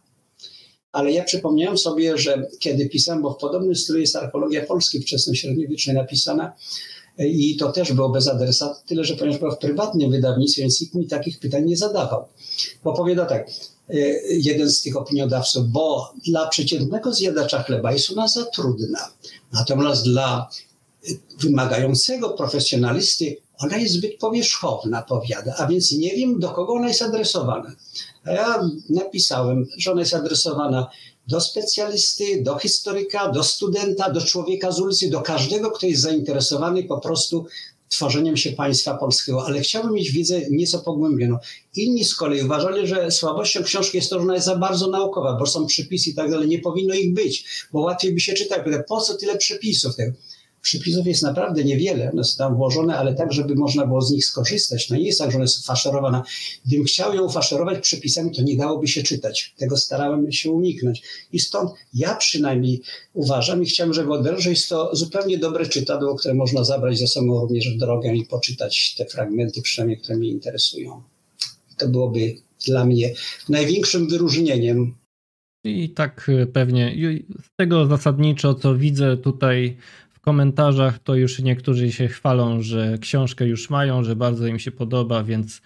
Ale ja przypomniałem sobie, że kiedy pisałem, bo w podobnym stylu jest archeologia Polski wczesnośredniowiecznej napisana, i to też było bez adresatu, tyle że ponieważ była w prywatnym wydawnictwie, więc nikt mi takich pytań nie zadawał. Bo powiada tak, jeden z tych opiniodawców, bo dla przeciętnego zjadacza chleba jest ona za trudna. Natomiast dla wymagającego profesjonalisty ona jest zbyt powierzchowna, powiada, a więc nie wiem, do kogo ona jest adresowana. A ja napisałem, że ona jest adresowana do specjalisty, do historyka, do studenta, do człowieka z ulicy, do każdego, kto jest zainteresowany po prostu tworzeniem się państwa polskiego. Ale chciałbym mieć wiedzę nieco pogłębioną. Inni z kolei uważali, że słabością książki jest to, że ona jest za bardzo naukowa, bo są przepisy i tak dalej. Nie powinno ich być, bo łatwiej by się czytać. Po co tyle przepisów? Przypisów jest naprawdę niewiele, one są tam włożone, ale tak, żeby można było z nich skorzystać. No nie jest tak, że one są faszerowane. Gdybym chciał ją faszerować przepisami, to nie dałoby się czytać. Tego starałem się uniknąć. I stąd ja przynajmniej uważam i chciałem, żeby odbierać, że jest to zupełnie dobre czytadło, które można zabrać ze sobą również w drogę i poczytać te fragmenty, przynajmniej, które mnie interesują. To byłoby dla mnie największym wyróżnieniem. I tak pewnie z tego zasadniczo, co widzę tutaj w komentarzach, to już niektórzy się chwalą, że książkę już mają, że bardzo im się podoba, więc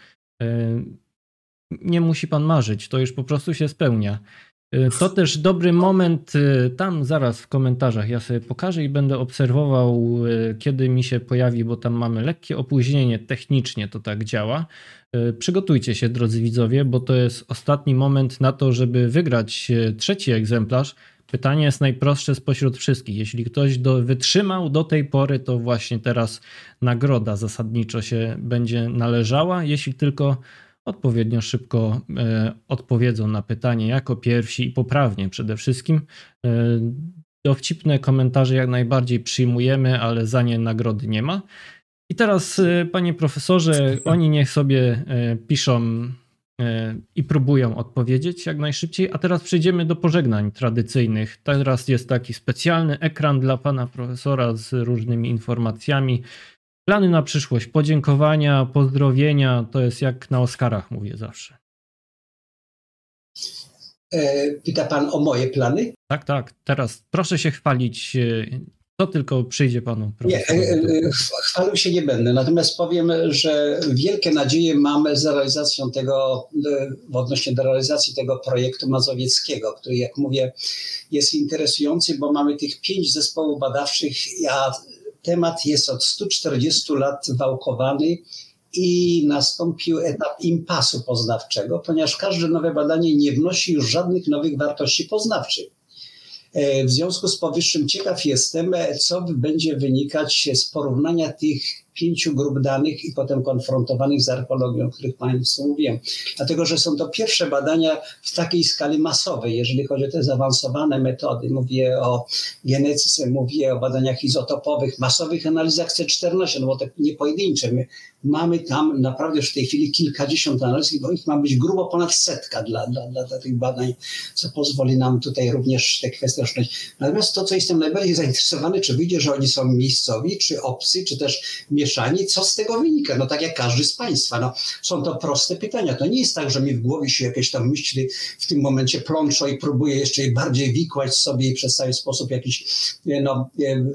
nie musi pan marzyć, to już po prostu się spełnia. To też dobry moment, tam zaraz w komentarzach ja sobie pokażę i będę obserwował, kiedy mi się pojawi, bo tam mamy lekkie opóźnienie, technicznie to tak działa. Przygotujcie się, drodzy widzowie, bo to jest ostatni moment na to, żeby wygrać trzeci egzemplarz. Pytanie jest najprostsze spośród wszystkich. Jeśli ktoś do, wytrzymał do tej pory, to właśnie teraz nagroda zasadniczo się będzie należała, jeśli tylko odpowiednio szybko e, odpowiedzą na pytanie jako pierwsi i poprawnie przede wszystkim. E, dowcipne komentarze jak najbardziej przyjmujemy, ale za nie nagrody nie ma. I teraz, e, panie profesorze, oni niech sobie e, piszą i próbują odpowiedzieć jak najszybciej, a teraz przejdziemy do pożegnań tradycyjnych. Teraz jest taki specjalny ekran dla pana profesora z różnymi informacjami. Plany na przyszłość, podziękowania, pozdrowienia, to jest jak na Oscarach mówię zawsze. Pyta pan o moje plany? Tak, tak. Teraz proszę się chwalić, co tylko przyjdzie panu profesorowi. Nie, chwalił się nie będę, natomiast powiem, że wielkie nadzieje mamy z realizacją tego, odnośnie do realizacji tego projektu mazowieckiego, który, jak mówię, jest interesujący, bo mamy tych pięć zespołów badawczych, a temat jest od stu czterdziestu lat wałkowany i nastąpił etap impasu poznawczego, ponieważ każde nowe badanie nie wnosi już żadnych nowych wartości poznawczych. W związku z powyższym ciekaw jestem, co będzie wynikać z porównania tych pięciu grup danych i potem konfrontowanych z archeologią, o których Państwu mówiłem. Dlatego, że są to pierwsze badania w takiej skali masowej, jeżeli chodzi o te zaawansowane metody. Mówię o genetyce, mówię o badaniach izotopowych, masowych analizach C czternaście, no bo to nie pojedyncze. My mamy tam naprawdę już w tej chwili kilkadziesiąt analiz, bo ich ma być grubo ponad setka dla, dla, dla, dla tych badań, co pozwoli nam tutaj również te kwestie rozszerzyć. Natomiast to, co jestem najbardziej zainteresowany, czy wyjdzie, że oni są miejscowi, czy obcy, czy też mieszani, co z tego wynika? No tak jak każdy z Państwa. No, są to proste pytania. To nie jest tak, że mi w głowie się jakieś tam myśli w tym momencie plączą i próbuję jeszcze je bardziej wikłać sobie i przedstawić w sposób jakiś no,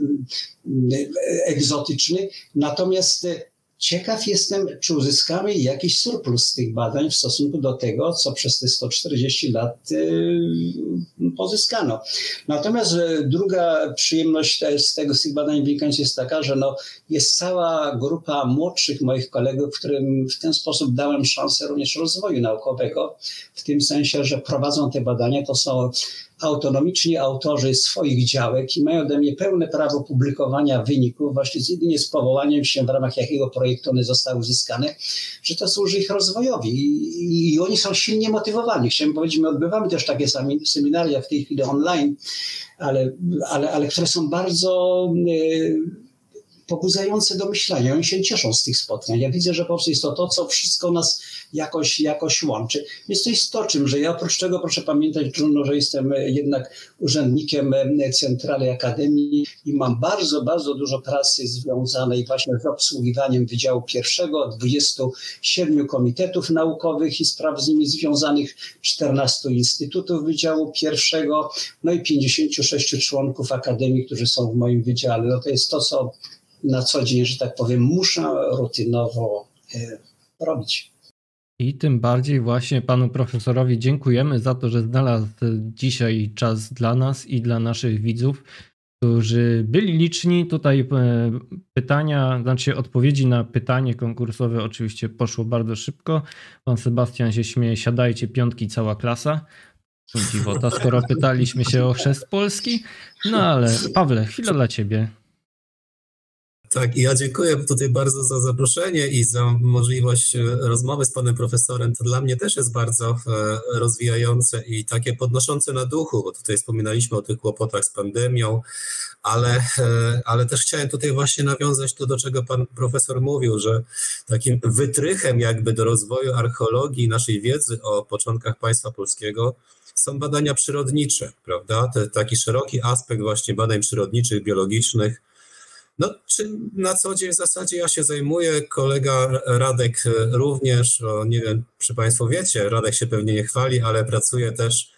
egzotyczny. Natomiast ciekaw jestem, czy uzyskamy jakiś surplus z tych badań w stosunku do tego, co przez te sto czterdzieści lat yy, pozyskano. Natomiast druga przyjemność z tego, z tych badań wynikająca jest taka, że no, jest cała grupa młodszych moich kolegów, którym w ten sposób dałem szansę również rozwoju naukowego, w tym sensie, że prowadzą te badania. To są autonomiczni autorzy swoich działek i mają ode mnie pełne prawo publikowania wyników właśnie z, jedynie z powołaniem się, w ramach jakiego projektu one zostały uzyskane, że to służy ich rozwojowi i, i oni są silnie motywowani. Chciałem powiedzieć, my odbywamy też takie seminaria w tej chwili online, ale, ale, ale które są bardzo e, pobudzające do myślenia. Oni się cieszą z tych spotkań. Ja widzę, że po prostu jest to to, co wszystko nas jakoś, jakoś łączy. Więc to jest to, czym, że ja oprócz tego proszę pamiętać, no, że jestem jednak urzędnikiem Centralnej Akademii i mam bardzo, bardzo dużo pracy związanej właśnie z obsługiwaniem Wydziału Pierwszego, dwudziestu siedmiu komitetów naukowych i spraw z nimi związanych, czternastu instytutów Wydziału Pierwszego, no i pięćdziesięciu sześciu członków Akademii, którzy są w moim wydziale. No to jest to, co na co dzień, że tak powiem, muszę rutynowo e, robić. I tym bardziej właśnie panu profesorowi dziękujemy za to, że znalazł dzisiaj czas dla nas i dla naszych widzów, którzy byli liczni. Tutaj e, pytania, znaczy odpowiedzi na pytanie konkursowe oczywiście poszło bardzo szybko. Pan Sebastian się śmieje, siadajcie piątki, cała klasa. Dziwota, skoro pytaliśmy się o chrzest Polski. No ale Pawle, chwila dla ciebie. Tak, i ja dziękuję tutaj bardzo za zaproszenie i za możliwość rozmowy z panem profesorem. To dla mnie też jest bardzo rozwijające i takie podnoszące na duchu, bo tutaj wspominaliśmy o tych kłopotach z pandemią, ale, ale też chciałem tutaj właśnie nawiązać to, do czego pan profesor mówił, że takim wytrychem jakby do rozwoju archeologii, naszej wiedzy o początkach państwa polskiego są badania przyrodnicze, prawda? To taki szeroki aspekt właśnie badań przyrodniczych, biologicznych. No, czym na co dzień w zasadzie ja się zajmuję, kolega Radek również, o, nie wiem, czy państwo wiecie, Radek się pewnie nie chwali, ale pracuje też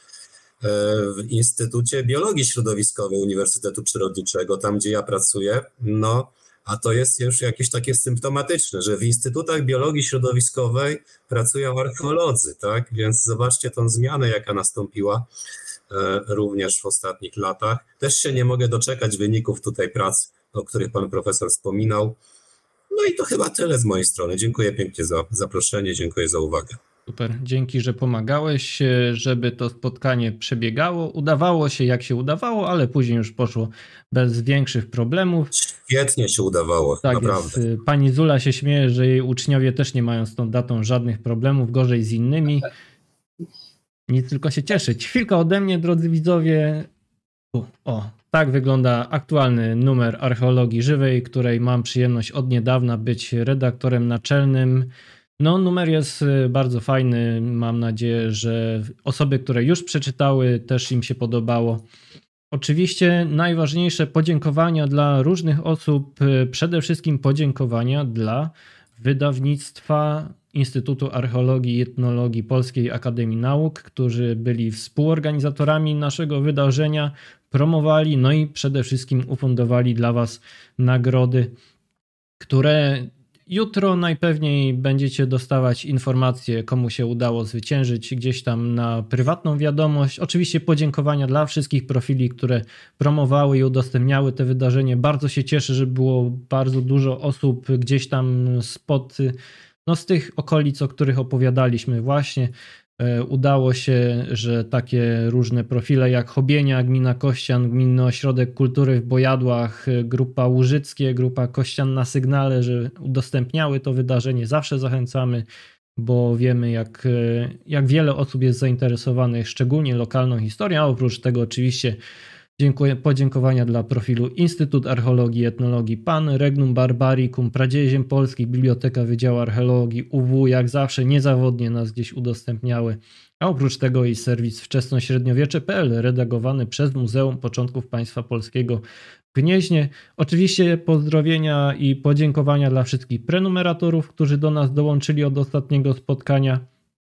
w Instytucie Biologii Środowiskowej Uniwersytetu Przyrodniczego, tam gdzie ja pracuję, no, a to jest już jakieś takie symptomatyczne, że w Instytutach Biologii Środowiskowej pracują archeolodzy, tak, więc zobaczcie tą zmianę, jaka nastąpiła również w ostatnich latach. Też się nie mogę doczekać wyników tutaj prac, o których pan profesor wspominał. No i to chyba tyle z mojej strony. Dziękuję pięknie za zaproszenie, dziękuję za uwagę. Super, dzięki, że pomagałeś, żeby to spotkanie przebiegało. Udawało się jak się udawało, ale później już poszło bez większych problemów. Świetnie się udawało, tak naprawdę. Jest. Pani Zula się śmieje, że jej uczniowie też nie mają z tą datą żadnych problemów, gorzej z innymi. Nic, tylko się cieszyć. Chwilka ode mnie, drodzy widzowie. U, o, tak wygląda aktualny numer Archeologii Żywej, której mam przyjemność od niedawna być redaktorem naczelnym. No, numer jest bardzo fajny. Mam nadzieję, że osoby, które już przeczytały, też im się podobało. Oczywiście najważniejsze podziękowania dla różnych osób, przede wszystkim podziękowania dla wydawnictwa Instytutu Archeologii i Etnologii Polskiej Akademii Nauk, którzy byli współorganizatorami naszego wydarzenia, promowali, no i przede wszystkim ufundowali dla Was nagrody, które jutro najpewniej będziecie dostawać informacje, komu się udało zwyciężyć, gdzieś tam na prywatną wiadomość. Oczywiście podziękowania dla wszystkich profili, które promowały i udostępniały te wydarzenie. Bardzo się cieszę, że było bardzo dużo osób gdzieś tam spod, no z tych okolic, o których opowiadaliśmy właśnie. Udało się, że takie różne profile jak Chobienia, Gmina Kościan, Gminny Ośrodek Kultury w Bojadłach, Grupa Łużyckie, Grupa Kościan na Sygnale, że udostępniały to wydarzenie. Zawsze zachęcamy, bo wiemy jak, jak wiele osób jest zainteresowanych szczególnie lokalną historią, a oprócz tego oczywiście dziękuję, podziękowania dla profilu Instytut Archeologii i Etnologii Pan, Regnum Barbaricum, Pradzieziem Polskich, Biblioteka Wydziału Archeologii, U W, jak zawsze niezawodnie nas gdzieś udostępniały, a oprócz tego i serwis wczesnośredniowiecze kropka p l redagowany przez Muzeum Początków Państwa Polskiego w Gnieźnie. Oczywiście pozdrowienia i podziękowania dla wszystkich prenumeratorów, którzy do nas dołączyli od ostatniego spotkania.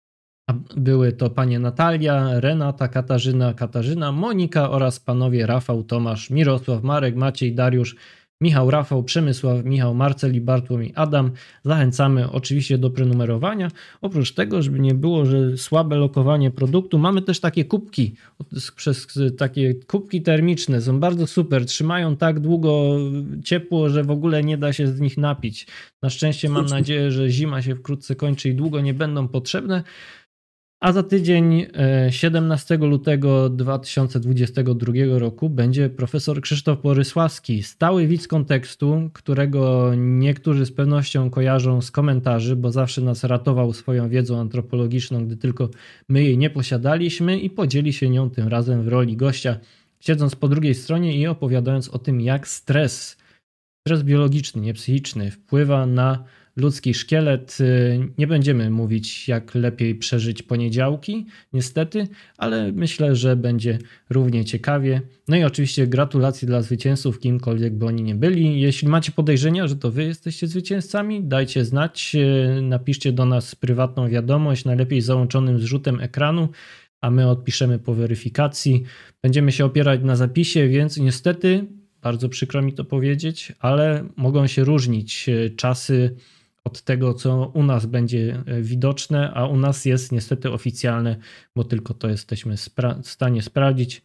Były to panie Natalia, Renata, Katarzyna, Katarzyna, Monika oraz panowie Rafał, Tomasz, Mirosław, Marek, Maciej, Dariusz, Michał, Rafał, Przemysław, Michał, Marcel i Bartłomiej, Adam. Zachęcamy oczywiście do prenumerowania. Oprócz tego, żeby nie było, że słabe lokowanie produktu, mamy też takie kubki, przez takie kubki termiczne, są bardzo super, trzymają tak długo ciepło, że w ogóle nie da się z nich napić. Na szczęście mam nadzieję, że zima się wkrótce kończy i długo nie będą potrzebne. A za tydzień, siedemnastego lutego dwa tysiące dwudziestego drugiego roku, będzie profesor Krzysztof Borysławski, stały widz Kontekstu, którego niektórzy z pewnością kojarzą z komentarzy, bo zawsze nas ratował swoją wiedzą antropologiczną, gdy tylko my jej nie posiadaliśmy, i podzieli się nią tym razem w roli gościa, siedząc po drugiej stronie i opowiadając o tym, jak stres, stres biologiczny, nie psychiczny, wpływa na ludzki szkielet. Nie będziemy mówić, jak lepiej przeżyć poniedziałki, niestety, ale myślę, że będzie równie ciekawie. No i oczywiście gratulacje dla zwycięzców, kimkolwiek by oni nie byli. Jeśli macie podejrzenia, że to wy jesteście zwycięzcami, dajcie znać, napiszcie do nas prywatną wiadomość, najlepiej z załączonym zrzutem ekranu, a my odpiszemy po weryfikacji. Będziemy się opierać na zapisie, więc niestety, bardzo przykro mi to powiedzieć, ale mogą się różnić czasy od tego, co u nas będzie widoczne, a u nas jest niestety oficjalne, bo tylko to jesteśmy spra- w stanie sprawdzić.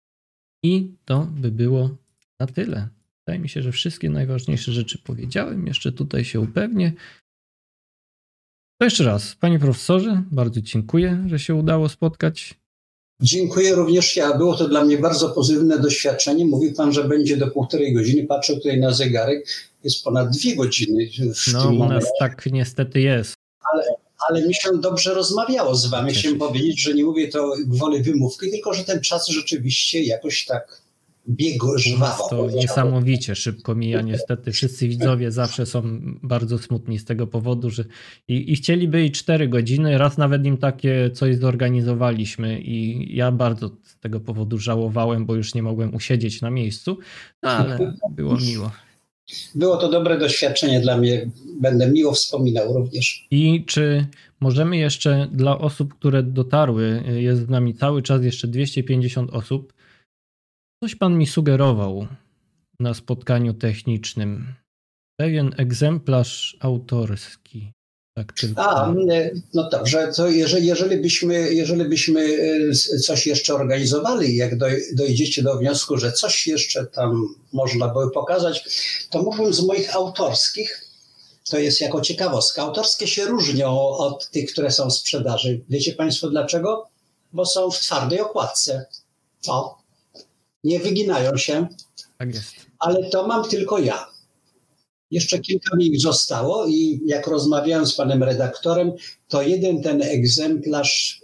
I to by było na tyle. Wydaje mi się, że wszystkie najważniejsze rzeczy powiedziałem. Jeszcze tutaj się upewnię. To jeszcze raz, panie profesorze, bardzo dziękuję, że się udało spotkać. Dziękuję również ja. Było to dla mnie bardzo pozytywne doświadczenie. Mówił pan, że będzie do półtorej godziny. Patrzę tutaj na zegarek. Jest ponad dwie godziny w no, tym u momencie. nas tak niestety jest. Ale, ale mi się dobrze rozmawiało z wami. Chciałem powiedzieć, że nie mówię to gwoli wymówki, tylko że ten czas rzeczywiście jakoś tak biegł żwawo. To niesamowicie szybko mija niestety. Wszyscy widzowie zawsze są bardzo smutni z tego powodu, że i, i chcieliby i cztery godziny, raz nawet im takie coś zorganizowaliśmy i ja bardzo z tego powodu żałowałem, bo już nie mogłem usiedzieć na miejscu, no, ale było miło. Było to dobre doświadczenie dla mnie. Będę miło wspominał również. I czy możemy jeszcze dla osób, które dotarły, jest z nami cały czas jeszcze dwieście pięćdziesiąt osób, coś pan mi sugerował na spotkaniu technicznym. Pewien egzemplarz autorski. Tak tylko. A, no dobrze, to jeżeli, jeżeli, byśmy, jeżeli byśmy coś jeszcze organizowali, jak dojdziecie do wniosku, że coś jeszcze tam można by pokazać, to mógłbym z moich autorskich, to jest jako ciekawostka, autorskie się różnią od tych, które są w sprzedaży. Wiecie państwo dlaczego? Bo są w twardej okładce. O, nie wyginają się, Tak jest. ale to mam tylko ja. Jeszcze kilka mi ich zostało i jak rozmawiałem z panem redaktorem, to jeden ten egzemplarz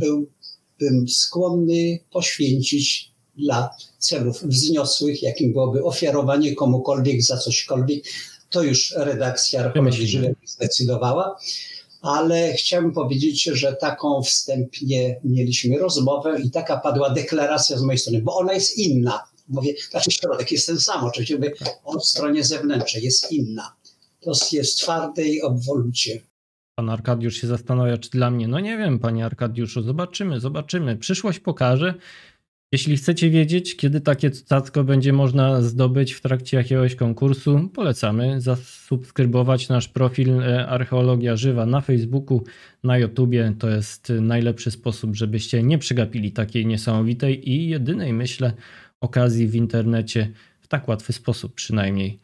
byłbym skłonny poświęcić dla celów wzniosłych, jakim byłoby ofiarowanie komukolwiek za cośkolwiek. To już redakcja Archeologii Żywej zdecydowała, ale chciałbym powiedzieć, że taką wstępnie mieliśmy rozmowę i taka padła deklaracja z mojej strony, bo ona jest inna. Mówię, znaczy środek jest ten sam, oczywiście mówię, o stronie zewnętrznej jest inna. To jest w twardej obwolucie. Pan Arkadiusz się zastanawia, czy dla mnie. No nie wiem, panie Arkadiuszu, zobaczymy, zobaczymy. Przyszłość pokaże. Jeśli chcecie wiedzieć, kiedy takie cacko będzie można zdobyć w trakcie jakiegoś konkursu, polecamy zasubskrybować nasz profil Archeologia Żywa na Facebooku, na YouTubie. To jest najlepszy sposób, żebyście nie przegapili takiej niesamowitej i jedynej, myślę, okazji w internecie w tak łatwy sposób przynajmniej.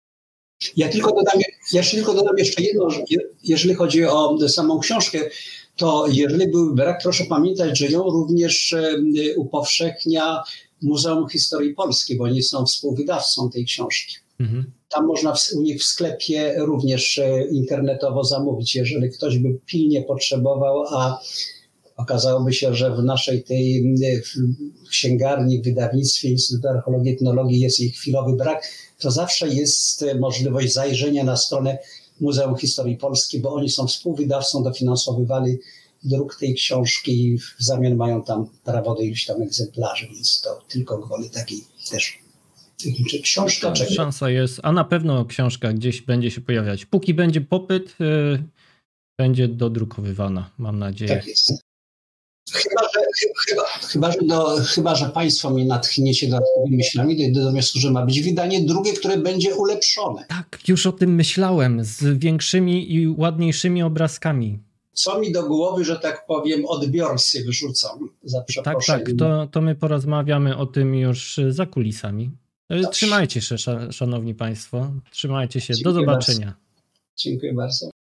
Ja tylko dodam, ja tylko dodam jeszcze jedno, że jeżeli chodzi o samą książkę, to jeżeli był brak, proszę pamiętać, że ją również upowszechnia Muzeum Historii Polskiej, bo oni są współwydawcą tej książki. Mhm. Tam można w, u nich w sklepie również internetowo zamówić, jeżeli ktoś by pilnie potrzebował, a okazałoby się, że w naszej tej w księgarni, w wydawnictwie Instytutu Archeologii i Etnologii jest jej chwilowy brak, to zawsze jest możliwość zajrzenia na stronę Muzeum Historii Polskiej, bo oni są współwydawcą, dofinansowywali druk tej książki i w zamian mają tam prawo do iluś tam egzemplarzy, więc to tylko gwoli takiej też. Czy książka czego? Szansa jest, a na pewno książka gdzieś będzie się pojawiać. Póki będzie popyt, yy, będzie dodrukowywana, mam nadzieję. Tak jest. Chyba, że, chyba, chyba, że do, chyba, że państwo mnie natchniecie dodatkowymi myślami, dojdę do wniosku, że ma być wydanie drugie, które będzie ulepszone. Tak, już o tym myślałem, z większymi i ładniejszymi obrazkami. Co mi do głowy, że tak powiem, odbiorcy wyrzucą, za przeproszeniem. Tak, tak, to, to my porozmawiamy o tym już za kulisami. Dobrze. Trzymajcie się, szanowni państwo, trzymajcie się, Dziękuję do zobaczenia. Bardzo. Dziękuję bardzo.